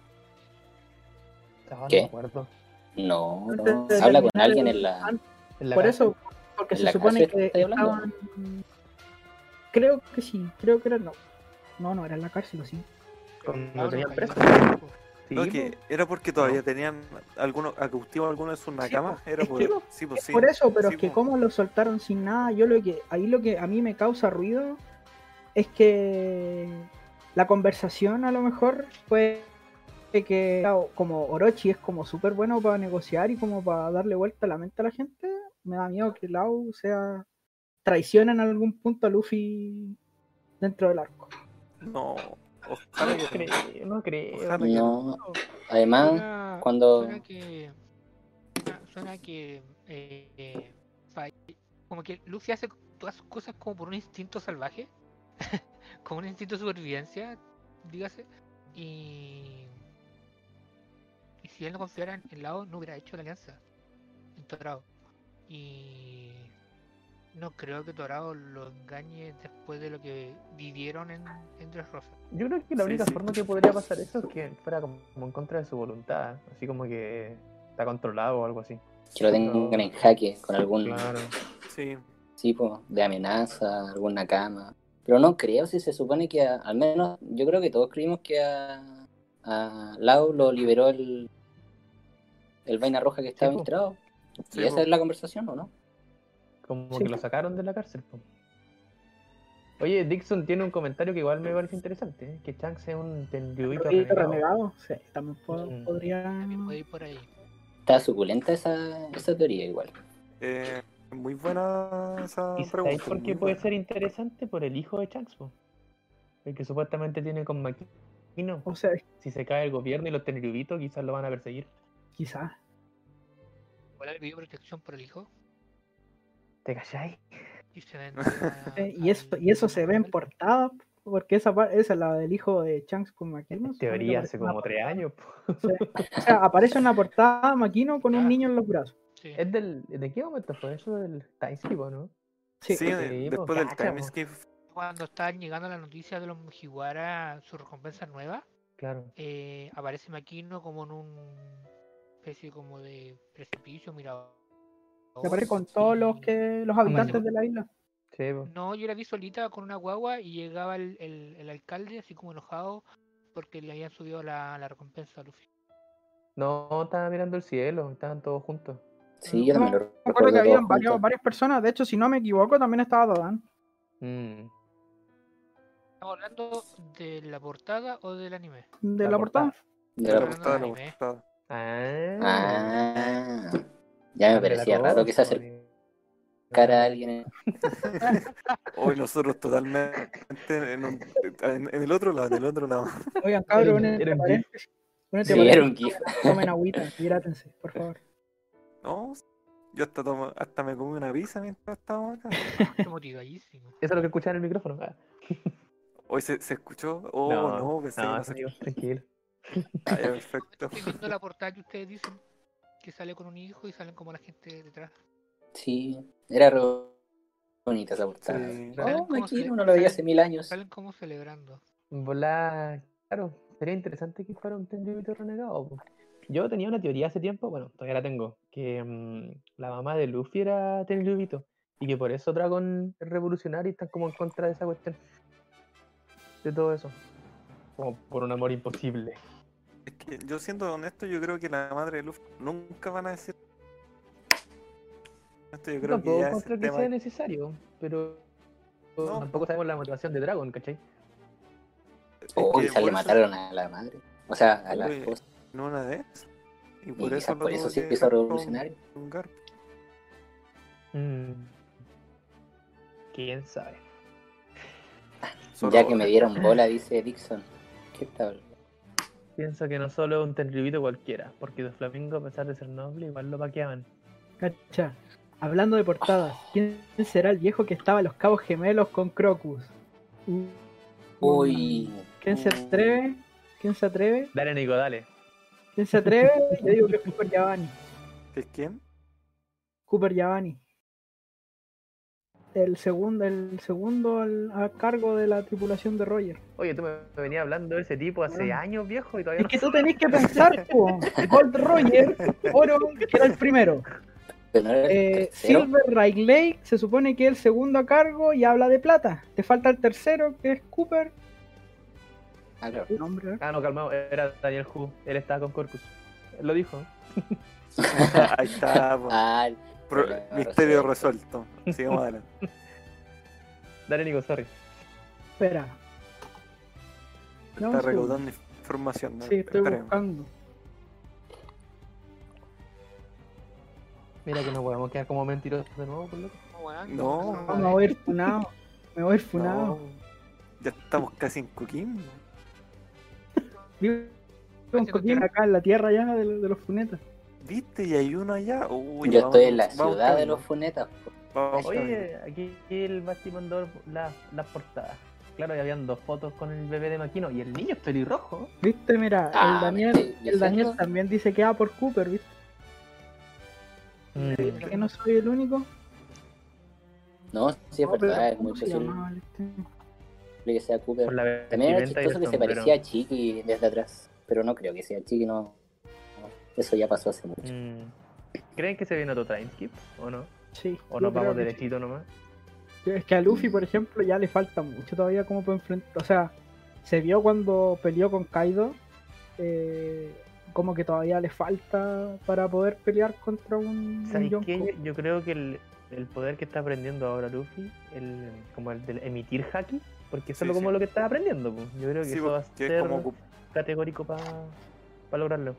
A: Ah,
E: ¿Qué?
A: No me acuerdo.
E: No,
C: Antes
E: no.
C: de
E: Habla con
C: terminar
E: alguien
C: el-
E: en la.
C: an-
A: En la
C: Por
A: cárcel.
C: eso, porque
E: ¿En
C: se
E: la
C: supone
E: cárcel
C: que
E: estáis hablando?
C: estaban... Creo que sí, creo que era... No, no, no era en la cárcel, ¿o sí?
A: Cuando lo tenían
B: Cabros,
A: preso.
B: cabros,
A: Sí,
D: No,
A: po.
D: que era porque todavía
A: No.
D: tenían algunos a cautivo algunos de sus nakamas.
C: po,
D: Era
C: es
D: por,
C: que-
D: sí, pues, sí.
C: Por eso, pero
D: Sí,
C: es que
D: po.
C: como lo soltaron sin nada, yo lo que... Ahí lo que a mí me causa ruido es que la conversación a lo mejor fue que claro, como Orochi es como súper bueno para negociar y como para darle vuelta a la mente a la gente, me da miedo que Lau sea traiciona en algún punto a Luffy dentro del arco.
D: No, ojalá
A: No
D: que no.
A: creo, no creo.
D: Ojalá que no.
E: No. Además,
B: Suena,
E: cuando.
B: suena que suena, suena que eh, eh, falla. Como que Luffy hace todas sus cosas como por un instinto salvaje, como un instinto de supervivencia, dígase. Y, y si él no confiara en el lado, no hubiera hecho la alianza en Torao. Y no creo que Torao lo engañe después de lo que vivieron en, en Dressrosa.
A: Yo creo que la
D: Sí,
A: única
D: sí.
A: forma que podría pasar eso es que fuera como, como en contra de su voluntad, así como que está controlado o algo así.
E: Que lo tengan en jaque con algún
A: Claro.
D: Sí,
E: tipo de amenaza, alguna cama. Pero no creo, si se supone que a- al menos yo creo que todos creímos que a, a Lau lo liberó el, el vaina roja que estaba
A: po.
E: infiltrado.
D: Sí,
E: ¿Y esa
D: po.
E: es la conversación o no?
A: Como
C: Sí.
A: que lo sacaron de la cárcel. Po. Oye, Dixon tiene un comentario que igual me parece interesante, ¿eh? Que Shanks es un tenryubito
C: Tenryubito
A: renegado.
C: renegado, sí, también po-
A: Mm.
C: podría.
B: También puede ir por ahí.
E: Está suculenta esa, esa teoría igual.
D: Eh, muy buena esa
A: ¿Y sabéis
D: pregunta.
A: por
D: muy
A: qué puede
D: buena.
A: ser interesante? Por el hijo de Shanks, po. El que supuestamente tiene con Makino.
C: O sea,
A: Si se cae el gobierno y los tenryubitos quizás lo van a perseguir.
C: quizás.
B: ¿Cuál le pidió protección por el hijo?
A: ¿Te calláis?
B: Y se ven
C: Eh, y, eso, y eso se ve en portada, porque esa, par- esa es la del hijo de Shanks con Makino.
A: En
C: se supone que
A: teoría
C: aparece
A: hace
C: en una
A: como tres
C: portada.
A: años. po.
C: Sí. O sea, aparece en una portada Makino con un
B: Ah.
C: niño en los brazos.
B: Sí.
A: ¿Es del, ¿De qué momento fue eso? ¿Del time skip o no?
C: Sí.
D: Sí,
A: Sí, po,
D: después del
A: cacha,
D: time
A: po.
D: skip.
B: Cuando estaban llegando la noticia de los Mugiwara, su recompensa nueva,
A: Claro.
B: eh, aparece Makino como en un especie como de precipicio, mirador.
C: Se aparece con todos los
B: y-
C: que los habitantes de la isla.
A: Sí, po.
B: No, yo la vi solita con una guagua y llegaba el, el, el alcalde así como enojado porque le habían subido la, la recompensa a Luffy.
A: No, estaba mirando el cielo, estaban todos juntos.
E: Sí, yo también lo
C: Me acuerdo que
E: recuerdo
C: había
E: todos
C: varios,
E: juntos.
C: varias personas. De hecho, si no me equivoco, también estaba Dodan.
A: Mm,
B: ¿Estamos hablando de la portada o del anime?
C: De
A: La
C: la, portada.
E: De
D: La
E: la
B: Hablando
D: portada,
B: del
D: la
B: anime.
D: portada.
A: Ah,
E: Ah, ya me
A: grande
E: parecía
A: la
E: raro que se
A: cosa,
E: acercara
A: amigo.
E: a alguien. en-
D: Hoy nosotros totalmente en, un- en- en el otro lado, en el otro lado.
C: Oigan, cabros,
A: Era
C: un
A: un-
C: entre
A: era un
C: paréntesis. Un entre
E: Sí, era
C: paréntesis,
E: un gif.
C: Tomen agüita, hidrátense, por favor.
D: No, yo hasta, tomo- hasta me comí una pizza mientras estábamos acá.
B: Estoy motivadísimo.
A: Eso es lo que escuchaban en el micrófono. Ah.
D: Hoy se, se escuchó. Oh,
A: no,
D: no, pensé que
A: no,
D: no se
A: amigo, tranquilo.
D: Ah, ya, perfecto.
B: Estoy viendo la portada que ustedes dicen que sale con un hijo y salen como la gente detrás.
E: Sí, era re bonita esa portada.
D: Sí.
B: Salen
E: Oh,
B: como
E: Makino,
B: cele-
E: no lo veía
B: salen-
E: hace mil años.
B: Salen como celebrando.
A: Volá, claro, sería interesante que fuera un tenryubito renegado. po. Yo tenía una teoría hace tiempo, bueno, todavía la tengo, que mm, la mamá de Luffy era tenryubito y que por eso Dragon es revolucionario y están como en contra de esa cuestión. De todo eso. Como por un amor imposible.
D: Es que yo siendo honesto, yo creo que la madre de Luffy nunca van a decir. Esto yo
A: Yo
D: creo que
A: tampoco
D: ya es
A: encuentro
D: el
A: que
D: tema.
A: sea necesario, pero
D: No,
A: tampoco sabemos la motivación de Dragon, ¿cachai?
D: es
E: Oh,
D: que
E: quizás le
D: por eso-
E: mataron a la madre. O sea, a la
D: Uy,
E: esposa.
D: en una de esas. Y
E: Y
D: por
E: quizás
D: eso lo
E: por eso
D: tuvo
E: se
D: que
E: hizo
D: dejar con
E: revolucionario.
D: un garp.
A: Mm. ¿Quién sabe?
D: Solo-
E: Ya que me dieron bola, dice Dixon. ¿Qué tal?
A: Pienso que no solo es un tenryubito cualquiera, porque los flamingos, a pesar de ser nobles, igual lo paqueaban.
C: Cacha. Hablando de portadas, ¿quién será el viejo que estaba en los Cabos Gemelos con Crocus? Uh,
E: Uy.
C: ¿Quién se atreve? ¿Quién se atreve?
A: Dale, Nico, dale.
C: ¿Quién se atreve? Yo digo que es Cooper Giovanni.
D: ¿Es quién?
C: Cooper Giovanni. El segundo, el segundo al- a cargo de la tripulación de Roger.
A: Oye, tú me me venías hablando de ese tipo hace
C: Ah.
A: años, viejo, y todavía
C: Es
A: no
C: que tú tenés que pensar, po. Gold Roger, Oro, que era el primero.
E: Pero no era el
C: Eh,
E: tercero.
C: Silver Ride Lake se supone que es el segundo a cargo y habla de plata. Te falta el tercero, que es Cooper.
E: Ah, claro.
C: Nombre, ¿eh?
A: Ah, no, calmado, era Daniel Hu, él estaba con Corcus. Él lo dijo.
D: Ahí está. po.
E: Ah,
D: Pro-
E: problema
D: misterio resuelto. Sigamos adelante.
A: Dale, Nico, sorry.
C: Espera. Dame un
D: Está
C: segundo.
D: recaudando información. ¿no?
C: Sí, estoy
D: Esperemos.
C: buscando.
A: Mira que no podemos quedar como mentirosos de nuevo, por loco.
D: No.
C: No, me voy a ir funado. Me voy a ir funado.
D: No. Ya estamos casi en Coquín.
C: Vivo con Coquín acá en la tierra ya de, de los funetas.
D: ¿Viste? Y hay uno allá. Uy,
E: Yo
D: vamos-
E: estoy en la
D: vamos
E: ciudad de
D: camino,
E: los funetas. po.
D: vamos camino.
A: Oye, aquí el Basti mandó las, las portadas. Claro, y habían dos fotos con el bebé de Maquino y el niño es pelirrojo.
C: ¿Viste? Mira,
E: Ah,
C: el Daniel,
E: me estoy
C: el Daniel
E: diciendo.
C: también dice que va por Cooper, ¿viste?
A: Mm.
C: Que no soy el único.
E: No, sí es
C: No, pero
E: verdad, es
C: ¿cómo
E: muy
C: se
E: posible
C: llamaba el este?
E: que sea Cooper.
A: Por la
E: También era
A: vestimenta y el
E: chistoso que se
A: sombrero.
E: parecía a Chiqui desde atrás, pero no creo que sea Chiqui, no. no, Eso ya pasó hace mucho.
A: Mm. ¿Creen que se viene otro timeskip o no?
C: Sí.
A: ¿O
C: yo
A: nos
C: creo
A: vamos
C: que
A: derechito nomás?
C: sí. Es que a Luffy, por ejemplo, ya le falta mucho todavía como para enfrentar. O sea, se vio cuando peleó con Kaido. eh, como que todavía le falta para poder pelear contra un, un
A: ¿Sabes
C: Yonko.
A: qué? Yo, yo creo que el, el poder que está aprendiendo ahora Luffy, el, como el de emitir haki, porque eso
D: Sí,
A: es como
D: sí.
A: lo que está aprendiendo. Pues. Yo creo que
D: Sí,
A: eso va a
D: porque es
A: ser
D: como Coop-
A: categórico para lograrlo.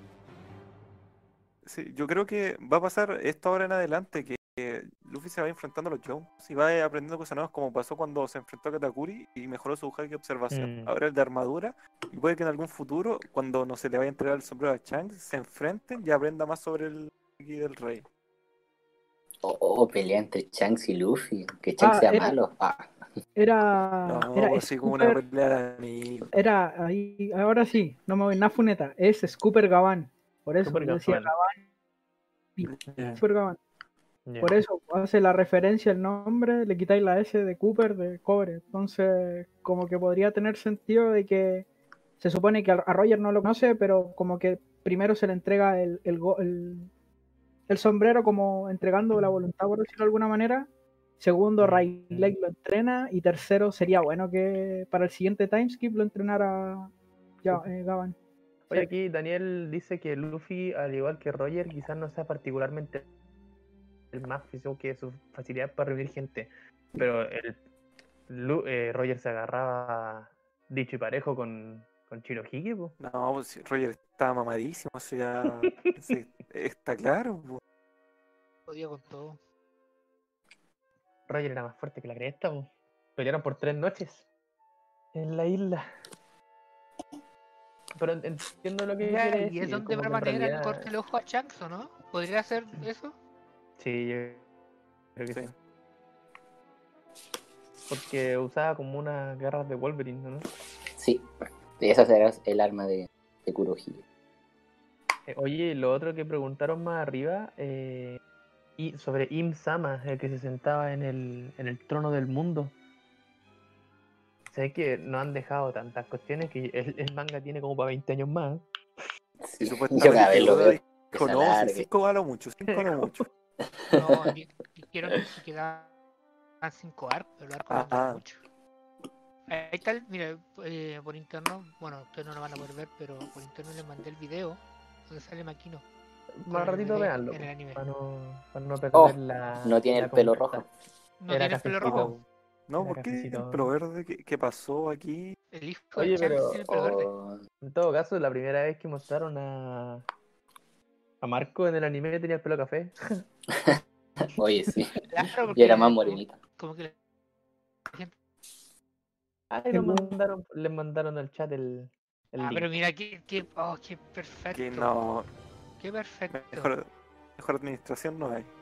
D: Sí, yo creo que va a pasar esto ahora en adelante, que que Luffy se va enfrentando a los Jones y va aprendiendo cosas nuevas, como pasó cuando se enfrentó a Katakuri y mejoró su haki de observación.
A: Mm.
D: Ahora el de armadura, y puede que en algún futuro, cuando no se le vaya a entregar el sombrero a Shanks, se enfrenten y aprenda más sobre el haki del rey.
E: O o pelea entre Shanks y Luffy, que Shanks
C: Ah,
E: sea
C: era-
E: malo. Ah,
C: Era.
D: No,
C: era
D: así como una
C: Scooper-
D: pelea de amigos.
C: Era ahí. Ahora sí, no me voy nada funeta. Es Scooper Gavan. Por eso
A: Super
C: yo decía
A: Gafán.
D: Ya.
C: Scooper Gavan.
A: Ya.
C: Por eso hace la referencia el nombre, le quitáis la S de Cooper de cobre. Entonces, como que podría tener sentido de que se supone que a a Roger no lo conoce, pero como que primero se le entrega el, el, go- el- el sombrero como entregando la voluntad, por decirlo de alguna manera. Segundo,
A: Mm.
C: Rayleigh lo entrena. Y tercero, sería bueno que para el siguiente timeskip lo entrenara ya, eh, Gavan.
A: Oye,
C: Sí.
A: aquí Daniel dice que Luffy, al igual que Roger, quizás no sea particularmente el más físico que su facilidad para reunir gente. Pero el Lu- eh, Roger se agarraba dicho y parejo con, con Shirohige, po.
D: No, pues sí, Roger está mamadísimo, o sea, sí, está claro. Po.
B: Podía con todo.
A: Roger era más fuerte que la cresta, po. Pelearon por tres noches en la isla. Pero en- entiendo lo que
B: Ya,
A: quiere
B: y
A: decir.
B: es donde
A: como que en
B: Barbanera le
A: realidad-
B: corta el ojo a Shanks, ¿o no? ¿Podría hacer eso?
A: Sí, yo creo que sí.
D: Sí.
A: Porque usaba como unas garras de Wolverine, ¿no?
E: sí, esa será el arma de, de Kurohige.
A: Eh, oye, lo otro que preguntaron más arriba, eh, y sobre Im Sama, el que se sentaba en el, en el trono del mundo. Sé que no han dejado tantas cuestiones que el, el manga tiene como para veinte años más.
D: Y
E: Sí.
D: supuestamente
E: Yo cada vez lo
D: Oda
E: veo
D: dijo,
E: que se
D: no, si
E: alargue.
D: cinco a lo mucho, cinco a lo mucho.
B: No, di- dijeron que se quedaban cinco arcos, pero los arcos
D: Ah,
B: no duran
D: ah.
B: mucho. Ahí está, el- mira, eh, por interno, bueno, ustedes no lo van a poder ver, pero por interno les mandé el video donde sale Makino.
A: Más
B: el
A: ratito
B: bebé
A: veanlo,
B: en el anime.
A: para no, para no perder
E: Oh,
A: la.
E: no tiene
A: la
E: el pelo
A: conversa.
E: rojo.
B: No
A: Era
B: tiene el pelo
A: cafecito.
B: rojo.
D: No,
A: Era
D: ¿por qué
A: cafecito.
D: el pelo verde? ¿Qué, qué pasó aquí?
B: El hijo
A: Oye,
B: de Shanks
A: pero-
B: tiene el pelo verde.
E: Oh,
A: En todo caso, la primera vez que mostraron a. A Marco en el anime tenía el pelo café.
E: oye, sí.
B: Claro,
E: Y era
B: porque
E: más
B: como-
E: morenita.
B: Como que la gente.
A: Ahí nos mandaron, les mandaron al chat el. el
B: Ah,
A: link.
B: pero mira, qué, qué, oh, qué perfecto.
D: Que no,
B: Qué perfecto.
D: mejor, mejor administración no hay.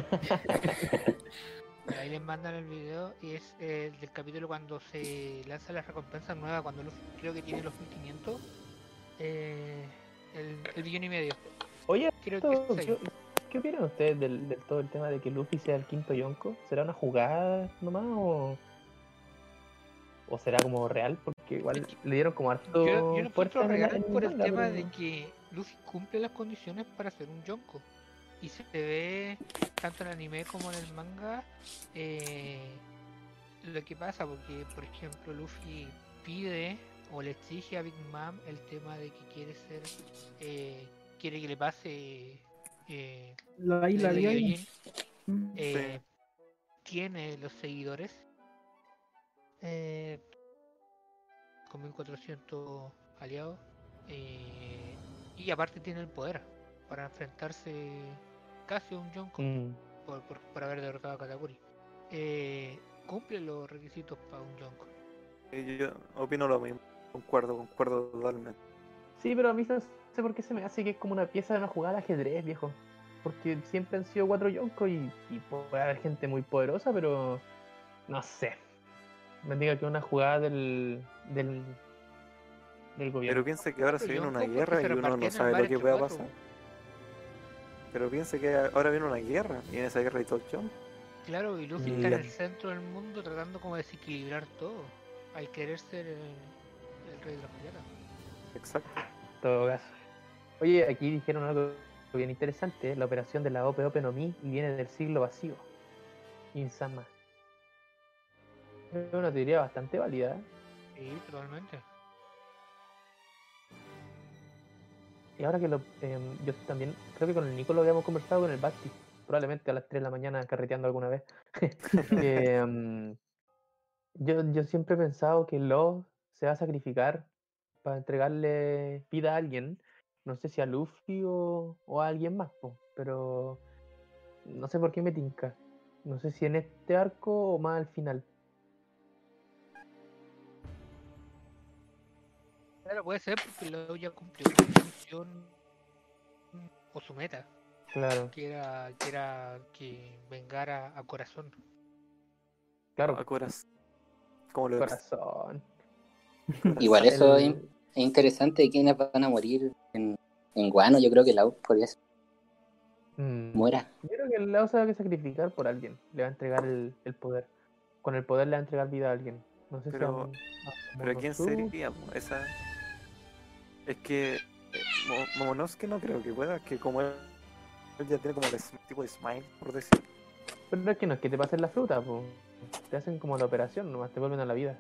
B: Ahí les mandan el video y es eh, del capítulo cuando se lanza la recompensa nueva, cuando Luffy creo que tiene los mil quinientos, eh, el, el billón y medio.
A: Oye,
B: Creo
A: esto,
B: que es
A: ¿qué,
B: ahí.
A: qué opinan ustedes del, del todo el tema de que Luffy sea el quinto Yonko? ¿Será una jugada nomás o, o será como real? Porque igual
B: Es que
A: le dieron como harto
B: Yo, yo lo
A: fuerza
B: encuentro
A: en el,
B: real
A: en el
B: por el
A: manga,
B: tema
A: pero-
B: de que Luffy cumple las condiciones para ser un Yonko. Y se ve tanto en el anime como en el manga eh, lo que pasa, porque por ejemplo Luffy pide o le exige a Big Mom el tema de que quiere ser, eh, quiere que le pase eh,
C: La
B: la
C: isla
B: isla
C: de
B: Gyojin.
C: Mm.
B: Eh, tiene los seguidores eh, con mil cuatrocientos aliados eh, y aparte tiene el poder para enfrentarse casi a un Yonko
A: Mm.
B: por, por, por haber derrotado a Katakuri. Eh, cumple los requisitos para un Yonko.
D: Eh, Yo opino lo mismo, concuerdo, concuerdo totalmente.
A: Sí, pero a mí, ¿sabes sé por qué se me hace que es como una pieza de una jugada de ajedrez, viejo. Porque siempre han sido cuatro Yonko y, y puede haber gente muy poderosa, pero no sé. Me diga que una jugada del, del, del gobierno.
D: Pero piensa que ahora se viene
B: Yonko
D: una
B: porque
D: guerra
B: se
D: y uno no
B: repartían en
D: sabe lo
B: varios
D: que pueda
B: chocatos.
D: pasar. Pero piensa que ahora viene una guerra y en esa guerra hay todo Jump.
B: Claro, y Luffy
A: Mm.
B: está en el centro del mundo tratando como de desequilibrar todo. Al querer ser el, el rey de los piratas.
D: Exacto.
A: En todo caso. Oye, aquí dijeron algo bien interesante, ¿eh? La operación de la Ope Ope no Mi viene del siglo vacío. Insama. Es una teoría bastante válida, ¿eh?
B: Sí, totalmente.
A: Y ahora que lo... eh, yo también, creo que con el Nico lo habíamos conversado con el Basti, probablemente a las tres de la mañana carreteando alguna vez. que, um, yo, yo siempre he pensado que Lo se va a sacrificar para entregarle vida a alguien. No sé si a Luffy o, o a alguien más, po, pero no sé por qué me tinca. No sé si en este arco o más al final.
B: Claro, puede ser porque luego ya cumplió su misión o su meta,
A: Claro,
B: que era que era que vengara a Corazón.
A: claro,
D: A corazón. Como lo
A: corazón.
D: corazón.
E: Igual eso es,
A: El-
E: es interesante de quiénes van a morir en, en Guano. Yo creo que la U podría ser
A: Mm,
E: muera.
A: Yo creo que el Lao se va a sacrificar por alguien. Le va a entregar el, el poder. Con el poder le va a entregar vida a alguien. No sé
D: Pero-
A: si a, a
D: Pero ¿quién
A: Momonosuke.
D: sería? po? Esa... Es que eh, Mo- Momonosuke no creo que pueda, que como él, él ya tiene como el sm- tipo de smile, por decir.
A: Pero es que no es que te pasen la fruta, po. Te hacen como la operación, nomás te vuelven a la vida.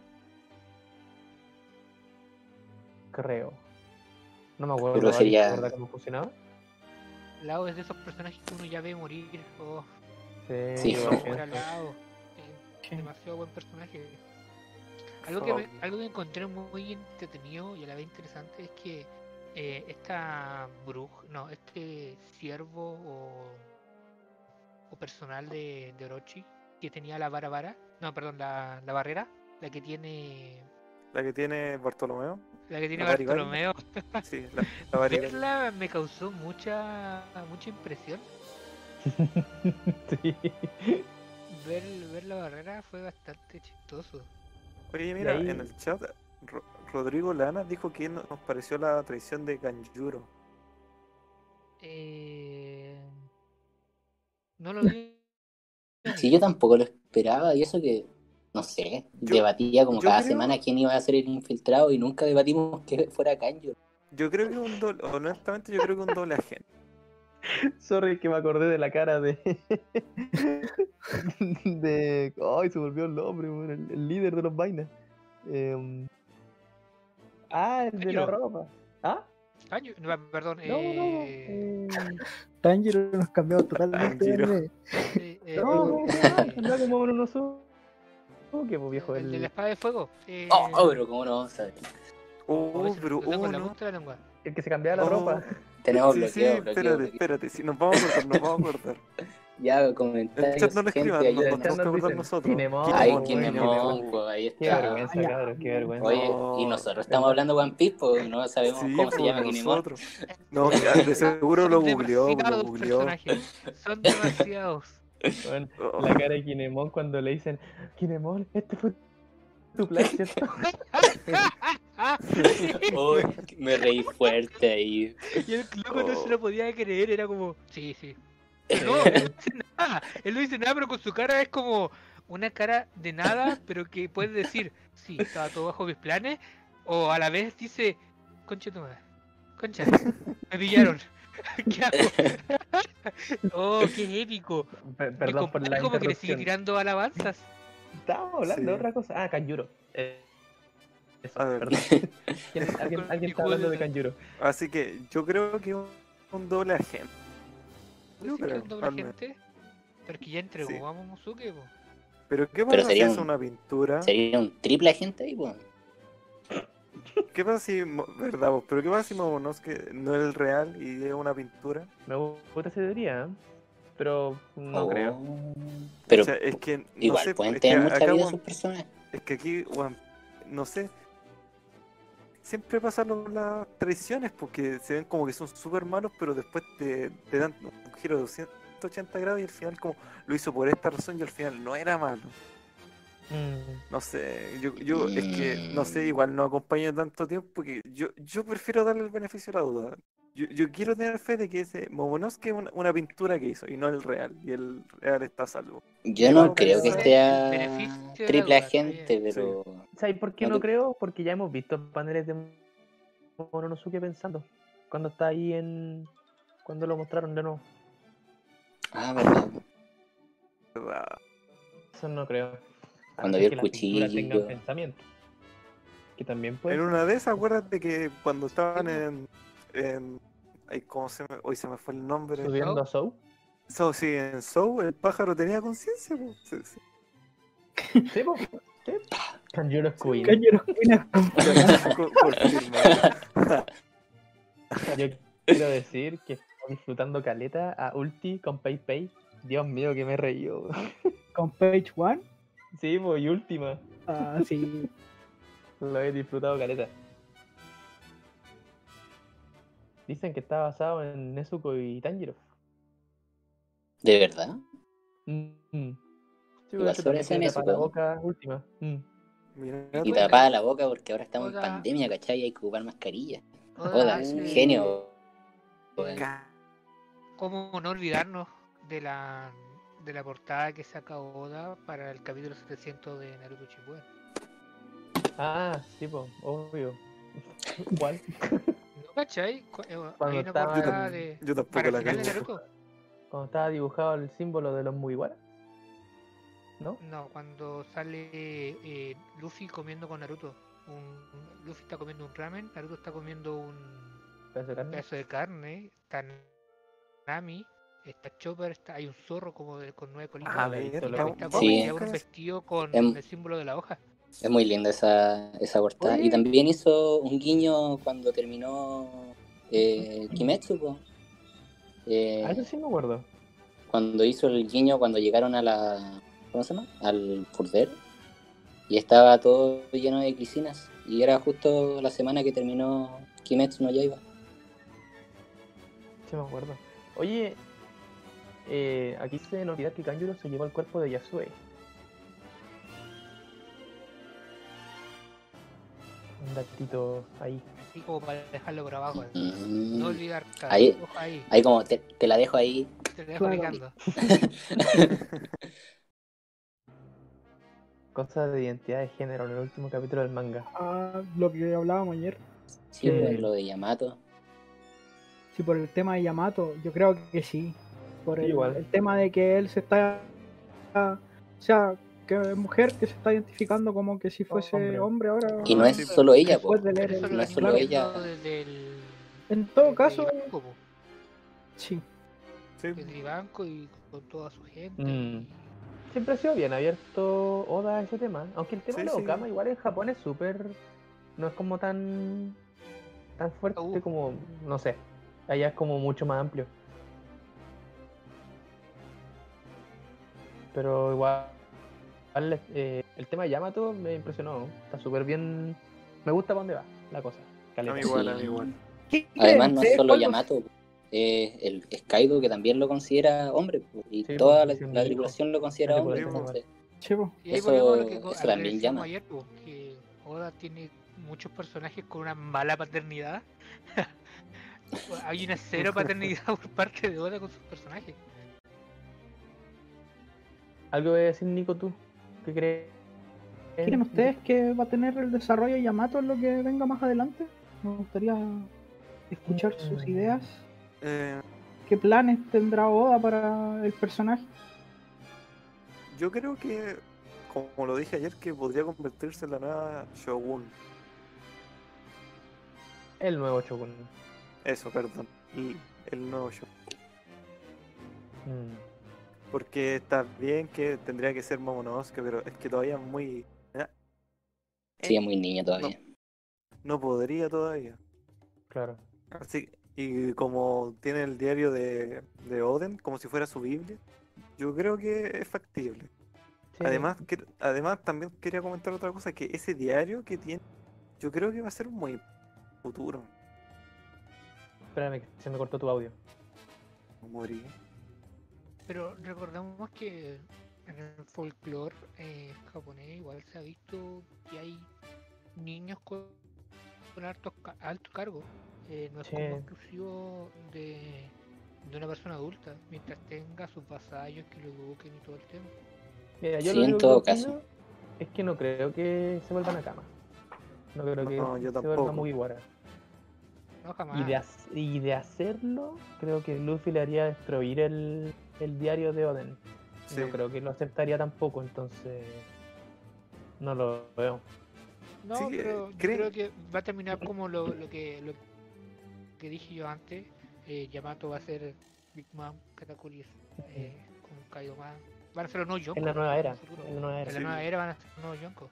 A: Creo. No me acuerdo,
E: Pero
A: ¿alguien
E: sería-
A: se acuerda cómo funcionaba?
B: Lao es de esos personajes que uno ya ve morir. Oh,
A: Sí,
E: Sí.
A: igual
D: No,
B: era
A: pienso.
B: Lao. Eh, demasiado buen personaje. Algo que, me, algo que encontré muy entretenido y a la vez interesante es que eh, esta bruja, no, este siervo o, o personal de, de Orochi que tenía la vara vara, no, perdón, la, la barrera, la que tiene
D: La que tiene Bartolomeo.
B: la que tiene
D: La Bari Bari.
B: Bartolomeo,
D: Sí, la, la Bari Bari.
B: verla me causó mucha mucha impresión.
A: Sí.
B: Ver, ver la barrera fue bastante chistoso.
D: Oye, mira,
A: ahí-
D: en el chat, Ro- Rodrigo Lana dijo que no- nos pareció la traición de Kanjuro.
B: Eh, no lo vi.
E: Sí, yo tampoco lo esperaba. Y eso que, no sé,
D: Yo-
E: debatía como
D: yo
E: cada
D: creo-
E: semana quién iba a ser el infiltrado y nunca debatimos que fuera Kanjo.
D: Yo creo que un doble, honestamente, yo creo que un doble agente.
A: Sorry que me acordé de la cara de. de. Ay, se volvió el nombre, weón, el, el líder de los vainas. Em, Ah, el de la
B: Tanjiro.
A: ropa. ¿Ah?
B: Año- no, perdón,
A: No, no.
B: eh,
A: eh,
C: Tanjiro nos cambió totalmente de
D: Tanjiro.
C: anime.
B: eh, eh,
A: No, ¿cómo se llama?
B: eh,
A: Andaba como Momonosuke, pues viejo.
B: el de la
A: El,
B: espada de fuego. Eh,
E: Oh, oh, pero cómo no vamos a ver.
B: oh,
D: Oh,
B: ese
D: pero,
B: lo tengo
D: oh,
B: en la
D: no.
B: punta de la lengua.
A: el que se cambiaba la
D: Oh.
A: ropa.
E: Tenemos
D: Sí, sí,
E: bloqueo, bloqueo,
D: espérate,
E: bloqueo.
D: espérate, sí, nos vamos a cortar, nos vamos a cortar.
E: Ya,
D: El
E: comentarios,
D: chat no lo
E: gente,
D: escriban,
E: ahí
D: nos,
A: el
D: nos
A: chat
D: tenemos que
A: nos
D: acordar
A: dicen,
D: nosotros.
A: Kinemon,
E: Ay,
A: Kinemon,
E: Kinemon,
A: Kinemon.
E: pues ahí
A: Qué
E: está.
A: vergüenza,
C: Ah, ya.
A: cabrón, qué vergüenza.
E: Oye,
D: No.
E: y nosotros estamos hablando de One Piece, pues no sabemos
D: Sí,
E: cómo se
D: pues,
E: llama Kinemon.
D: nosotros. No, ya, de seguro
B: Son
D: lo googleó, lo
B: demasiados
D: googleó.
B: personajes. Son demasiados.
A: Bueno,
D: Oh.
A: la cara de Kinemon cuando le dicen, Kinemon, este fue tu plan, ¿cierto?
E: Uy, me reí fuerte ahí.
B: Y el loco no se
D: Oh.
B: lo podía creer, era como, sí, sí. Pero no, él no dice nada. Él no dice nada, pero con su cara es como una cara de nada, pero que puede decir, sí, estaba todo bajo mis planes. O a la vez dice, concha tu madre, concha, me pillaron. ¿Qué hago? Oh, qué épico.
A: Per-
B: Mi
A: Perdón por la
B: compadre como que le sigue
A: interrupción.
B: tirando alabanzas.
A: Estábamos hablando de
D: Sí.
A: otra cosa. Ah, Kanjuro. Eh, eso,
D: A ver.
A: perdón. ¿Quién- alguien,
B: Con
A: alguien
B: mi
A: está hablando de
B: juego
A: Kanjuro.
D: Así que yo creo que un, un doble agente. Yo
B: Puede ser que
D: creo,
B: un doble
D: al menos.
B: agente, porque ya entregó
D: Sí.
B: a Momosuke, po.
D: Pero ¿qué
E: Pero
D: pasa
E: sería
D: si es
E: un-
D: una pintura?
E: Sería un triple agente ahí, pues.
D: ¿Qué pasa si, mo- verdad, vos? Pero qué pasa si Momonosuke no es el real y es una pintura?
A: Me gusta esa teoría, ¿eh? Pero no
E: Oh.
A: creo.
E: Pero
D: O sea, es que no
E: igual
D: sé,
E: pueden
D: es que
E: tener mucha
D: acá
E: vida
D: One-
E: sus personajes.
D: es que aquí One- no sé. siempre pasa lo- las traiciones, porque se ven como que son súper malos, pero después te, te dan un giro de ciento ochenta grados y al final como lo hizo por esta razón y al final no era malo.
A: Mm,
D: No sé, yo, yo es que, no sé, igual no acompaño tanto tiempo que yo, yo prefiero darle el beneficio a la duda. Yo, yo quiero tener fe de que ese Momonosuke es una, una pintura que hizo y no el real, y el real está a salvo.
E: Yo
D: Yo
E: no creo que
D: pensaba-
E: esté
B: Beneficio
E: a
B: de la
E: triple
B: duda, está
E: agente,
B: bien.
E: pero
A: ¿Sabes por qué
E: No
A: no,
E: te-
A: creo? Porque ya hemos visto paneles de Momonosuke pensando. Cuando está ahí en... Cuando lo mostraron de nuevo.
E: ah, verdad.
D: ah,
A: Eso no creo. A
E: Cuando
A: no
E: vio
A: ser
E: el
A: que la pintura tenga un
E: cuchillo.
A: pensamiento. Que también puede
D: En
A: ser.
D: una de esas, acuérdate que cuando estaban en. en ay, ¿cómo se me, hoy se me fue el nombre?
A: Subiendo a Soul.
D: So, sí, en Soul el pájaro tenía conciencia, po. Sí, sí.
A: Sí, po. Sí. Kanjuro Queen.
C: Cañeros Queen es
D: Co- confirma.
A: Yo quiero decir que estoy disfrutando caleta a Ulti con Pay Pay. Dios mío, que me reí.
C: con Page One.
A: Sí, pues, y última.
C: Ah, sí.
A: Lo he disfrutado caleta. Dicen que está basado en Nezuko y Tanjiro.
E: ¿De verdad?
A: Mm. Sí,
E: Igual
A: porque
E: sobre
A: también
E: ese
A: tiene tapada la
E: Nezuko.
A: boca última. Mm.
D: Mira,
E: Y
B: Oye,
E: tapada la boca porque ahora estamos en
B: Oda-
E: pandemia, ¿cachai? Hay que ocupar mascarilla.
B: Oda
E: Oda,
B: hace-
E: genio.
D: ca-
B: ¿Cómo no olvidarnos de la de la portada que saca Oda para el capítulo setecientos de Naruto Shippuden?
A: Ah, sí, pues, obvio. ¿Cuál?
B: ¿No cachai? Cu- eh, Hay
A: Cuando
B: una
A: estaba
D: yo,
B: portada
A: en-
B: de
D: yo tampoco
B: para el
D: la
B: final de
D: cacho.
B: Naruto.
A: Cuando estaba dibujado el símbolo de los Mugiwara. ¿No?
B: No, cuando sale eh, Luffy comiendo con Naruto. Un, Luffy está comiendo un ramen, Naruto está comiendo un
A: Pedazo de carne.
B: pedazo de carne, está Nami, está Chopper, está, hay un zorro como de, con nueve colitas.
A: Ah,
D: A
A: la he
D: ver,
A: visto,
B: y
A: lo he
B: Nami
D: vamos,
B: está
A: visto.
B: con,
E: Sí.
B: lleva un vestido con
E: Em-
B: el símbolo de la hoja.
E: Es muy linda esa, esa portada.
A: Oye.
E: Y también hizo un guiño cuando terminó eh, Kimetsu, po. Eh,
A: Ah, eso sí me acuerdo.
E: cuando hizo el guiño cuando llegaron a la... ¿Cómo se llama? Al burdel. Y estaba todo lleno de crisinas. Y era justo la semana que terminó Kimetsu no Yaiba.
A: Sí me acuerdo. Oye, eh, aquí se debe olvidar que Kanjuro se llevó el cuerpo de Yasue. Un datito ahí.
B: Así como para dejarlo por abajo. así.
E: Mm.
B: No olvidar cada
E: Ahí-
B: ojo ahí.
E: Ahí como te, te la dejo ahí.
B: Te dejo
C: Claro.
B: picando.
A: Cosas de identidad de género en el último capítulo del manga.
C: Ah, lo que hablábamos ayer.
E: Sí,
A: Eh.
E: pues, lo de Yamato.
C: Sí, por el tema de Yamato, yo creo que sí. Por
A: Sí,
C: el,
A: igual.
C: el tema de que él se está. O sea, que es mujer que se está identificando como que si fuese
A: Hombre.
C: hombre, ahora.
E: Y no
D: Ah,
E: es
D: sí,
E: solo ella, po.
C: después de leer
B: Pero eso
C: el-
B: lo
E: no es
B: venimos
E: solo
B: viendo
E: ella.
B: desde el.
C: En todo
B: desde
C: caso,
B: Ibanco, po.
C: sí.
D: Sí,
B: Desde Ibanco y con toda su gente.
A: Mm. Siempre ha sido bien abierto Oda a ese tema. Aunque el tema
D: Sí,
A: de los
D: sí.
A: Okama igual en Japón es súper... No es como tan... Tan fuerte
B: Uh.
A: como... No sé. Allá es como mucho más amplio. Pero igual... igual, eh, el tema de Yamato me impresionó. Está súper bien... Me gusta para dónde va la cosa.
D: a
A: Caleta.
D: mí igual, a
E: Sí.
D: mí igual.
C: ¿Qué
E: Además
C: creen
E: no es
C: ustedes?
E: solo
C: ¿Cuál-
E: Yamato, eh, el Skaido que también lo considera hombre, po, y
A: Sí,
E: toda
A: pues,
E: la,
A: sí, mi
E: la
A: hijo.
E: tripulación lo considera
A: Sí, pues,
E: hombre.
D: sí,
E: Entonces,
C: Sí, po.
B: Y ahí
E: Eso-
B: volvemos a lo que, co-
E: eso
B: a lo que
E: también
B: decíamos
E: llama.
B: ayer, pues, que Oda tiene muchos personajes con una mala paternidad. Hay una cero paternidad por parte de Oda con sus personajes.
A: ¿Algo de decir, Nico, tú? ¿Qué crees?
C: ¿Creen ustedes que va a tener el desarrollo de Yamato en lo que venga más adelante? Me gustaría escuchar sus
A: Mm.
C: ideas.
D: Eh,
C: ¿Qué planes tendrá Oda para el personaje?
D: yo creo que, como lo dije ayer, que podría convertirse en la nueva Shogun.
A: El nuevo Shogun.
D: Eso, perdón. El, el nuevo Shogun.
A: Mm.
D: Porque está bien que tendría que ser Momonosuke, pero es que todavía es muy... ¿eh?
E: sí, es muy niña todavía.
D: No podría todavía.
A: Claro.
D: Así, y como tiene el diario de, de Oden, como si fuera su Biblia, yo creo que es factible.
A: Sí.
D: Además, que, además también quería comentar otra cosa, que ese diario que tiene yo creo que va a ser muy futuro.
A: Espérame, que se me cortó tu audio.
D: Morí.
B: Pero recordamos que en el folclore eh, japonés igual se ha visto que hay niños con, con altos ca- alto cargo. Eh, no es
A: Sí.
B: como exclusivo de, de una persona adulta, mientras tenga sus vasallos que lo eduquen y todo el tema.
A: Mira, yo
E: Sí,
A: lo
E: en
A: único
E: todo
A: que opino
E: caso.
A: es que no creo que se vuelvan a cama. No creo que
D: No, yo
A: se
D: tampoco.
A: vuelva muy guara.
B: No jamás.
A: Y de, hac- y de hacerlo, creo que Luffy le haría destruir el, el diario de Oden.
D: Sí.
A: No creo que lo aceptaría tampoco, entonces no lo veo.
B: No,
D: Sí,
B: pero yo
D: ¿creen?
B: creo que va a terminar como lo, lo que lo que dije yo antes. Eh, Yamato va a ser Big Mom, Katakuri eh, con Kaido más. Van a ser los nuevos Yonko.
A: En la nueva
B: en
A: era.
B: el futuro.
A: En la nueva
B: En
A: era.
B: la
D: Sí.
B: nueva era van a ser los nuevos Yonko.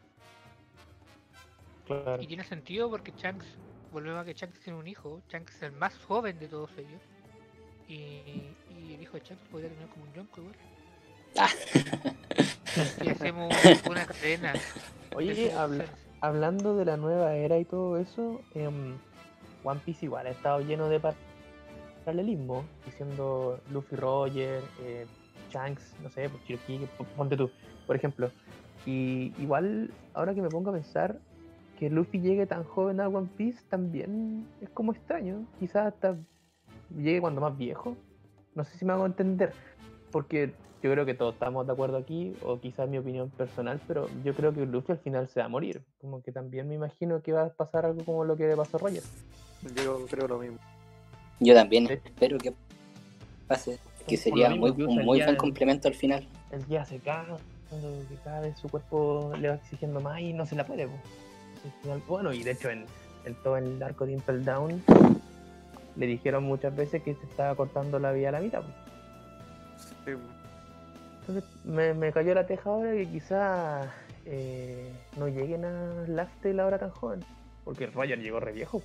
A: Claro.
B: Y tiene sentido porque Shanks, volvemos a que Shanks tiene un hijo. Shanks es el más joven de todos ellos. Y, y el hijo de Shanks podría tener como un Yonko igual.
E: Ah,
B: Y hacemos una cadena.
A: Oye,
B: de
A: habla-
B: sucesos.
A: hablando de la nueva era y todo eso, em, One Piece igual ha estado lleno de par- paralelismo, diciendo Luffy Roger, eh, Shanks, no sé, pues Cherokee, p- ponte tú, por ejemplo. Y igual, ahora que me pongo a pensar, que Luffy llegue tan joven a One Piece también es como extraño. Quizás hasta llegue cuando más viejo. No sé si me hago entender, porque yo creo que todos estamos de acuerdo aquí, o quizás mi opinión personal, pero yo creo que Luffy al final se va a morir. Como que también me imagino que va a pasar algo como lo que le pasó a Roger.
D: Yo creo lo mismo.
E: yo también
A: Sí.
E: espero que pase, que
A: Por
E: sería
A: lo mismo
E: muy,
A: que usa
E: un
A: el
E: muy
A: día
E: buen
A: del-
E: complemento al final.
A: El día se caga, que cada vez su cuerpo le va exigiendo más y no se la puede. Po. Al final- Bueno, y de hecho en, en todo el arco de Impel Down le dijeron muchas veces que se estaba cortando la vida a la mitad. Po.
D: Sí.
A: Entonces me, me cayó la teja ahora que quizás eh, no lleguen a Laftel ahora tan joven. Porque Roger llegó re viejo.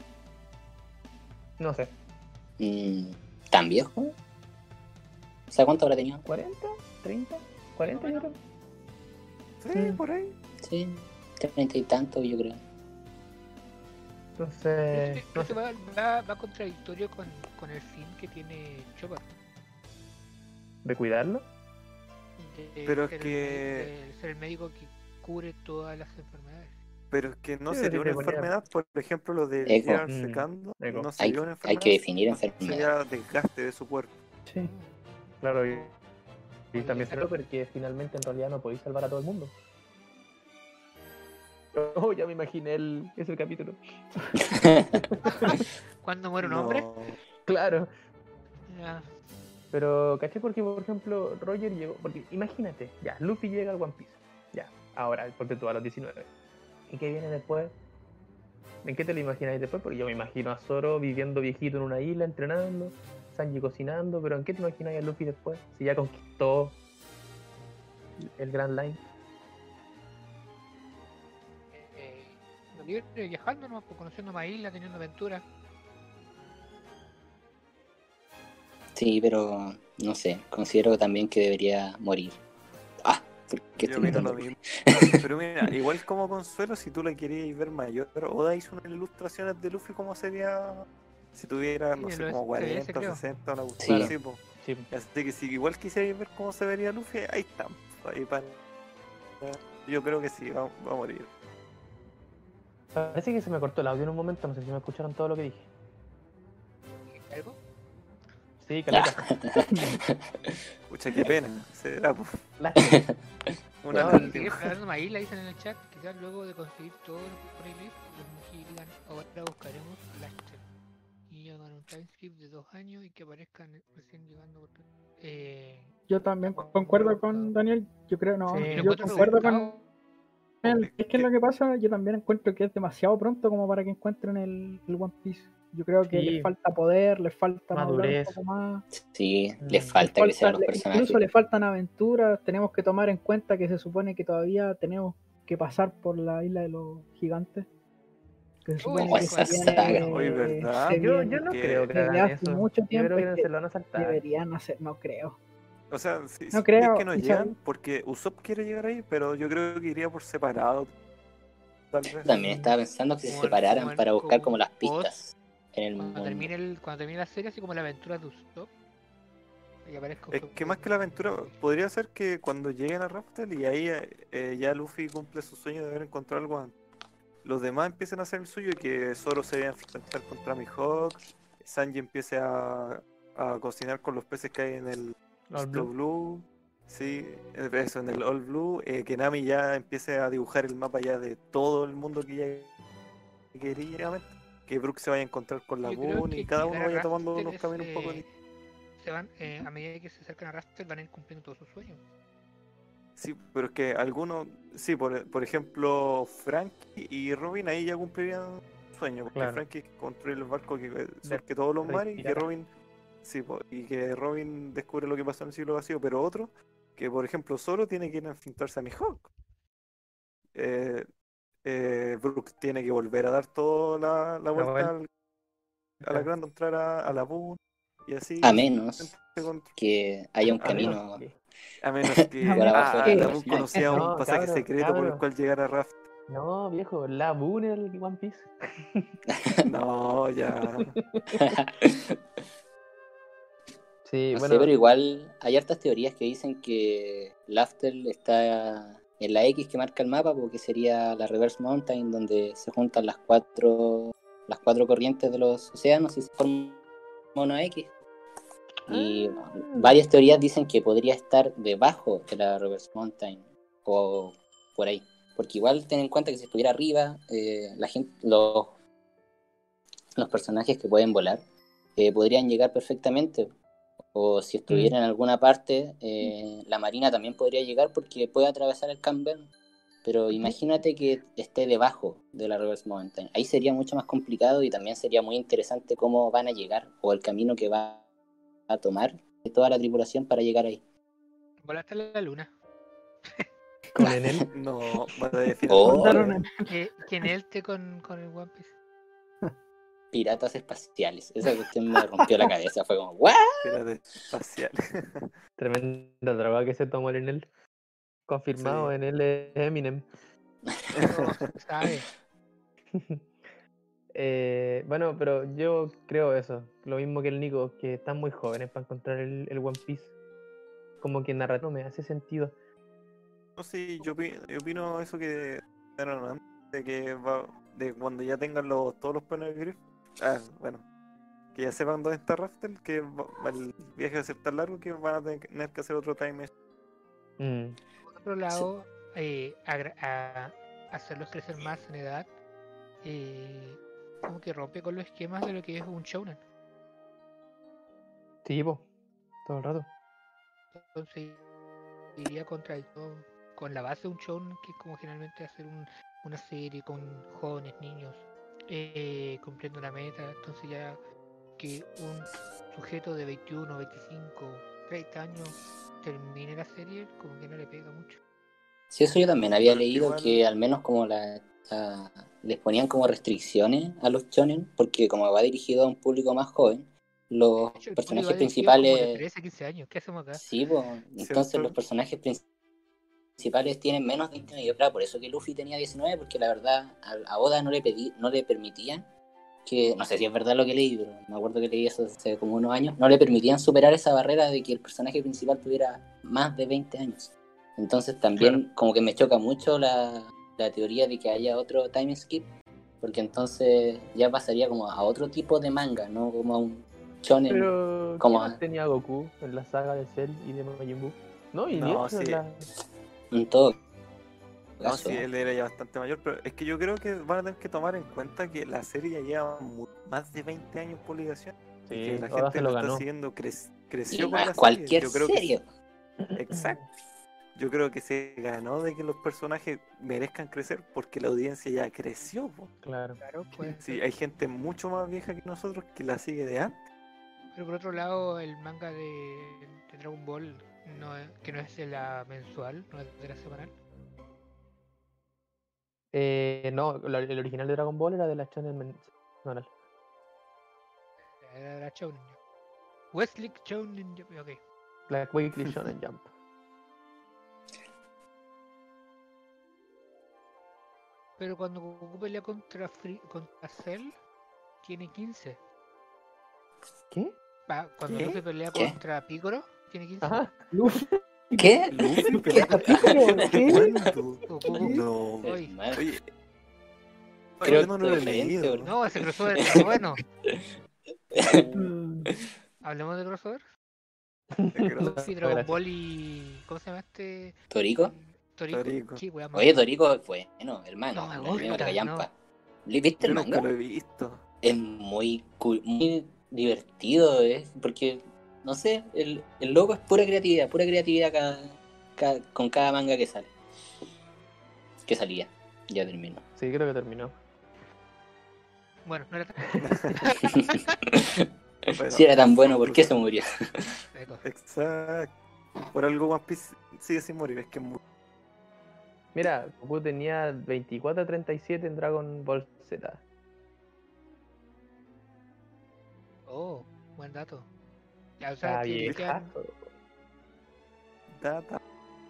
A: No sé,
E: Mm, ¿Tan viejo? O sea, ¿cuánto habrá tenido?
A: ¿cuarenta? ¿treinta? ¿cuarenta yo creo?
D: Sí,
A: Mm.
D: por ahí.
E: Sí, treinta y tanto, yo creo.
A: Entonces,
B: Esto,
A: no
B: esto
A: sé.
B: va, va, va contradictorio con, con el fin que tiene Chopper.
A: ¿De cuidarlo?
B: de
D: Pero es
B: ser el
D: que-
B: médico- de ser el médico que cubre todas las enfermedades.
D: Pero es que no
A: Sí,
D: sería
A: sí,
D: una
A: te ponía-
D: enfermedad, por ejemplo, lo de
E: Eco.
D: Gerard
A: Mm,
D: secando,
A: eco.
D: no
E: Hay,
D: sería una
E: hay
D: enfermedad.
E: que definir enfermedad.
D: Sería desgaste de su cuerpo.
C: Sí.
A: Claro, y, y
B: Oye,
A: también se
B: claro.
A: porque finalmente en realidad no podéis salvar a todo el mundo. Oh, ya me imaginé el, ese capítulo.
B: ¿Cuándo muere un hombre?
D: No.
A: Claro.
B: Ya.
A: Pero, ¿caché? Porque, por ejemplo, Roger llegó. Porque imagínate, ya, Luffy llega al One Piece. Ya, ahora, porque tú a los diecinueve. ¿Y qué viene después? ¿En qué te lo imagináis después? Porque yo me imagino a Zoro viviendo viejito en una isla, entrenando, Sanji cocinando, pero ¿en qué te imagináis a Luffy después? Si ya conquistó el Grand Line.
B: Eh, lo libre viajando, ¿no? Pues, conociendo más islas, teniendo aventuras.
E: Sí, pero no sé, considero también que debería morir. Ah, porque
D: Yo
E: estoy
D: opino
E: gritando.
D: lo mismo. Pero mira, igual como consuelo, si tú la querías ver mayor, Oda hizo unas ilustraciones de Luffy como sería si tuviera,
B: Sí,
D: no
B: en
D: sé,
B: los
D: como
B: S B S,
D: cuarenta,
B: creo.
D: sesenta, una
E: Sí.
D: cuestión así, po.
A: Sí.
D: Así que si igual quisierais ver cómo se vería Luffy, ahí está. Ahí para... Yo creo que sí, va, va a morir.
A: Parece que se me cortó el audio en un momento, no sé si me escucharon todo lo que dije.
B: ¿Algo?
A: Sí, caleta.
D: Pucha, qué pena. Será, po.
A: Lástima.
D: Una
A: No,
B: Sigue
D: lástima.
B: explorando más islas, dicen en el chat. Quizás luego de conseguir todos los Poneglyphs, los Mugi digan, ahora buscaremos Laster. Y hagan un timeskip de dos años y que aparezcan recién llegando. Por... Eh,
C: Yo también concuerdo con Daniel. Yo creo, no,
A: Sí.
B: y lo
C: yo
B: encuentro
C: concuerdo con
B: rebuscado.
C: él. Es que es lo que pasa, yo también encuentro que es demasiado pronto como para que encuentren el, el One Piece. Yo creo que
A: Sí.
C: les falta poder, les falta madurar un
A: Madurez.
C: poco más.
E: Sí,
A: Mm.
E: les
C: Les
E: falta crecer a
C: falta-
E: los
C: le-
E: personajes.
C: incluso le faltan aventuras. Tenemos que tomar en cuenta que se supone que todavía tenemos que pasar por la isla de los gigantes. Que se supone
B: Uy,
E: Oh,
C: que
E: esa
C: se
E: saga.
C: viene,
D: Oye, ¿verdad?
C: se
A: Yo,
C: viene
A: yo no
D: que-
A: creo que
C: desde
A: hagan
C: hace
A: eso.
C: mucho
A: Yo
C: tiempo.
A: creo que
C: es
A: no
C: que
A: se lo van a saltar.
C: deberían hacer, no creo.
D: O sea, si,
C: No
D: si-
C: creo,
D: es que no
C: y
D: llegan
C: sabe-
D: porque Usopp quiere llegar ahí, pero yo creo que iría por separado. tal vez.
E: También estaba pensando que se
B: Como-
E: separaran
B: como en-
E: para buscar
B: como
E: como las
B: post-
E: pistas en el
B: Cuando
E: mundo.
B: termine, el, cuando termine la serie, así como la aventura de Usopp, y aparezca
D: Es
B: Usopp
D: que
B: con-
D: más que la aventura, podría ser que cuando lleguen a Raftel y ahí eh, ya Luffy cumple su sueño de haber encontrado algo antes, los demás empiecen a hacer el suyo y que Zoro se vaya a enfrentar contra Mihawk, Sanji empiece a, a cocinar con los peces que hay en el
A: All
D: Steel
A: Blue.
D: Blue, sí, eh, eso, en el All Blue, eh, que Nami ya empiece a dibujar el mapa ya de todo el mundo que ya quería, que Brook se vaya a encontrar con la
B: Yo creo
D: Boon
B: que
D: y cada uno
B: llegar a
D: vaya tomando
B: Raftel
D: los
B: es,
D: caminos un poco
B: eh,
D: distintos.
B: se van, eh, a medida que se acercan a Raftel van a ir cumpliendo todos sus sueños.
D: Sí, pero es que algunos, sí, por, por ejemplo, Frankie y Robin ahí ya cumplirían sueño, porque
A: Claro.
D: Frankie construye los barcos que surque todos los
A: Rey
D: mares y que
A: pirata.
D: Robin, sí, po, y que Robin descubre lo que pasó en el siglo vacío, pero otro, que por ejemplo Zoro tiene que ir a enfrentarse a Mihawk. Eh, eh, Brook tiene que volver a dar toda la, la vuelta al- a la Grand entrar a, a la Boon y así
E: A menos
D: con-
E: que haya un
D: a menos
E: camino
A: que-
D: a menos que
E: por abajo
D: ah,
E: de
D: la
E: la
D: Boon
E: Rosemary.
D: conocía un
A: No,
D: pasaje
A: cabro,
D: secreto por el
A: cabro.
D: cual llegar a Raft.
A: No, viejo, la Boon era el One Piece.
D: No, ya.
A: Sí,
E: No sé,
A: bueno,
E: pero igual hay hartas teorías que dicen que Laftel está en la X que marca el mapa, porque sería la Reverse Mountain, donde se juntan las cuatro las cuatro corrientes de los océanos y se forma una X. Y
A: Ah.
E: varias teorías dicen que podría estar debajo de la Reverse Mountain o por ahí. Porque igual ten en cuenta que si estuviera arriba, eh, la gente, los, los personajes que pueden volar eh, podrían llegar perfectamente. O si estuviera en alguna parte, eh, la marina también podría llegar porque puede atravesar el Campbell. Pero imagínate que esté debajo de la Reverse Mountain. Ahí sería mucho más complicado y también sería muy interesante cómo van a llegar o el camino que va a tomar de toda la tripulación para llegar ahí.
B: Volaste a la luna.
A: con Enel.
D: No, va a definir
E: Oh.
C: Mandaron en-
B: Que, que en él te con, con el One Piece.
E: Piratas espaciales. Esa cuestión me rompió la cabeza. Fue como, ¿what?
D: espérate, espacial.
A: Tremenda droga que se tomó el Enel. Confirmado,
D: Sí.
A: Enel es Eminem.
B: No se sabe.
A: Eh, bueno, pero yo creo eso. Lo mismo que el Nico, que están muy jóvenes para encontrar el, el One Piece. Como que narrativo no me hace sentido.
D: No sé, yo, opi- yo opino eso que dijeron antes, de que va, de cuando ya tengan los, todos los planes de Griff. Ah, bueno, que ya sepan dónde está Raftel, que va- va- el viaje va a ser tan largo que van a tener que hacer otro time.
A: Mm,
B: Por otro lado, eh, agra- a- hacerlos crecer más en edad, eh, como que rompe con los esquemas de lo que es un shounen.
A: sí, po, todo el rato.
B: Entonces iría contra el todo, con la base de un shounen, que es como generalmente hacer un- una serie con jóvenes, niños, eh, cumpliendo una meta. Entonces ya que un sujeto de veintiuno, veinticinco, treinta años termine la serie, como que no le pega mucho.
E: Sí, eso yo también había
D: Pero es que
E: leído
D: igual-
E: que al menos como la, la- les ponían como restricciones a los shonen, porque como va dirigido a un público más joven, los
B: De hecho, el público
E: personajes
B: ha dirigido como de
E: principales...
B: trece, quince años. ¿Qué hacemos acá?
E: Sí, pues, entonces
D: ¿Cierto?
E: los personajes principales tienen menos de veinte años. Claro, por eso que Luffy tenía diecinueve, porque la verdad a, a Oda no le pedí, no le permitían que, no sé si es verdad lo que leí, pero me acuerdo que leí eso hace como unos años, no le permitían superar esa barrera de que el personaje principal tuviera más de veinte años. Entonces también
A: Claro.
E: como que me choca mucho la, la teoría de que haya otro time skip, porque entonces ya pasaría como a otro tipo de manga, no como a un shonen.
A: Pero, ¿qué
E: como
A: más tenía Goku en la saga de Cell y de Majin Buu? No, y
D: No,
A: de hecho,
D: sí.
A: la...
E: en todo
D: No,
E: caso.
D: sí, él era ya bastante mayor, pero es que yo creo que van a tener que tomar en cuenta que la serie ya lleva mu- más de veinte años por publicación.
A: Sí,
D: y que la
A: Oda
D: gente
A: se
D: lo
A: lo
D: está
A: ganó.
D: siguiendo, cre-
E: Y
D: creció
E: no
D: con
E: es
D: la
E: cualquier
D: serie. Yo creo que
E: serie.
D: Exacto. Yo creo que se ganó de que los personajes merezcan crecer porque la audiencia ya creció. Po.
A: Claro.
B: Claro, pues.
D: Sí, hay gente mucho más vieja que nosotros que la sigue de antes.
B: Pero por otro lado, el manga de, de Dragon Ball, no es- que no es de la mensual, no es de la semanal.
A: Eh, no, la- el original de Dragon Ball era de la Shonen Men- semanal.
B: Era de la Shonen Jump. Wesley Shonen Jump, ok.
A: Black Weekly Shonen Jump.
B: Pero cuando Goku pelea contra, Free, contra Cell, tiene quince.
A: ¿Qué?
B: Pa- cuando
D: ¿Qué?
B: Luffy pelea
E: ¿Qué?
B: contra Piccolo, tiene quince.
A: Ajá.
C: Luffy,
E: ¿Qué?
D: Luffy
E: ¿Qué?
D: pelea
C: Piccolo, ¿qué?
D: ¿Cuándo?
B: Goku.
D: No.
B: Oye,
E: Hermano,
D: Oye.
E: creo
D: yo no
E: que
D: lo he
E: es diferente,
D: leído.
E: bro.
B: no, ese crossover está bueno.
C: Mm,
B: Hablemos de crossover.
D: Creo-
B: Luffy,
A: No,
B: Dragon
A: gracias.
B: Ball y. ¿Cómo se llama este?
E: ¿Torico?
B: Torico.
D: Torico.
B: Qué wea más-
E: Oye, Torico fue bueno, el manga.
B: No me
E: el anime
B: gusta,
E: Maracayampa. ¿Viste
D: Yo
E: el
D: nunca
E: manga?
D: lo he visto.
E: Es muy cool, muy divertido, ¿eh? Porque, no sé, el, el loco es pura creatividad, pura creatividad cada, cada- con cada manga que sale. Que salía, ya termino.
A: Sí, creo que terminó.
B: Bueno, no era tan.
D: Bueno,
E: Si era tan bueno, ¿por qué se murió?
B: Eco.
D: Exacto. Por algo One Piece sigue sin morir. Es que es muy...
A: Mira, Goku tenía veinticuatro a treinta y siete en Dragon Ball Z.
B: Oh, buen dato. Ya, o sea,
A: Está
B: que le quedan-
A: viejazo.
D: data.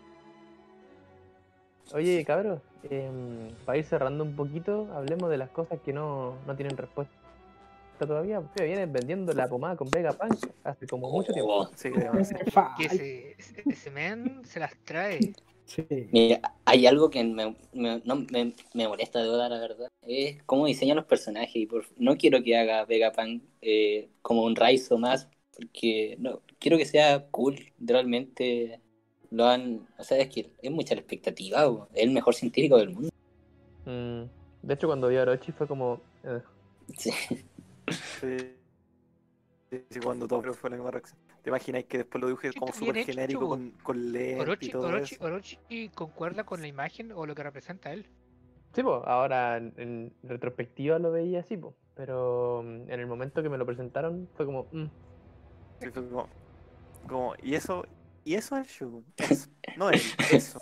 A: Oye, cabros, em, para ir cerrando un poquito, hablemos de las cosas que no, no tienen respuesta todavía. Ustedes vienen vendiendo la pomada con Vegapunk hace como mucho tiempo.
E: Oh,
D: Sí,
C: es
D: demasiado.
C: que fa-
B: que ese, ese, ese men se las trae.
C: Sí.
E: mira, hay algo que me, me- no, me, me molesta de Oda, la verdad. Es cómo diseña los personajes. Y por, no quiero que haga Vegapunk eh, como un Raizo más, porque no quiero que sea cool. Realmente lo han. O sea, es que es mucha la expectativa. bo. Es el mejor científico del mundo.
A: Mm, de hecho, cuando vi a Orochi fue como... eh,
E: Sí.
D: Sí. Sí, sí, cuando todo fue la misma reacción. ¿Te imaginas que después lo dibujé
B: Sí,
D: como
B: está bien
D: súper
B: hecho,
D: genérico
B: bo.
D: con, con lentes y
B: Orochi,
D: todo
B: Orochi,
D: eso?
B: Orochi concuerda con la imagen o lo que representa él.
A: Sí, pues, ahora en, en retrospectiva lo veía así, pues. Pero mm, en el momento que me lo presentaron fue como... mm,
D: Sí, fue como, como, y eso, y eso es el show. Eso, no él, eso.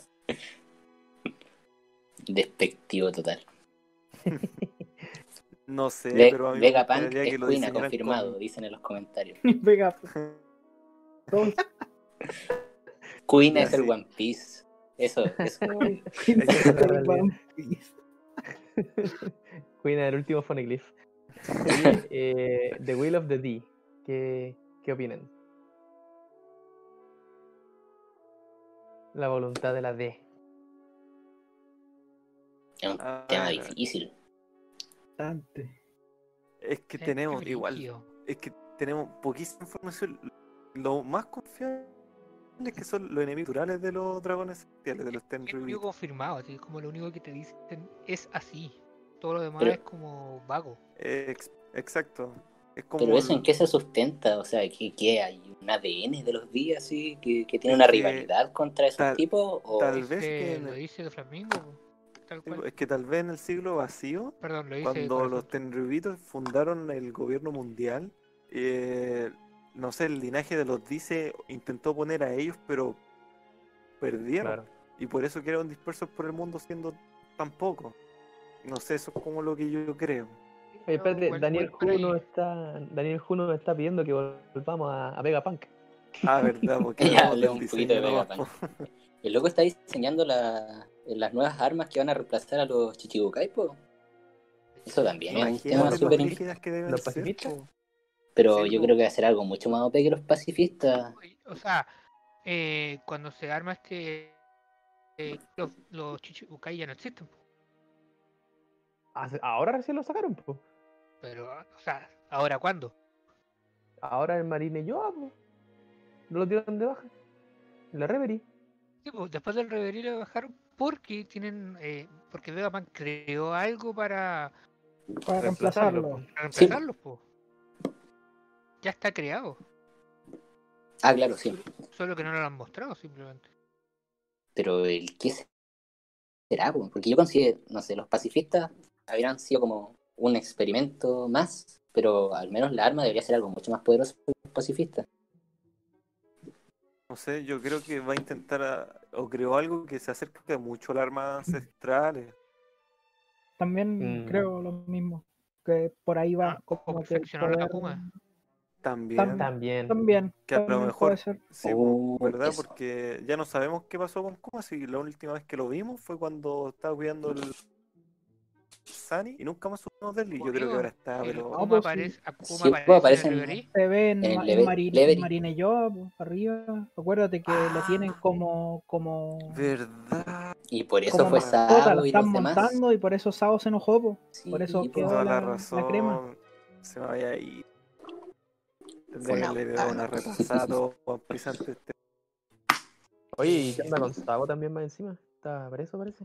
E: Despectivo total.
D: No sé,
E: Ve-
D: pero a mí me
E: Vegapunk
D: gustaría que
E: es
D: lo
E: Kuina,
D: diseñaran
E: confirmado,
D: con...
E: dicen en los comentarios.
C: Vega, todos
E: Kuina
D: Ya,
E: es el
D: sí.
E: One Piece. Eso, eso.
A: Esa es la realidad.
C: One Piece.
A: Cuina del último Phoneglyph. Oye, eh, The Will of the D, ¿qué, qué opinan? La voluntad de la D.
E: Es un
D: Ah,
E: tema difícil.
C: Bastante.
D: es que
B: Eh,
D: tenemos
B: qué
D: igual,
B: brígido.
D: es que tenemos poquísima información. Lo más confiable es que son los enemigos naturales de los dragones celestiales, de los
B: Es lo único
D: Tenryubito.
B: confirmado, así, es como lo único que te dicen es así. Todo lo demás
E: Pero-
B: es como vago.
D: Ex- exacto. Es como
E: Pero eso en
D: el-
E: qué se sustenta, o sea, ¿qué, qué hay? ¿Un A D N de los días así que, que tiene
D: Es
E: una
D: que
E: rivalidad contra esos
D: tal-
E: tipos? O
D: tal vez
B: Dice-
D: que en
B: lo
D: el-
B: dice de Flamingo, po, tal
D: sí,
B: cual.
D: es que tal vez en el siglo vacío,
B: Perdón, lo dice
D: cuando
B: Corazón.
D: los Tenryubitos fundaron el gobierno mundial, eh, no sé, el linaje de los Dice intentó poner a ellos, pero perdieron.
A: Claro.
D: Y por eso quedaron dispersos por el mundo siendo tan pocos. No sé, eso es como lo que yo creo.
A: Oye, espérate,
B: Igual-
A: Daniel
B: igual por ahí.
A: Juno está, Daniel Juno está pidiendo que volvamos a, a Vegapunk.
D: Ah, verdad, porque
E: Ya
D: hablamos
E: hablé
D: del
E: un poquito
D: diseño
E: de
D: nomás,
E: Vegapunk.
D: po.
E: El loco está diseñando la- las nuevas armas que van a reemplazar a los Chichibukai, po. Eso también es un
D: Imagínate
E: tema
A: los
E: súper
D: lo
E: importante.
D: rígidas que deben
A: ¿Los
D: ser,
A: pacifistas?
D: po.
E: Pero
D: Sí,
E: yo
D: po.
E: creo que va a ser algo mucho más O P que los pacifistas.
B: O sea, eh, cuando se arma este. eh, los, los Chichibukai ya no existen, po.
A: Hace- Ahora recién lo sacaron, pues.
B: Pero, o sea, ¿ahora cuándo?
A: Ahora el Marine Yoa, pues. No lo dieron de baja. La Reverie.
B: Sí, pues, después del Reverie lo bajaron porque tienen. Eh, porque Vegapunk creó algo para
C: Para
A: Reemplazarlo,
C: reemplazarlo.
B: reemplazarlos, po. Ya está creado.
E: Ah, claro, sí.
B: Solo que no lo han mostrado simplemente.
E: Pero el qué será, po? Porque yo considero, no sé, los pacifistas habrían sido como un experimento más, pero al menos la arma debería ser algo mucho más poderoso que los pacifistas.
D: No sé, yo creo que va a intentar, a- o creó algo que se acerque mucho a las armas ancestrales.
C: También
A: Mm.
C: creo lo mismo. Que por ahí va.
B: Ah, o
C: Como que el
B: perfeccionó la
C: poder-
B: Akuma.
D: También,
A: También.
C: También.
D: que a lo
C: también
D: mejor,
C: puede ser.
D: sí,
E: Oh,
D: po, ¿verdad?
E: eso.
D: Porque ya no sabemos qué pasó con Kuma, si la última vez que lo vimos fue cuando estaba cuidando el, Sunny y nunca más supimos de él. Y yo creo que ahora está,
B: El
D: pero.
C: No,
B: Akuma
C: pues,
B: aparece, Akuma
E: Sí, pues,
B: aparece
E: aparece
B: en
E: en-
B: el Reverie.
C: Se ve en,
E: En el
C: Ma-
E: leve-
C: en Marine,
E: Levery.
C: Marine Job, arriba. Acuérdate que lo
D: Ah.
C: tienen como, como,
D: ¿Verdad?
E: Y por eso
C: como
E: fue
C: mascota,
E: Sabo
C: la
E: y
C: están
E: los demás.
C: montando y por eso Sao se enojó, po.
E: Sí,
C: Por eso
E: pues,
C: quedó
D: Toda la
C: la,
D: razón.
C: la crema.
D: Se me había ido.
E: Fue
D: Tendría que
E: una
D: haberle pegado
E: botana.
D: una repasada a todo One Piece antes de-
A: Oye, ¿y qué
B: Eh,
A: anda con Sabo también más encima? ¿Está preso, parece?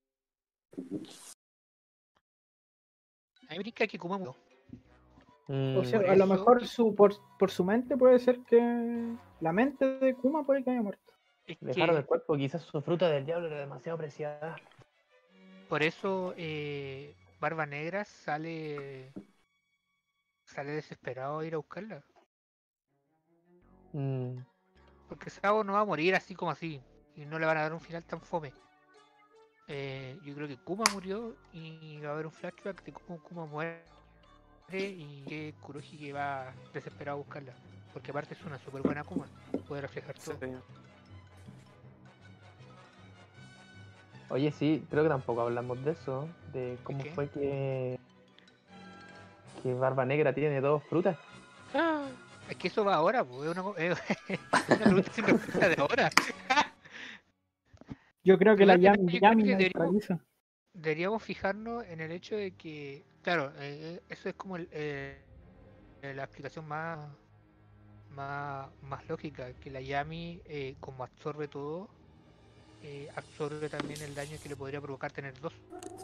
B: A mí me brinca que Akuma murió.
A: Mm,
C: O sea,
B: Por
C: a lo
B: eso-
C: mejor su, por, por su mente puede ser que la mente de Kuma puede que haya muerto.
B: Es
A: dejaron
B: que
A: el cuerpo, quizás su fruta del diablo era demasiado preciada.
B: por eso eh, Barba Negra sale sale desesperado a ir a buscarla.
A: Mm,
B: Porque Sabo no va a morir así como así. Y no le van a dar un final tan fome. Eh, yo creo que Kuma murió y va a haber un flashback de cómo Kuma muere y que Kurohige que va desesperado a buscarla. Porque aparte es una súper buena Kuma. Puede reflejar
D: Sí.
B: todo.
A: Oye, sí, creo que tampoco hablamos de eso, de cómo
B: qué?
A: fue que, que Barba Negra tiene dos frutas.
B: Ah, es que eso va ahora, pues, es una, co- es una pregunta sin respuesta de ahora.
C: Yo creo que la
B: Primero que
C: Yami,
B: nada, yo creo
C: Yami
B: que
C: la
B: deberíamos,
C: neutraliza.
B: deberíamos fijarnos en el hecho de que, claro, eh, eso es como el, eh, la explicación más, más, más lógica, que la Yami, eh, como absorbe todo, eh, absorbe también el daño que le podría provocar tener dos.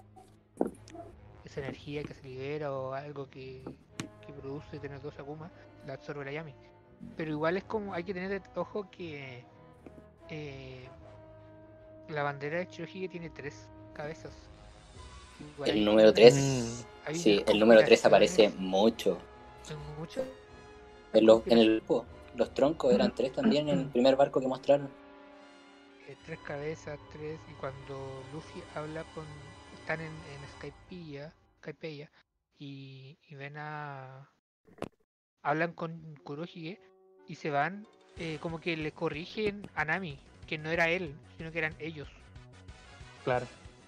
B: Esa energía que se libera o algo que, que produce tener dos Akuma, la absorbe la Yami. Pero igual es como, hay que tener ojo que eh, la bandera de Chirohige tiene tres cabezas. Igual
E: El
B: hay
E: número
B: unas-
E: tres.
B: hay
E: Sí,
B: unas
E: el número tres aparece
B: conspiraciones
E: mucho.
B: en muchas
E: En, los, en
B: conspiraciones,
E: el grupo, los troncos eran tres también en el primer barco que mostraron.
B: eh, tres cabezas, tres, y cuando Luffy habla con, están en, en Skypiea, Skypiea y, y ven a, hablan con Kurohige y se van, eh, como que le corrigen a Nami, que no era él, sino que eran ellos.
A: Claro.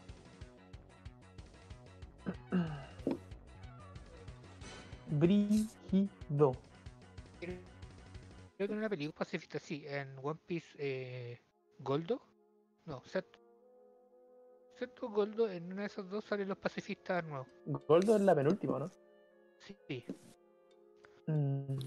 A: Brígido.
B: Creo creo que en una película pacifista, sí, en One Piece eh, Goldo, no, Seto. Seto o Goldo, en una de esas dos salen los pacifistas nuevos.
A: Goldo es la penúltima, ¿no?
B: Sí,
A: Mm.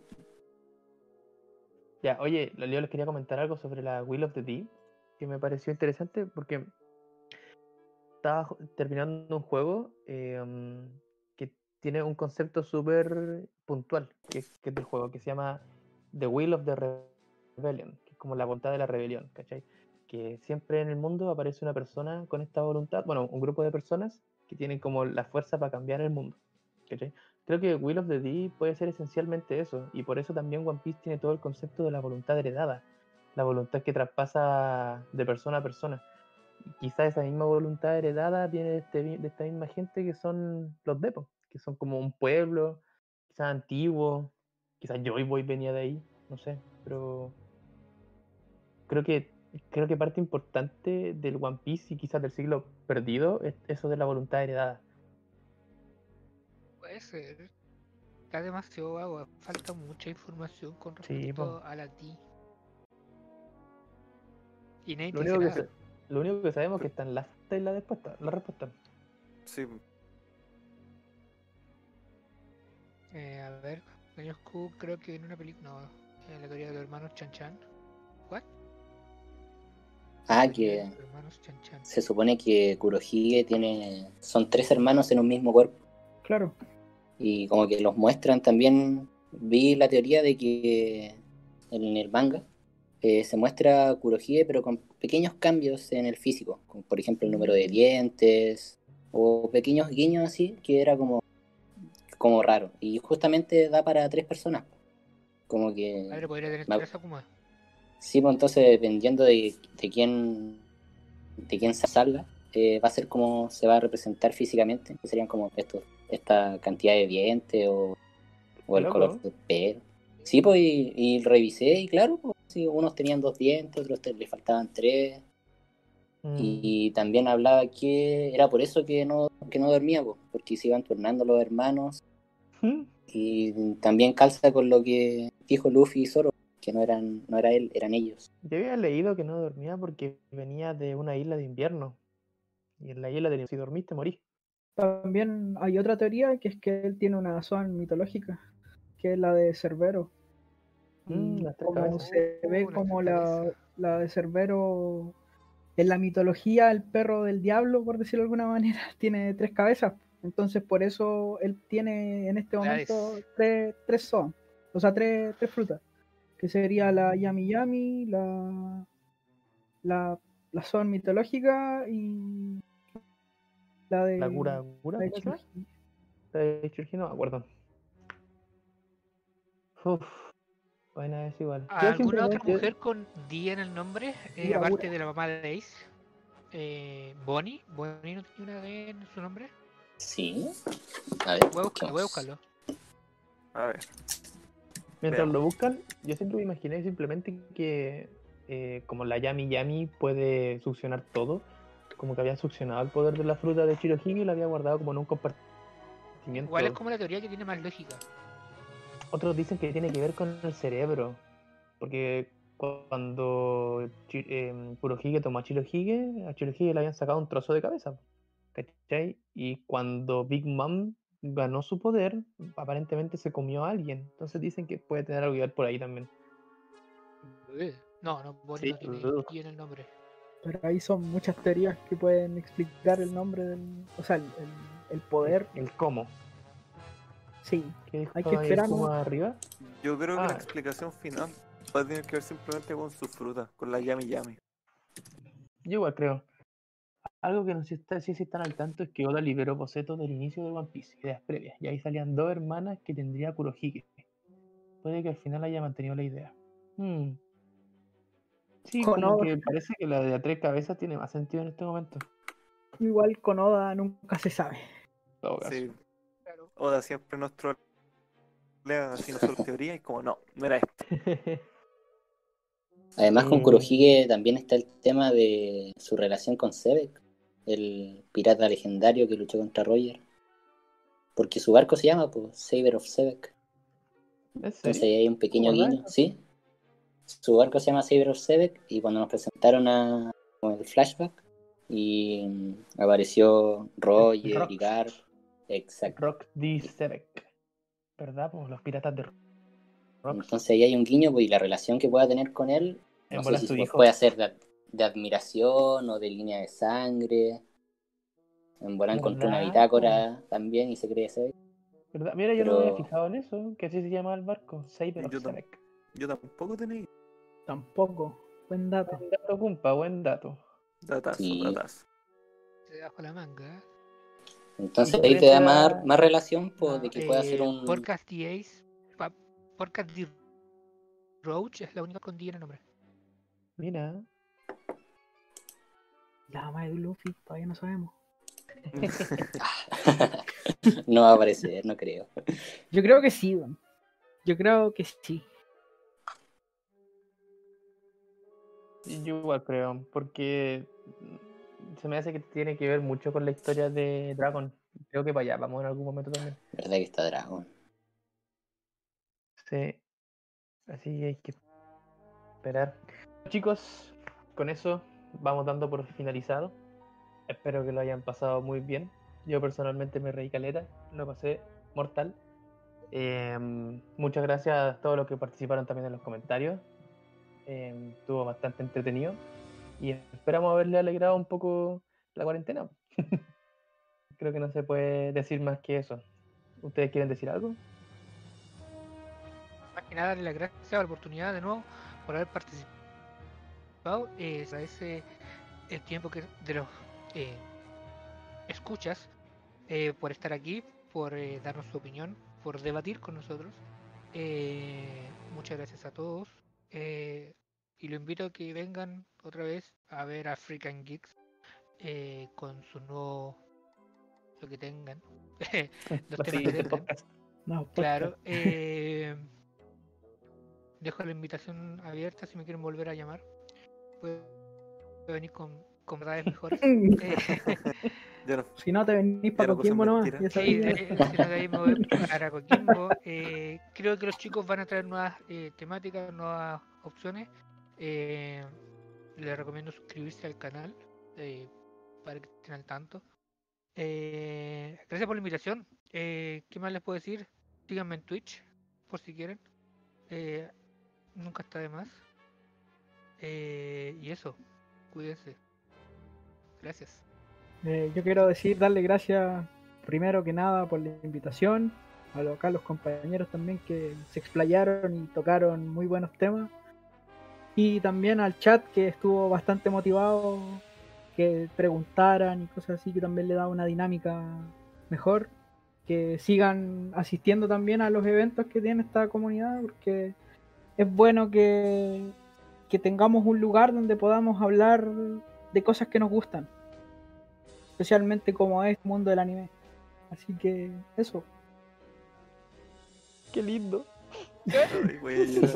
A: Ya, oye, yo les quería comentar algo sobre la Wheel of the Deep, que me pareció interesante porque estaba ju- terminando un juego eh, um, que tiene un concepto súper puntual, que, que es del juego, que se llama The Wheel of the Rebellion, que es como la voluntad de la rebelión, ¿cachai? Que siempre en el mundo aparece una persona con esta voluntad, bueno, un grupo de personas que tienen como la fuerza para cambiar el mundo, ¿cachai? Creo que Wheel of the Deep puede ser esencialmente eso, y por eso también One Piece tiene todo el concepto de la voluntad heredada, la voluntad que traspasa de persona a persona. Y quizá esa misma voluntad heredada viene de, este, de esta misma gente que son los Depos, que son como un pueblo, quizás antiguo, quizás Joy Boy venía de ahí, no sé, pero creo que creo que parte importante del One Piece y quizás del siglo perdido es eso de la voluntad heredada.
B: puede ser. Está demasiado vago, falta mucha información con
A: Sí,
B: respecto
A: po.
B: a la T. Y nadie
A: Lo
B: te dice
A: único que,
B: nada.
A: sa- lo único que sabemos es que está en la, en la respuesta, la respuesta.
D: Sí,
B: Eh, a ver, Daniel Q creo que en una película, no, en la teoría de los hermanos Chan Chan. ¿What?
E: Ah,
B: La teoría de
E: que
B: los hermanos Chan Chan.
E: se supone que Kurohige tiene. Son tres hermanos en un mismo cuerpo.
C: Claro.
E: Y como que los muestran también. Vi la teoría de que en el manga eh, se muestra a Kurohige, pero con pequeños cambios en el físico. Como por ejemplo el número de dientes. O pequeños guiños así, que era como, como raro. Y justamente da para tres personas. Como que.
B: Padre podría tener
E: me-
B: tres Akuma.
E: Sí, pues entonces dependiendo de, de quién de quién salga, eh, va a ser como se va a representar físicamente, que serían como estos, esta cantidad de dientes o, o el
A: Loco.
E: color del pelo. Sí, pues y, y revisé y claro, pues, sí, unos tenían dos dientes, otros te- le faltaban tres.
A: Mm.
E: Y también hablaba que era por eso que no, que no dormía, po, porque se iban turnando los hermanos.
A: ¿Mm?
E: Y también calza con lo que dijo Luffy y Zoro, que no eran, no era él, eran ellos.
A: Yo había leído que no dormía porque venía de una isla de invierno. Y en la isla de invierno, si dormiste, morís.
C: También hay otra teoría que es que él tiene una zona mitológica, que es la de Cerbero.
A: Mm,
C: Y
A: las tres
C: como
A: cabezas.
C: se ve
B: Oh, las
C: como
B: tres
C: la,
B: cabezas.
C: la de Cerbero en la mitología, el perro del diablo, por decirlo de alguna manera, tiene tres cabezas. Entonces por eso él tiene en este momento
B: Hades.
C: tres, tres zonas, o sea, tres, tres frutas, que sería la Yami Yami, la, la, la zona mitológica y la de,
A: La cura, cura,
C: la de
A: ¿cómo se llama?
C: Chirohige.
A: La de Chirurgia, no me acuerdo. Uf, buena es igual. Yo
B: ¿Alguna otra
A: simplemente.
B: mujer con D en el nombre? Eh,
C: Ura,
B: aparte
C: Ura.
B: de la mamá de Ace. Eh, Bonnie. ¿Bonnie no tiene una D en su nombre?
E: Sí. A ver,
B: Voy a, buscar- voy a
E: busquemos.
B: buscarlo.
D: A ver.
A: Mientras
D: Veamos.
A: lo buscan, yo siempre me imaginé simplemente que eh, como la Yami Yami puede succionar todo, como que había succionado el poder de la fruta de Chirohige y la había guardado como en un compartimiento.
B: Igual es como la teoría que tiene más lógica.
A: Otros dicen que tiene que ver con el cerebro, porque cuando Chi- eh, Kurohige tomó a Chirohige, a Chirohige le habían sacado un trozo de cabeza, ¿cachai? Y cuando Big Mom ganó su poder, aparentemente se comió a alguien. Entonces dicen que puede tener algo que ver por ahí también.
B: Ugh. No, no, Bonnie
A: Sí,
B: no tiene
A: ugh.
B: I en el nombre.
C: Pero ahí son muchas teorías que pueden explicar el nombre del, o sea, el, el- el poder.
A: El, el cómo.
C: Sí,
A: ¿Qué dijo
C: hay que
A: ahí
C: esperar.
A: el Kuma arriba?
D: Yo creo que la
A: Ah,
D: explicación final va a tener que ver simplemente con su fruta, con la Yami Yami.
A: yo igual creo. Algo que no sé si sí, sí están al tanto es que Oda liberó bocetos del inicio de One Piece, ideas previas, y ahí salían dos hermanas que tendría Kurohige. Puede que al final haya mantenido la idea. Hmm. Sí,
C: Con
A: como
C: Oda,
A: que parece que la de a tres cabezas tiene más sentido en este momento.
C: igual con Oda nunca se sabe.
A: En todo caso.
D: Sí,
B: Claro.
D: Oda siempre nos trolea así nosotros teoría y como no, no era esto.
E: Además, con
A: Eh,
E: Kurohige también está el tema de su relación con Sebek, el pirata legendario que luchó contra Roger. Porque su barco se llama pues, Saber of Sebek.
A: ¿En
E: Entonces
A: serio?
E: ahí hay un
A: ¿Te
E: pequeño
A: acordás?
E: guiño, ¿sí? Su barco se llama Saber of Sebek y cuando nos presentaron a con el flashback y mm, apareció Roger y
A: Rox.
E: Garp. Exacto.
A: Rox D. Sebek. ¿Verdad? Pues los piratas de Rox.
E: Entonces ahí hay un guiño pues, y la relación que pueda tener con él, no
A: En
E: sé
A: bola
E: si
A: su
E: pues,
A: hijo.
E: puede ser de, de admiración o de línea de sangre. En bola encontró una
A: ¿Verdad?
E: bitácora también y se cree Sebek.
A: ¿Verdad? Mira, yo no me había
E: Pero
A: fijado en eso, que así se llama el barco, Saber of
D: Yo, tam-
A: Sebek.
D: yo tampoco tenía
C: Tampoco. Buen dato.
A: Buen dato, Kumpa, buen dato.
D: datazo,
E: Sí.
D: datazo.
B: Debajo la manga.
E: entonces
A: ¿Y
E: ahí
A: qué
E: te da
A: te
E: más,
A: da?
E: más relación pues,
B: No,
E: de que pueda ser
B: eh,
E: un...
B: Podcast D Ace. pa- Podcast D Roach es la única con D en el nombre.
A: Mira.
C: La mamá de Luffy, todavía no sabemos.
E: no va a aparecer, no creo.
C: Yo creo que sí, weón. Yo creo que sí.
A: Yo igual creo, porque se me hace que tiene que ver mucho con la historia de Dragon. Creo que para allá vamos en algún momento también.
E: ¿Verdad que está Dragon?
A: Sí, así hay que esperar. Chicos, con eso vamos dando por finalizado. Espero que lo hayan pasado muy bien. Yo personalmente me reí caleta, lo pasé mortal. Eh, muchas gracias a todos los que participaron también en los comentarios. Eh, estuvo bastante entretenido y esperamos haberle alegrado un poco la cuarentena. Creo que no se puede decir más que eso. ¿Ustedes quieren decir algo?
B: Más que nada, darle las gracias a la oportunidad de nuevo por haber participado. Eh, se agradece el tiempo que de los eh, escuchas eh, por estar aquí, por eh, darnos su opinión, por debatir con nosotros. Eh, muchas gracias a todos. Eh, y lo invito a que vengan otra vez a ver a Freaking Geeks eh, con su nuevo lo que tengan, los
A: Los
B: temas que
A: siguientes
B: tengan.
A: podcasts.
C: No, podcast.
B: Claro. Eh, dejo la invitación abierta si me quieren volver a llamar. Pueden venir con con verdades mejores. Eh,
D: Ya no,
C: Si no te venís
D: Ya
C: para
D: no cosas
C: Coquimbo nomás.
D: mentiras.
C: Ya
B: sí,
C: sabía.
B: de, si no, de ahí me voy para Coquimbo. Eh, creo que los chicos van a traer nuevas eh, temáticas, nuevas opciones. Eh, les recomiendo suscribirse al canal eh, para que estén al tanto. Eh, gracias por la invitación. Eh, ¿Qué más les puedo decir? Síganme en Twitch, por si quieren. Eh, nunca está de más. Eh, y eso, cuídense. Gracias.
C: Eh, yo quiero decir, darle gracias primero que nada por la invitación, a los, acá los compañeros también que se explayaron y tocaron muy buenos temas, y también al chat que estuvo bastante motivado, que preguntaran y cosas así, que también le da una dinámica mejor, que sigan asistiendo también a los eventos que tiene esta comunidad, porque es bueno que, que tengamos un lugar donde podamos hablar de cosas que nos gustan, especialmente como es el mundo del anime. Así que eso.
A: Qué lindo.
D: Ay, voy a llorar.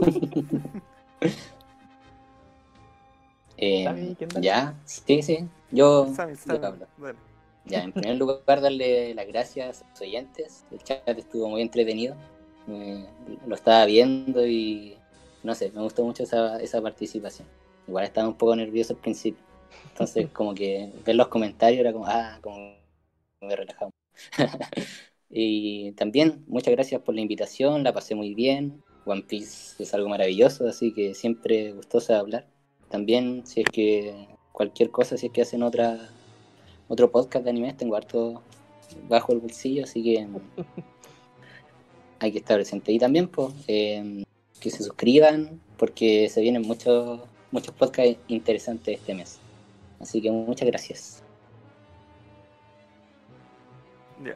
E: Eh,
A: Sammy, ¿quién dale?
E: ya, sí, sí. Yo,
D: Sammy,
E: yo
D: Sammy,
E: hablo.
D: dale.
E: Ya, en primer lugar, darle las gracias a los oyentes. El chat estuvo muy entretenido. Me- lo estaba viendo y no sé, me gustó mucho esa, esa participación. Igual estaba un poco nervioso al principio. Entonces, como que ver los comentarios era como, ah, como me relajaba. Y también, muchas gracias por la invitación, la pasé muy bien. One Piece es algo maravilloso, así que siempre gustoso de hablar. También, si es que cualquier cosa, si es que hacen otra otro podcast de anime, tengo harto bajo el bolsillo, así que hay que estar presente. Y también, pues, eh, que se suscriban, porque se vienen muchos muchos podcasts interesantes este mes. Así que muchas gracias.
D: Ya.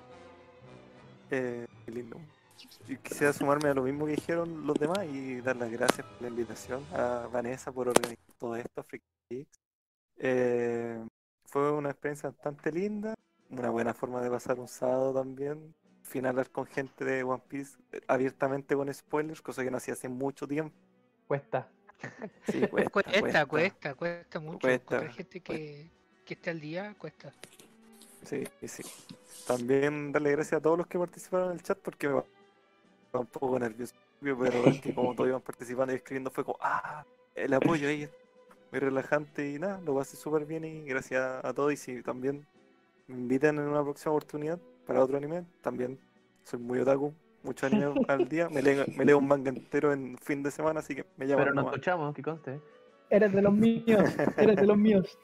D: Eh, qué lindo. Y quisiera sumarme a lo mismo que dijeron los demás y dar las gracias por la invitación a Vanessa por organizar todo esto, Freak Geeks. Eh, fue una experiencia bastante linda, una buena forma de pasar un sábado también. Al final hablar con gente de One Piece eh, abiertamente con spoilers, cosa que no hacía hace mucho tiempo.
A: Cuesta.
D: Sí, cuesta,
B: Cuesta,
D: cuesta,
B: cuesta, cuesta mucho.
D: Cuesta,
B: Encontrar gente
D: cuesta.
B: que, que esté al día, cuesta.
D: Sí, sí. También darle gracias a todos los que participaron en el chat porque me va un poco nervioso, pero ver que como todos iban participando y escribiendo fue como, ah, el apoyo ahí, muy relajante y nada, lo pasé súper bien y gracias a todos y si también me invitan en una próxima oportunidad para otro anime, también soy muy otaku, mucho anime al día, me leo, me leo un manga entero en fin de semana, así que me
A: Pero
D: llaman
A: nos
D: nomás.
A: escuchamos, que conste.
C: Eres de los míos, eres de los míos.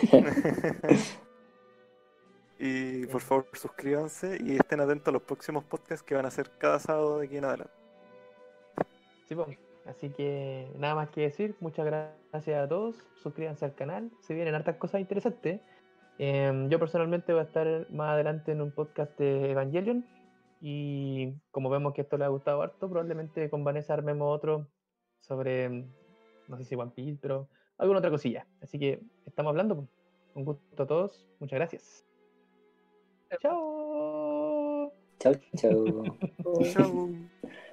D: Y por favor suscríbanse y estén atentos a los próximos podcasts que van a ser cada sábado de aquí en adelante.
A: Sí, pues. Así que nada más que decir. Muchas gracias a todos. Suscríbanse al canal. Se vienen hartas cosas interesantes. Eh, yo personalmente voy a estar más adelante en un podcast de Evangelion. Y como vemos que esto le ha gustado harto, probablemente con Vanessa armemos otro sobre, no sé si One Piece, pero alguna otra cosilla. Así que estamos hablando. Pues. Un gusto a todos. Muchas gracias. Chao.
E: Chau, chau.
D: Chau.